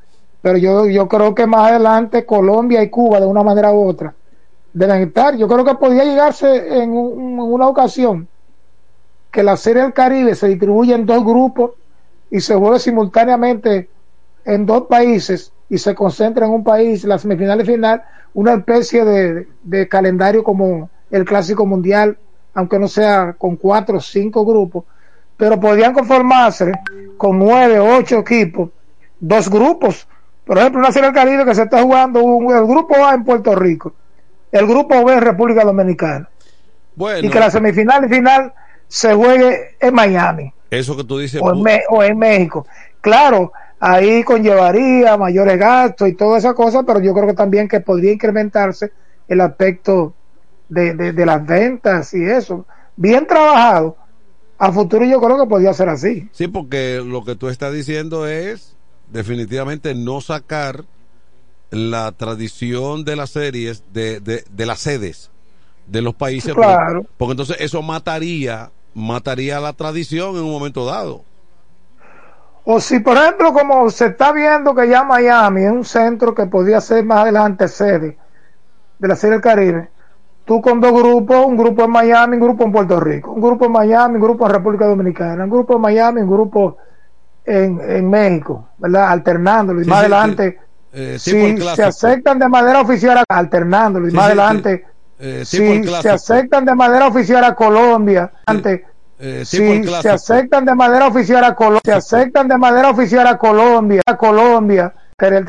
pero yo, yo creo que más adelante Colombia y Cuba, de una manera u otra, deben estar. Yo creo que podía llegarse en, un, en una ocasión que la Serie del Caribe se distribuye en dos grupos y se juegue simultáneamente en dos países y se concentra en un país, la semifinal y final, una especie de, de calendario como el Clásico Mundial, aunque no sea con cuatro o cinco grupos, pero podrían conformarse con nueve o ocho equipos, dos grupos. Por ejemplo, una Serie del Caribe que se está jugando, un, el grupo A en Puerto Rico, el grupo B en República Dominicana, bueno, y que la semifinal y final se juegue en Miami. Eso que tú dices, o en, Me- o en México. Claro, ahí conllevaría mayores gastos y toda esa cosa, pero yo creo que también que podría incrementarse el aspecto de, de, de las ventas y eso. Bien trabajado, a futuro yo creo que podría ser así. Sí, porque lo que tú estás diciendo es definitivamente no sacar la tradición de las series, de, de, de las sedes de los países, claro. porque, porque entonces eso mataría mataría la tradición en un momento dado. O si por ejemplo, como se está viendo que ya Miami es un centro que podría ser más adelante sede de la Serie del Caribe, tú con dos grupos, un grupo en Miami, un grupo en Puerto Rico, un grupo en Miami, un grupo en República Dominicana, un grupo en Miami, un grupo en, en México, ¿verdad? Alternándolo y sí, más sí, adelante eh, si se aceptan de manera oficial alternándolo y sí, más sí, adelante eh, sí, si se aceptan de manera oficial a Colombia antes eh, sí, si se aceptan de manera oficial a Colombia se aceptan de manera oficial a Colombia a Colombia